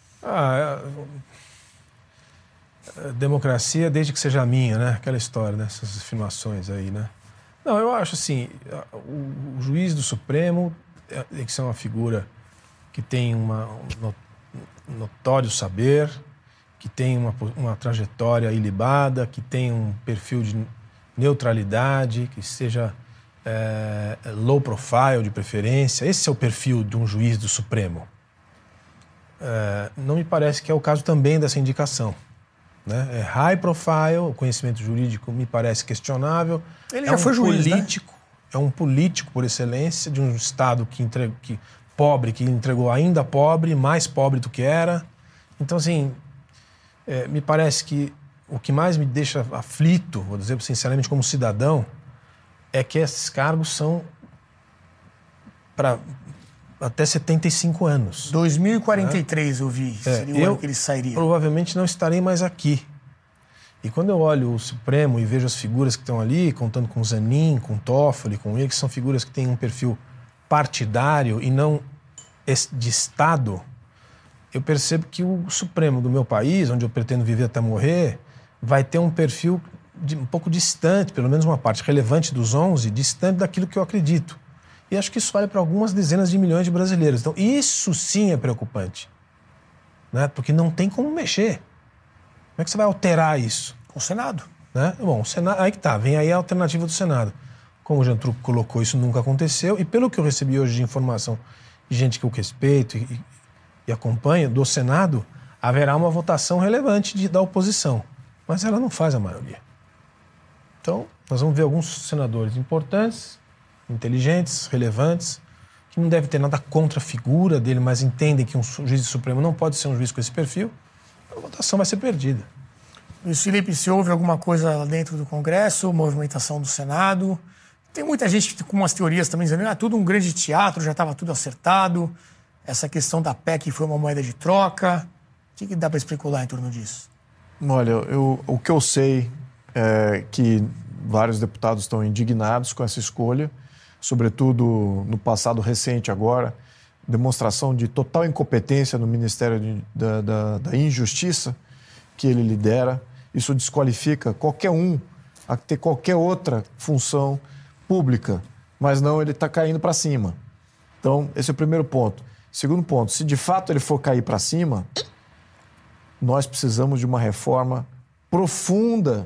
Democracia desde que seja minha, né? Aquela história, né? Essas afirmações aí, né? Não, eu acho assim, o juiz do Supremo tem que ser uma figura que tem um notório saber, que tem uma trajetória ilibada, que tem um perfil de neutralidade, que seja low profile de preferência. Esse é o perfil de um juiz do Supremo. Não me parece que é o caso também dessa indicação. Né? É high profile, o conhecimento jurídico me parece questionável. Ele já foi juiz, político, né? É um político por excelência, de um Estado que entregou ainda pobre, mais pobre do que era. Então, assim, me parece que o que mais me deixa aflito, vou dizer sinceramente como cidadão, é que esses cargos são para até 75 anos. 2043, eu vi, seria o ano que ele sairia. Provavelmente não estarei mais aqui. E quando eu olho o Supremo e vejo as figuras que estão ali, contando com Zanin, com Toffoli, com ele, que são figuras que têm um perfil partidário e não de Estado, eu percebo que o Supremo do meu país, onde eu pretendo viver até morrer, vai ter um perfil um pouco distante, pelo menos uma parte relevante dos 11, distante daquilo que eu acredito. E acho que isso vale para algumas dezenas de milhões de brasileiros. Então, isso sim é preocupante. Né? Porque não tem como mexer. Como é que você vai alterar isso? Com o Senado. Né? Bom, o Senado, aí que tá, vem aí a alternativa do Senado. Como o Jean Truc colocou, isso nunca aconteceu. E pelo que eu recebi hoje de informação de gente que eu respeito e acompanho, do Senado, haverá uma votação relevante da oposição. Mas ela não faz a maioria. Então, nós vamos ver alguns senadores importantes, inteligentes, relevantes, que não devem ter nada contra a figura dele, mas entendem que um juiz do Supremo não pode ser um juiz com esse perfil, a votação vai ser perdida. Luiz Felipe, se houve alguma coisa lá dentro do Congresso, movimentação do Senado? Tem muita gente com umas teorias também dizendo que tudo um grande teatro, já estava tudo acertado, essa questão da PEC foi uma moeda de troca. O que dá para especular em torno disso? Olha, o que eu sei é que vários deputados estão indignados com essa escolha, sobretudo no passado recente agora, demonstração de total incompetência no Ministério da Injustiça que ele lidera. Isso desqualifica qualquer um a ter qualquer outra função pública, mas não, ele está caindo para cima. Então, esse é o primeiro ponto. Segundo ponto, se de fato ele for cair para cima, nós precisamos de uma reforma profunda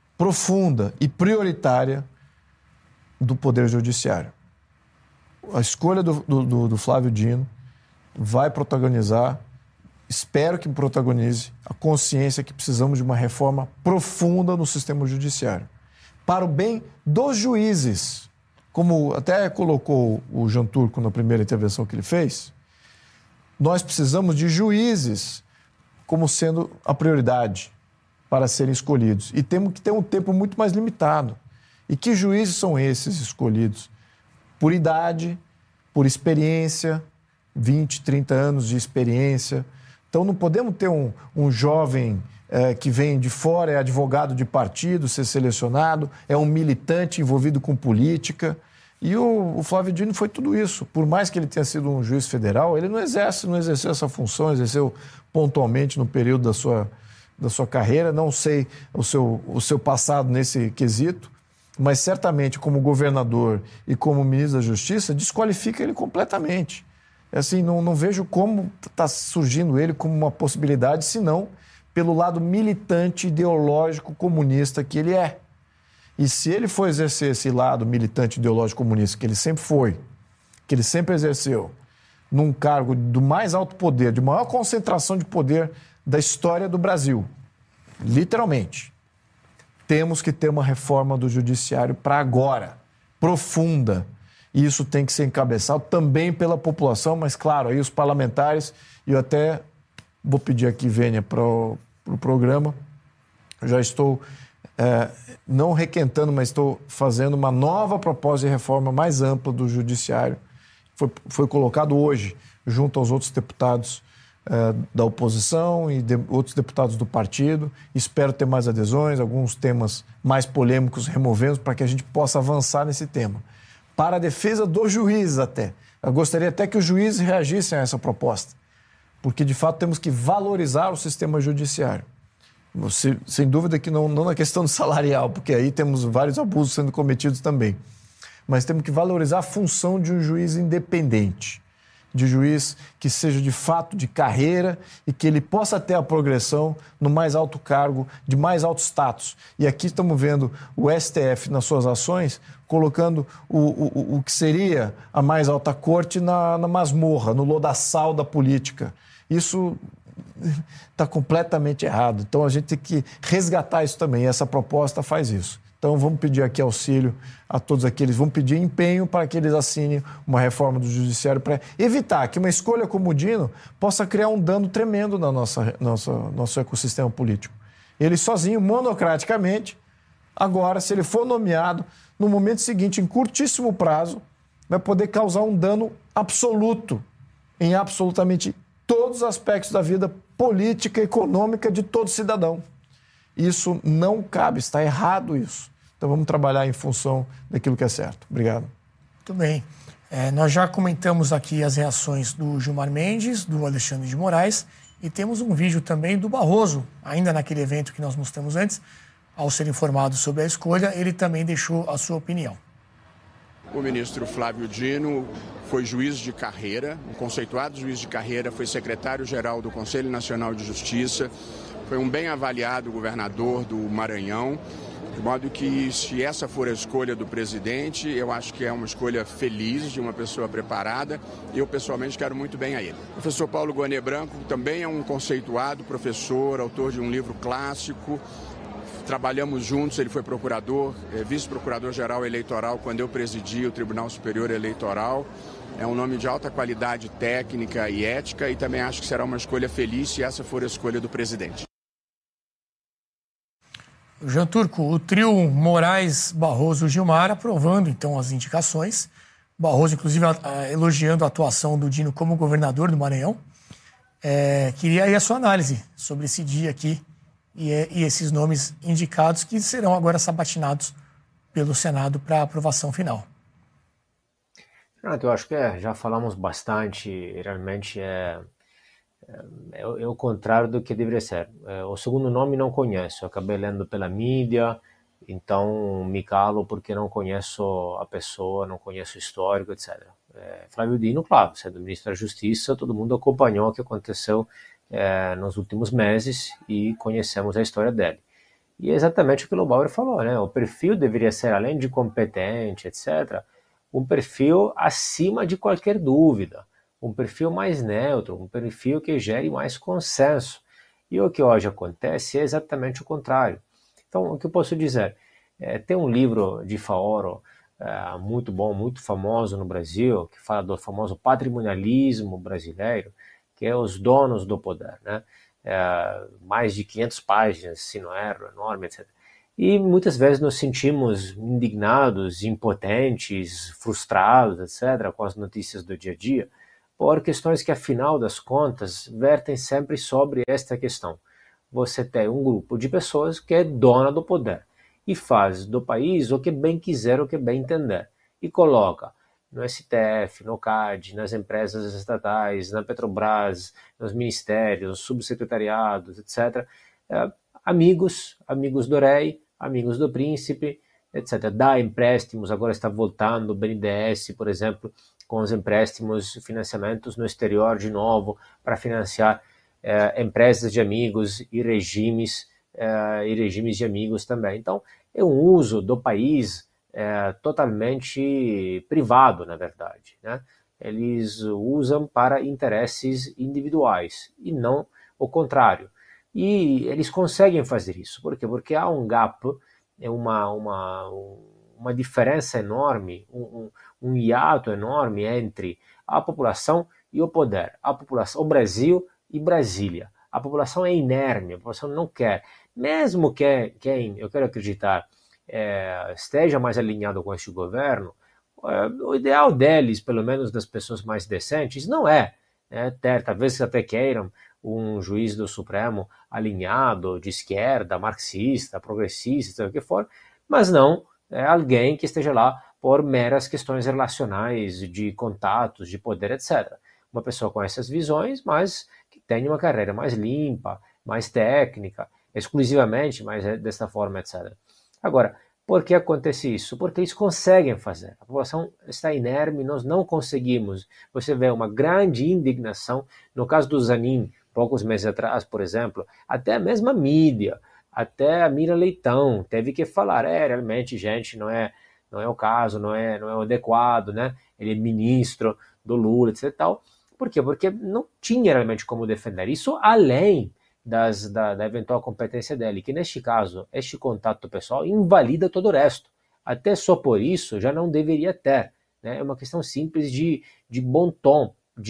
e prioritária do Poder Judiciário. A escolha do Flávio Dino vai protagonizar, espero que protagonize, a consciência que precisamos de uma reforma profunda no sistema judiciário. Para o bem dos juízes, como até colocou o Jean Turco na primeira intervenção que ele fez, nós precisamos de juízes como sendo a prioridade para serem escolhidos. E temos que ter um tempo muito mais limitado. E que juízes são esses escolhidos? Por idade, por experiência, 20, 30 anos de experiência. Então não podemos ter um jovem que vem de fora, é advogado de partido, ser selecionado, é um militante envolvido com política. E o Flávio Dino foi tudo isso. Por mais que ele tenha sido um juiz federal, ele não exerceu essa função, exerceu pontualmente no período da sua carreira. Não sei o seu passado nesse quesito, mas certamente como governador e como ministro da Justiça, desqualifica ele completamente. Assim, não vejo como está surgindo ele como uma possibilidade, senão pelo lado militante, ideológico, comunista que ele é. E se ele for exercer esse lado militante, ideológico, comunista, que ele sempre foi, que ele sempre exerceu, num cargo do mais alto poder, de maior concentração de poder da história do Brasil. Literalmente. Temos que ter uma reforma do judiciário para agora, profunda. E isso tem que ser encabeçado também pela população, mas, claro, aí os parlamentares, e eu até vou pedir aqui, Vênia, para o programa, eu já estou, não requentando, mas estou fazendo uma nova proposta de reforma mais ampla do judiciário. Foi colocado hoje, junto aos outros deputados da oposição e outros deputados do partido. Espero ter mais adesões, alguns temas mais polêmicos removemos para que a gente possa avançar nesse tema. Para a defesa dos juízes até. Eu gostaria até que os juízes reagissem a essa proposta, porque de fato temos que valorizar o sistema judiciário. Sem dúvida que não na questão do salarial, porque aí temos vários abusos sendo cometidos também. Mas temos que valorizar a função de um juiz independente, de juiz que seja de fato de carreira e que ele possa ter a progressão no mais alto cargo, de mais alto status. E aqui estamos vendo o STF nas suas ações colocando o que seria a mais alta corte na masmorra, no lodaçal da política. Isso está completamente errado. Então a gente tem que resgatar isso também. E essa proposta faz isso. Então vamos pedir aqui auxílio a todos aqueles, vamos pedir empenho para que eles assinem uma reforma do judiciário para evitar que uma escolha como o Dino possa criar um dano tremendo no nosso ecossistema político. Ele sozinho, monocraticamente, agora, se ele for nomeado, no momento seguinte, em curtíssimo prazo, vai poder causar um dano absoluto em absolutamente todos os aspectos da vida política e econômica de todo cidadão. Isso não cabe, está errado isso. Então vamos trabalhar em função daquilo que é certo. Obrigado. Muito bem. Nós já comentamos aqui as reações do Gilmar Mendes, do Alexandre de Moraes, e temos um vídeo também do Barroso, ainda naquele evento que nós mostramos antes. Ao ser informado sobre a escolha, ele também deixou a sua opinião. O ministro Flávio Dino foi juiz de carreira, um conceituado juiz de carreira, foi secretário-geral do Conselho Nacional de Justiça, foi um bem avaliado governador do Maranhão, de modo que, se essa for a escolha do presidente, eu acho que é uma escolha feliz, de uma pessoa preparada, e eu pessoalmente quero muito bem a ele. O professor Paulo Gonet Branco também é um conceituado professor, autor de um livro clássico. Trabalhamos juntos, ele foi procurador, vice-procurador-geral eleitoral quando eu presidi o Tribunal Superior Eleitoral. É um nome de alta qualidade técnica e ética, e também acho que será uma escolha feliz se essa for a escolha do presidente. Jean Turco, o trio Moraes, Barroso e Gilmar aprovando então as indicações. Barroso, inclusive, elogiando a atuação do Dino como governador do Maranhão. Queria aí a sua análise sobre esse dia aqui e esses nomes indicados que serão agora sabatinados pelo Senado para aprovação final. Eu acho que já falamos bastante, realmente é o contrário do que deveria ser. O segundo nome não conheço, acabei lendo pela mídia, então me calo porque não conheço a pessoa, não conheço o histórico, etc. Flávio Dino, claro, sendo ministro da Justiça, todo mundo acompanhou o que aconteceu nos últimos meses e conhecemos a história dele. E é exatamente o que o Bauer falou, né? O perfil deveria ser, além de competente, etc., um perfil acima de qualquer dúvida, um perfil mais neutro, um perfil que gere mais consenso. E o que hoje acontece é exatamente o contrário. Então, o que eu posso dizer? Tem um livro de Faoro muito bom, muito famoso no Brasil, que fala do famoso patrimonialismo brasileiro, que é os donos do poder, né? Mais de 500 páginas, se não erro, enorme, etc. E muitas vezes nos sentimos indignados, impotentes, frustrados, etc., com as notícias do dia a dia, por questões que, afinal das contas, vertem sempre sobre esta questão. Você tem um grupo de pessoas que é dona do poder e faz do país o que bem quiser, o que bem entender, e coloca no STF, no CAD, nas empresas estatais, na Petrobras, nos ministérios, subsecretariados, etc., amigos do rei, amigos do príncipe, etc. Dá empréstimos, agora está voltando o BNDES, por exemplo, com os empréstimos, financiamentos no exterior de novo, para financiar empresas de amigos e regimes de amigos também. Então, é um uso do país totalmente privado, na verdade, né? eles usam para interesses individuais e não o contrário. E eles conseguem fazer isso. Por quê? Porque há um gap, uma diferença enorme, um hiato enorme entre a população e o poder. A população, o Brasil e Brasília. A população é inerme, a população não quer. Mesmo que quem, eu quero acreditar, esteja mais alinhado com este governo, o ideal deles, pelo menos das pessoas mais decentes, não é ter, talvez até queiram, um juiz do Supremo alinhado, de esquerda, marxista, progressista, seja o que for, mas não alguém que esteja lá por meras questões relacionais, de contatos, de poder, etc. Uma pessoa com essas visões, mas que tenha uma carreira mais limpa, mais técnica, exclusivamente, mas desta forma, etc. Agora, por que acontece isso? Porque eles conseguem fazer. A população está inerme, nós não conseguimos. Você vê uma grande indignação. No caso do Zanin, poucos meses atrás, por exemplo, até a mesma mídia, até a Mira Leitão teve que falar, realmente, gente, não é o caso, não é o adequado, né? Ele é ministro do Lula, etc. Tal. Por quê? Porque não tinha realmente como defender isso, além da eventual competência dele, que neste caso, este contato pessoal invalida todo o resto. Até só por isso já não deveria ter. Né? É uma questão simples de bom tom,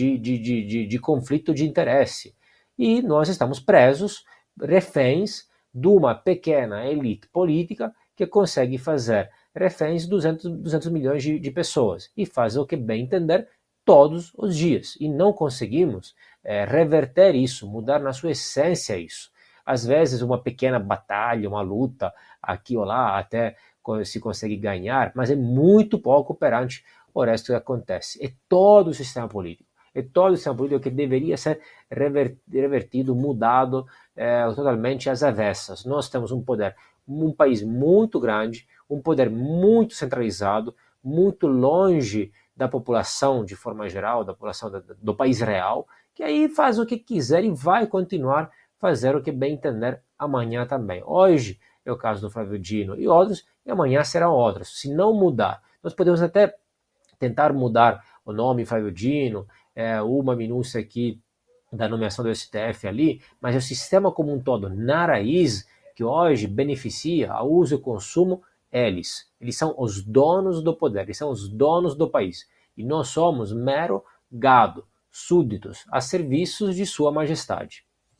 de conflito de interesse. E nós estamos presos, reféns de uma pequena elite política que consegue fazer reféns 200 milhões de pessoas e faz o que bem entender todos os dias. E não conseguimos reverter isso, mudar na sua essência isso. Às vezes uma pequena batalha, uma luta aqui ou lá até se consegue ganhar, mas é muito pouco perante o resto que acontece. É todo o sistema político. É todo o sistema político que deveria ser revertido, mudado totalmente às avessas. Nós temos um país muito grande, um poder muito centralizado, muito longe da população de forma geral, da população do país real, que aí faz o que quiser e vai continuar fazer o que bem entender amanhã também. Hoje é o caso do Flávio Dino e outros, e amanhã serão outros. Se não mudar, nós podemos até tentar mudar o nome Flávio Dino, uma minúcia aqui da nomeação do STF ali, mas é o sistema como um todo, na raiz, que hoje beneficia ao uso e consumo, eles são os donos do poder, eles são os donos do país. E nós somos mero gado, súditos, a serviços de sua majestade.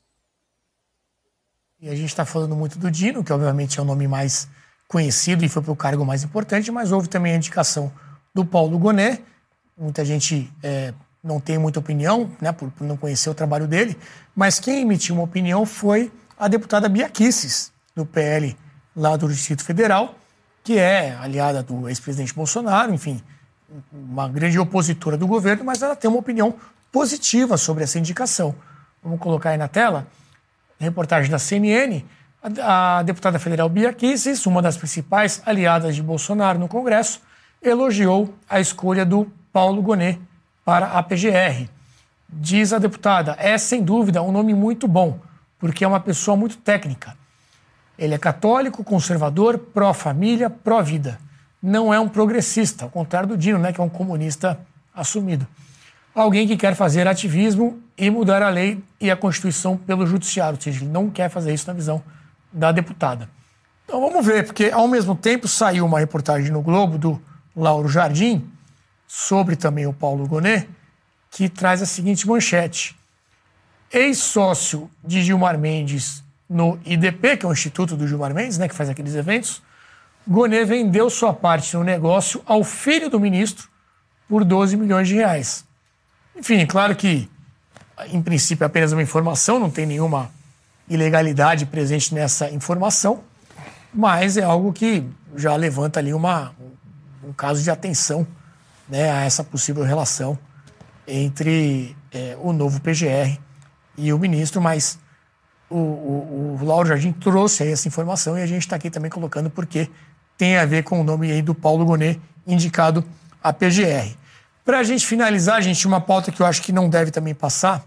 E a gente está falando muito do Dino, que obviamente é o nome mais conhecido e foi para o cargo mais importante, mas houve também a indicação do Paulo Gonet. Muita gente não tem muita opinião, né, por não conhecer o trabalho dele, mas quem emitiu uma opinião foi a deputada Bia Kicis, do PL lá do Distrito Federal, que é aliada do ex-presidente Bolsonaro, enfim, uma grande opositora do governo, mas ela tem uma opinião positiva sobre essa indicação. Vamos colocar aí na tela, reportagem da CNN, a deputada federal Bia Kicis, uma das principais aliadas de Bolsonaro no Congresso, elogiou a escolha do Paulo Gonet para a PGR. Diz a deputada, é sem dúvida um nome muito bom, porque é uma pessoa muito técnica. Ele é católico, conservador, pró-família, pró-vida. Não é um progressista, ao contrário do Dino, né, que é um comunista assumido. Alguém que quer fazer ativismo e mudar a lei e a Constituição pelo judiciário, ou seja, ele não quer fazer isso na visão da deputada. Então vamos ver, porque ao mesmo tempo saiu uma reportagem no Globo do Lauro Jardim sobre também o Paulo Gonet, que traz a seguinte manchete. Ex-sócio de Gilmar Mendes no IDP, que é o Instituto do Gilmar Mendes, né, que faz aqueles eventos, Gonet vendeu sua parte no negócio ao filho do ministro por 12 milhões de reais. Enfim, claro que, em princípio, é apenas uma informação, não tem nenhuma ilegalidade presente nessa informação, mas é algo que já levanta ali um caso de atenção, né, a essa possível relação entre o novo PGR e o ministro, mas o Lauro Jardim trouxe aí essa informação e a gente está aqui também colocando porque tem a ver com o nome aí do Paulo Gonet indicado à PGR. Para a gente finalizar, gente, uma pauta que eu acho que não deve também passar,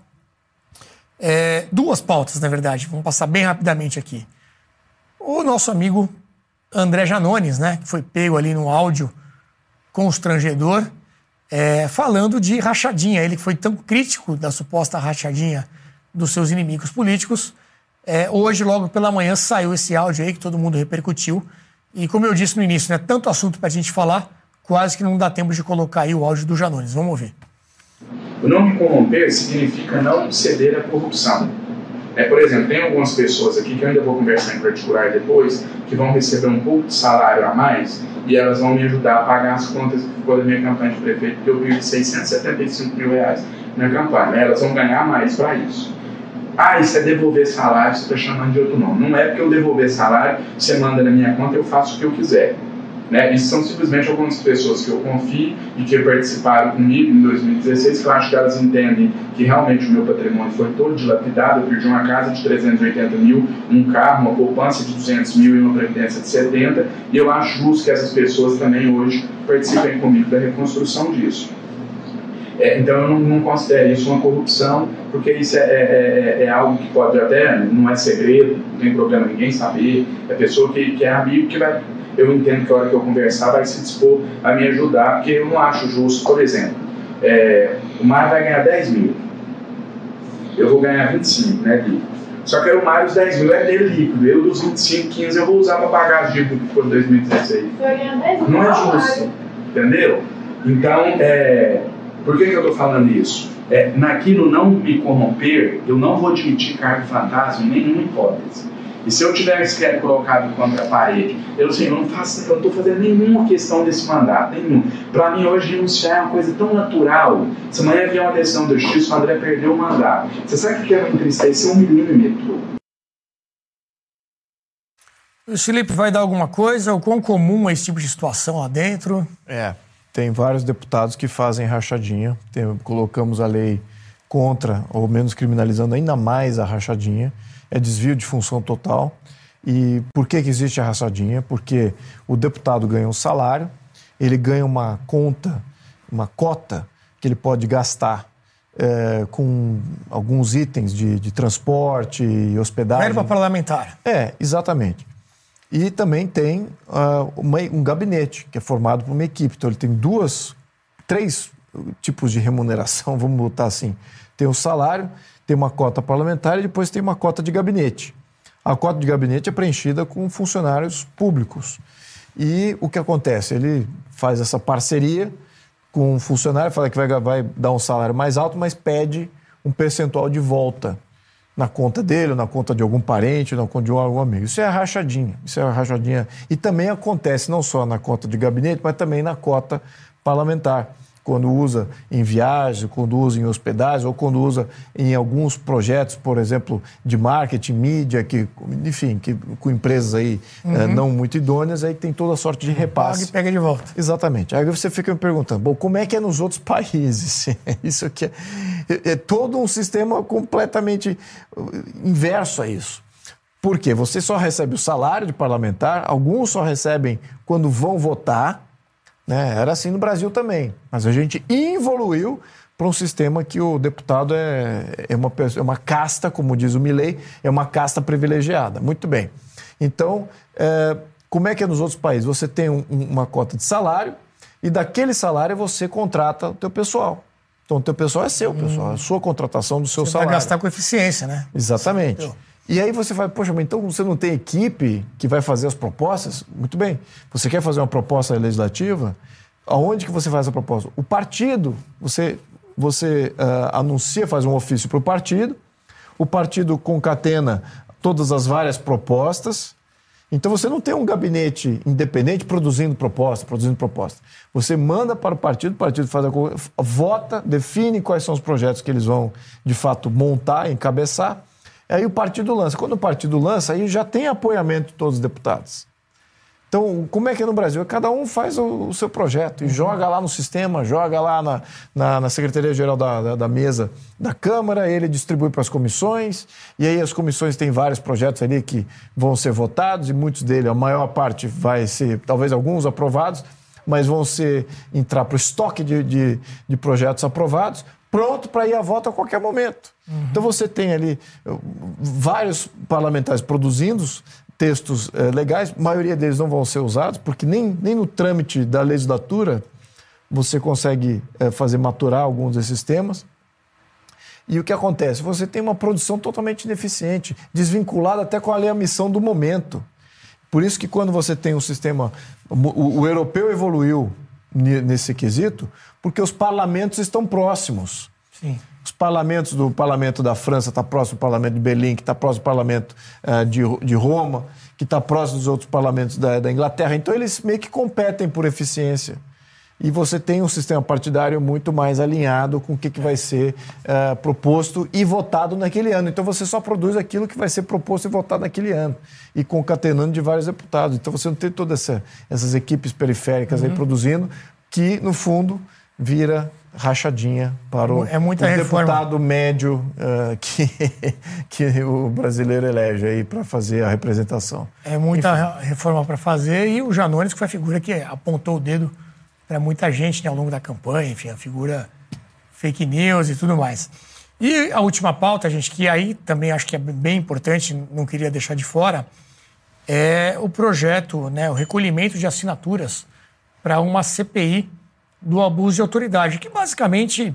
duas pautas, na verdade, vamos passar bem rapidamente aqui. O nosso amigo André Janones, né, que foi pego ali no áudio constrangedor, falando de rachadinha. Ele foi tão crítico da suposta rachadinha dos seus inimigos políticos. Hoje, logo pela manhã, saiu esse áudio aí que todo mundo repercutiu. E como eu disse no início, né, tanto assunto para a gente falar, quase que não dá tempo de colocar aí o áudio do Janones. Vamos ouvir. O não me corromper significa não ceder à corrupção. Por exemplo, tem algumas pessoas aqui que eu ainda vou conversar em particular depois, que vão receber um pouco de salário a mais e elas vão me ajudar a pagar as contas que ficou da minha campanha de prefeito, porque eu perdi R$675 mil na campanha. Elas vão ganhar mais para isso. Isso é devolver salário, você está chamando de outro nome. Não é porque eu devolver salário, você manda na minha conta, eu faço o que eu quiser. Isso são simplesmente algumas pessoas que eu confio e que participaram comigo em 2016, que eu acho que elas entendem que realmente o meu patrimônio foi todo dilapidado. Eu perdi uma casa de 380 mil, um carro, uma poupança de 200 mil e uma previdência de 70, e eu acho justo que essas pessoas também hoje participem comigo da reconstrução disso. Então eu não considero isso uma corrupção, porque isso é algo que pode até, não é segredo, não tem problema ninguém saber, é pessoa que é amigo que vai... Eu entendo que a hora que eu conversar vai se dispor a me ajudar, porque eu não acho justo. Por exemplo, o Mário vai ganhar 10 mil, eu vou ganhar 25, né, líquido. Só que o Mário, os 10 mil é dele líquido, eu dos 25, 15 eu vou usar para pagar as dívidas que foram em 2016. Não é justo, entendeu? Então, por que eu estou falando isso? Naquilo não me corromper, eu não vou admitir cargo fantasma em nenhuma hipótese. E se eu tiver sequer colocado contra a parede, eu não estou fazendo nenhuma questão desse mandato, nenhum. Para mim, hoje, renunciar é uma coisa tão natural. Se amanhã vier uma decisão da justiça, o André perdeu o mandato. Você sabe o que me entristecer? 1 milímetro. O Felipe vai dar alguma coisa? O quão comum é esse tipo de situação lá dentro? Tem vários deputados que fazem rachadinha. Colocamos a lei contra, ou menos criminalizando ainda mais a rachadinha. É desvio de função total. E por que existe a rachadinha? Porque o deputado ganha um salário, ele ganha uma cota que ele pode gastar com alguns itens de transporte e hospedagem. Verba parlamentar. Exatamente. E também tem um gabinete, que é formado por uma equipe. Então ele tem 3 tipos de remuneração, vamos botar assim. Tem o salário, tem uma cota parlamentar e depois tem uma cota de gabinete. A cota de gabinete é preenchida com funcionários públicos. E o que acontece? Ele faz essa parceria com um funcionário, fala que vai dar um salário mais alto, mas pede um percentual de volta na conta dele, ou na conta de algum parente, ou na conta de algum amigo. Isso é a rachadinha. E também acontece não só na cota de gabinete, mas também na cota parlamentar. Quando usa em viagens, quando usa em hospedagem, ou quando usa em alguns projetos, por exemplo, de marketing, mídia, com empresas aí não muito idôneas, aí tem toda a sorte de repasse. Paga e pega de volta. Exatamente. Aí você fica me perguntando, como é que é nos outros países? Isso aqui é todo um sistema completamente inverso a isso. Por quê? Você só recebe o salário de parlamentar, alguns só recebem quando vão votar. Era assim no Brasil também, mas a gente evoluiu para um sistema que o deputado é uma casta, como diz o Milei, é uma casta privilegiada. Muito bem. Então, como é que é nos outros países? Você tem uma cota de salário e daquele salário você contrata o teu pessoal. Então, o teu pessoal é seu, pessoal, a sua contratação do seu salário. Vai gastar com eficiência, né? Exatamente. E aí você vai, poxa, mas então você não tem equipe que vai fazer as propostas? Muito bem. Você quer fazer uma proposta legislativa? Aonde que você faz a proposta? O partido, você anuncia, faz um ofício para o partido concatena todas as várias propostas. Então você não tem um gabinete independente produzindo proposta. Você manda para o partido faz vota, define quais são os projetos que eles vão, de fato, montar, encabeçar. Aí o partido lança. Quando o partido lança, aí já tem apoiamento de todos os deputados. Então, como é que é no Brasil? Cada um faz o seu projeto e joga lá no sistema, joga lá na Secretaria-Geral da mesa da Câmara, ele distribui para as comissões, e aí as comissões têm vários projetos ali que vão ser votados, e muitos deles, a maior parte vai ser, talvez alguns aprovados, mas vão entrar para o estoque de projetos aprovados, pronto para ir a voto a qualquer momento. Então você tem ali vários parlamentares produzindo textos legais, a maioria deles não vão ser usados, porque nem no trâmite da legislatura você consegue fazer maturar alguns desses temas. E o que acontece? Você tem uma produção totalmente ineficiente, desvinculada até com a missão do momento. Por isso que quando você tem um sistema... O europeu evoluiu nesse quesito porque os parlamentos estão próximos. Sim. Os parlamentos do parlamento da França está próximo do parlamento de Berlim, que está próximo do parlamento de Roma, que está próximo dos outros parlamentos da Inglaterra. Então eles meio que competem por eficiência. E você tem um sistema partidário muito mais alinhado com o que vai ser proposto e votado naquele ano. Então você só produz aquilo que vai ser proposto e votado naquele ano. E concatenando de vários deputados. Então você não tem todas essas equipes periféricas aí produzindo, que no fundo vira rachadinha para o deputado médio que o brasileiro elege aí para fazer a representação. É muita reforma para fazer, e o Janones, que foi a figura que apontou o dedo para muita gente, né, ao longo da campanha, enfim, a figura fake news e tudo mais. E a última pauta, gente, que aí também acho que é bem importante, não queria deixar de fora, é o projeto, né, o recolhimento de assinaturas para uma CPI do abuso de autoridade, que basicamente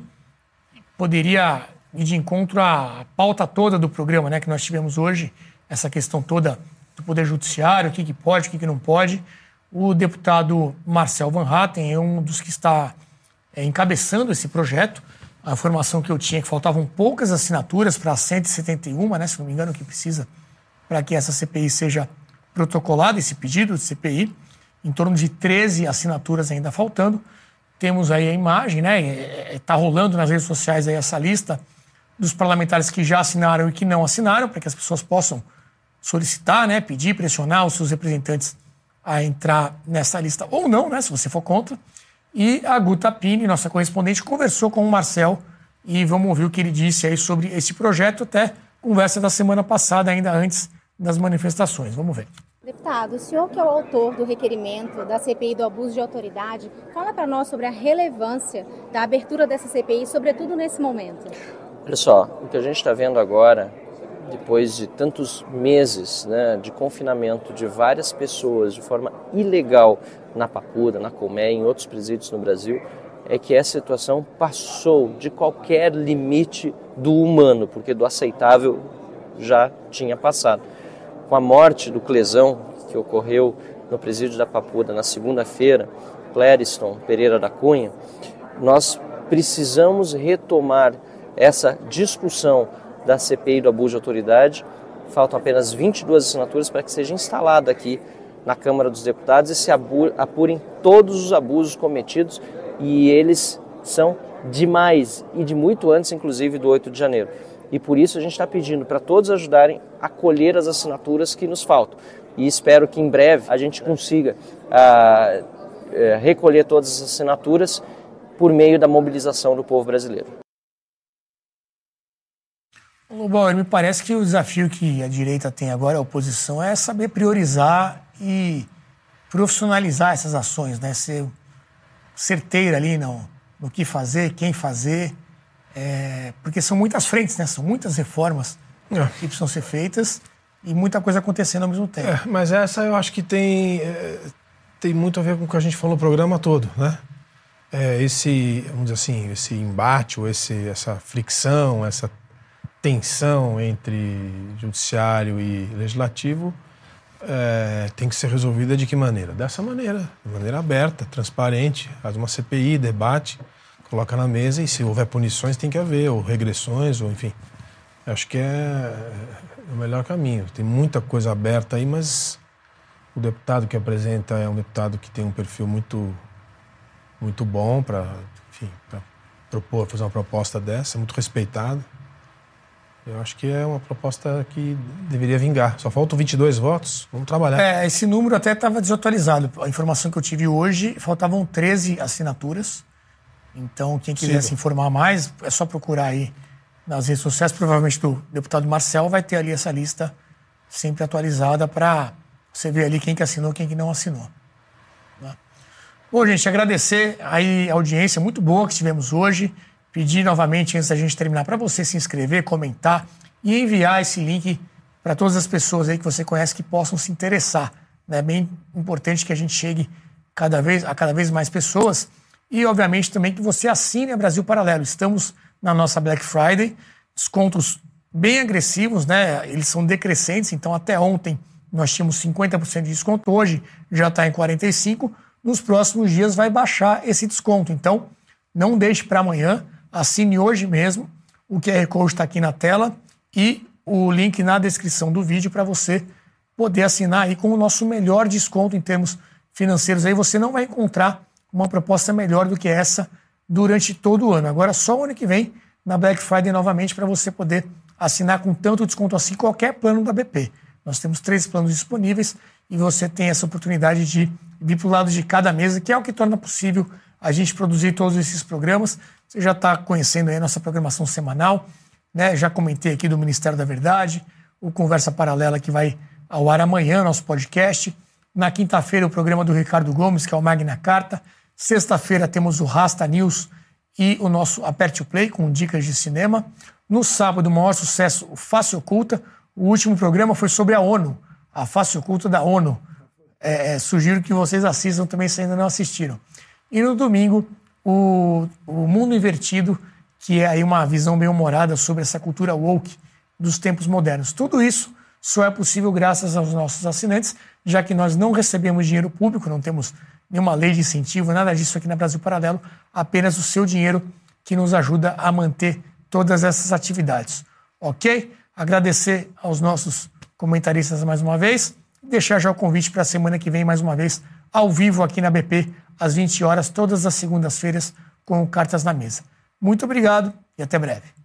poderia ir de encontro à pauta toda do programa, né, que nós tivemos hoje, essa questão toda do Poder Judiciário, o que pode, o que não pode. O deputado Marcel Van Hatten é um dos que está encabeçando esse projeto. A informação que eu tinha é que faltavam poucas assinaturas para 171, né, se não me engano, que precisa para que essa CPI seja protocolada, esse pedido de CPI. Em torno de 13 assinaturas ainda faltando. Temos aí a imagem, né? Está rolando nas redes sociais aí essa lista dos parlamentares que já assinaram e que não assinaram, para que as pessoas possam solicitar, né, pedir, pressionar os seus representantes a entrar nessa lista ou não, né, se você for contra. E a Guta Pini, nossa correspondente, conversou com o Marcel e vamos ouvir o que ele disse aí sobre esse projeto, até conversa da semana passada, ainda antes das manifestações. Vamos ver. Deputado, o senhor que é o autor do requerimento da CPI do abuso de autoridade, fala para nós sobre a relevância da abertura dessa CPI, sobretudo nesse momento. Olha só, o que a gente está vendo agora, depois de tantos meses, né, de confinamento de várias pessoas de forma ilegal na Papuda, na Colmeia e em outros presídios no Brasil, é que essa situação passou de qualquer limite do humano, porque do aceitável já tinha passado. Com a morte do Clesão, que ocorreu no presídio da Papuda na segunda-feira, Clériston Pereira da Cunha, nós precisamos retomar essa discussão da CPI do abuso de autoridade. Faltam apenas 22 assinaturas para que seja instalada aqui na Câmara dos Deputados e se apurem todos os abusos cometidos, e eles são demais e de muito antes, inclusive, do 8 de janeiro. E por isso a gente está pedindo para todos ajudarem a colher as assinaturas que nos faltam. E espero que em breve a gente consiga recolher todas as assinaturas por meio da mobilização do povo brasileiro. Bauer, me parece que o desafio que a direita tem agora, a oposição, é saber priorizar e profissionalizar essas ações, né? Ser certeira ali no que fazer, quem fazer. Porque são muitas frentes, né? São muitas reformas que precisam ser feitas e muita coisa acontecendo ao mesmo tempo. Mas essa eu acho que tem muito a ver com o que a gente falou no programa todo, né? Vamos dizer assim, esse embate, ou essa fricção, essa tensão entre judiciário e legislativo tem que ser resolvida de que maneira? Dessa maneira, de maneira aberta, transparente, faz uma CPI, debate, coloca na mesa, e se houver punições tem que haver, ou regressões, ou enfim. Acho que é o melhor caminho. Tem muita coisa aberta aí, mas o deputado que apresenta é um deputado que tem um perfil muito, muito bom para propor, fazer uma proposta dessa, muito respeitado. Eu acho que é uma proposta que deveria vingar. Só faltam 22 votos, vamos trabalhar. Esse número até estava desatualizado. A informação que eu tive hoje, faltavam 13 assinaturas. Então, quem quiser se informar mais, é só procurar aí nas redes sociais. Provavelmente do deputado Marcel vai ter ali essa lista sempre atualizada para você ver ali quem que assinou e quem que não assinou. Bom, gente, agradecer aí a audiência muito boa que tivemos hoje. Pedir novamente, antes da gente terminar, para você se inscrever, comentar e enviar esse link para todas as pessoas aí que você conhece que possam se interessar. É bem importante que a gente chegue a cada vez mais pessoas. E, obviamente, também que você assine a Brasil Paralelo. Estamos na nossa Black Friday, descontos bem agressivos, né? Eles são decrescentes, então até ontem nós tínhamos 50% de desconto, hoje já está em 45%. Nos próximos dias vai baixar esse desconto. Então, não deixe para amanhã, assine hoje mesmo. O QR Code está aqui na tela e o link na descrição do vídeo para você poder assinar aí com o nosso melhor desconto em termos financeiros. Aí você não vai encontrar uma proposta melhor do que essa durante todo o ano. Agora, só o ano que vem, na Black Friday novamente, para você poder assinar com tanto desconto assim qualquer plano da BP. Nós temos 3 planos disponíveis e você tem essa oportunidade de vir para o lado de cada mesa, que é o que torna possível a gente produzir todos esses programas. Você já está conhecendo aí a nossa programação semanal, né? Já comentei aqui do Ministério da Verdade, o Conversa Paralela que vai ao ar amanhã, nosso podcast. Na quinta-feira, o programa do Ricardo Gomes, que é o Magna Carta. Sexta-feira temos o Rasta News e o nosso Aperte o Play, com dicas de cinema. No sábado, o maior sucesso, o Face Oculta. O último programa foi sobre a ONU, a Face Oculta da ONU. Sugiro que vocês assistam também, se ainda não assistiram. E no domingo, o Mundo Invertido, que é aí uma visão bem humorada sobre essa cultura woke dos tempos modernos. Tudo isso só é possível graças aos nossos assinantes, já que nós não recebemos dinheiro público, não temos nenhuma lei de incentivo, nada disso aqui na Brasil Paralelo, apenas o seu dinheiro que nos ajuda a manter todas essas atividades. Ok? Agradecer aos nossos comentaristas mais uma vez e deixar já o convite para a semana que vem, mais uma vez, ao vivo aqui na BP, às 20 horas, todas as segundas-feiras, com o Cartas na Mesa. Muito obrigado e até breve.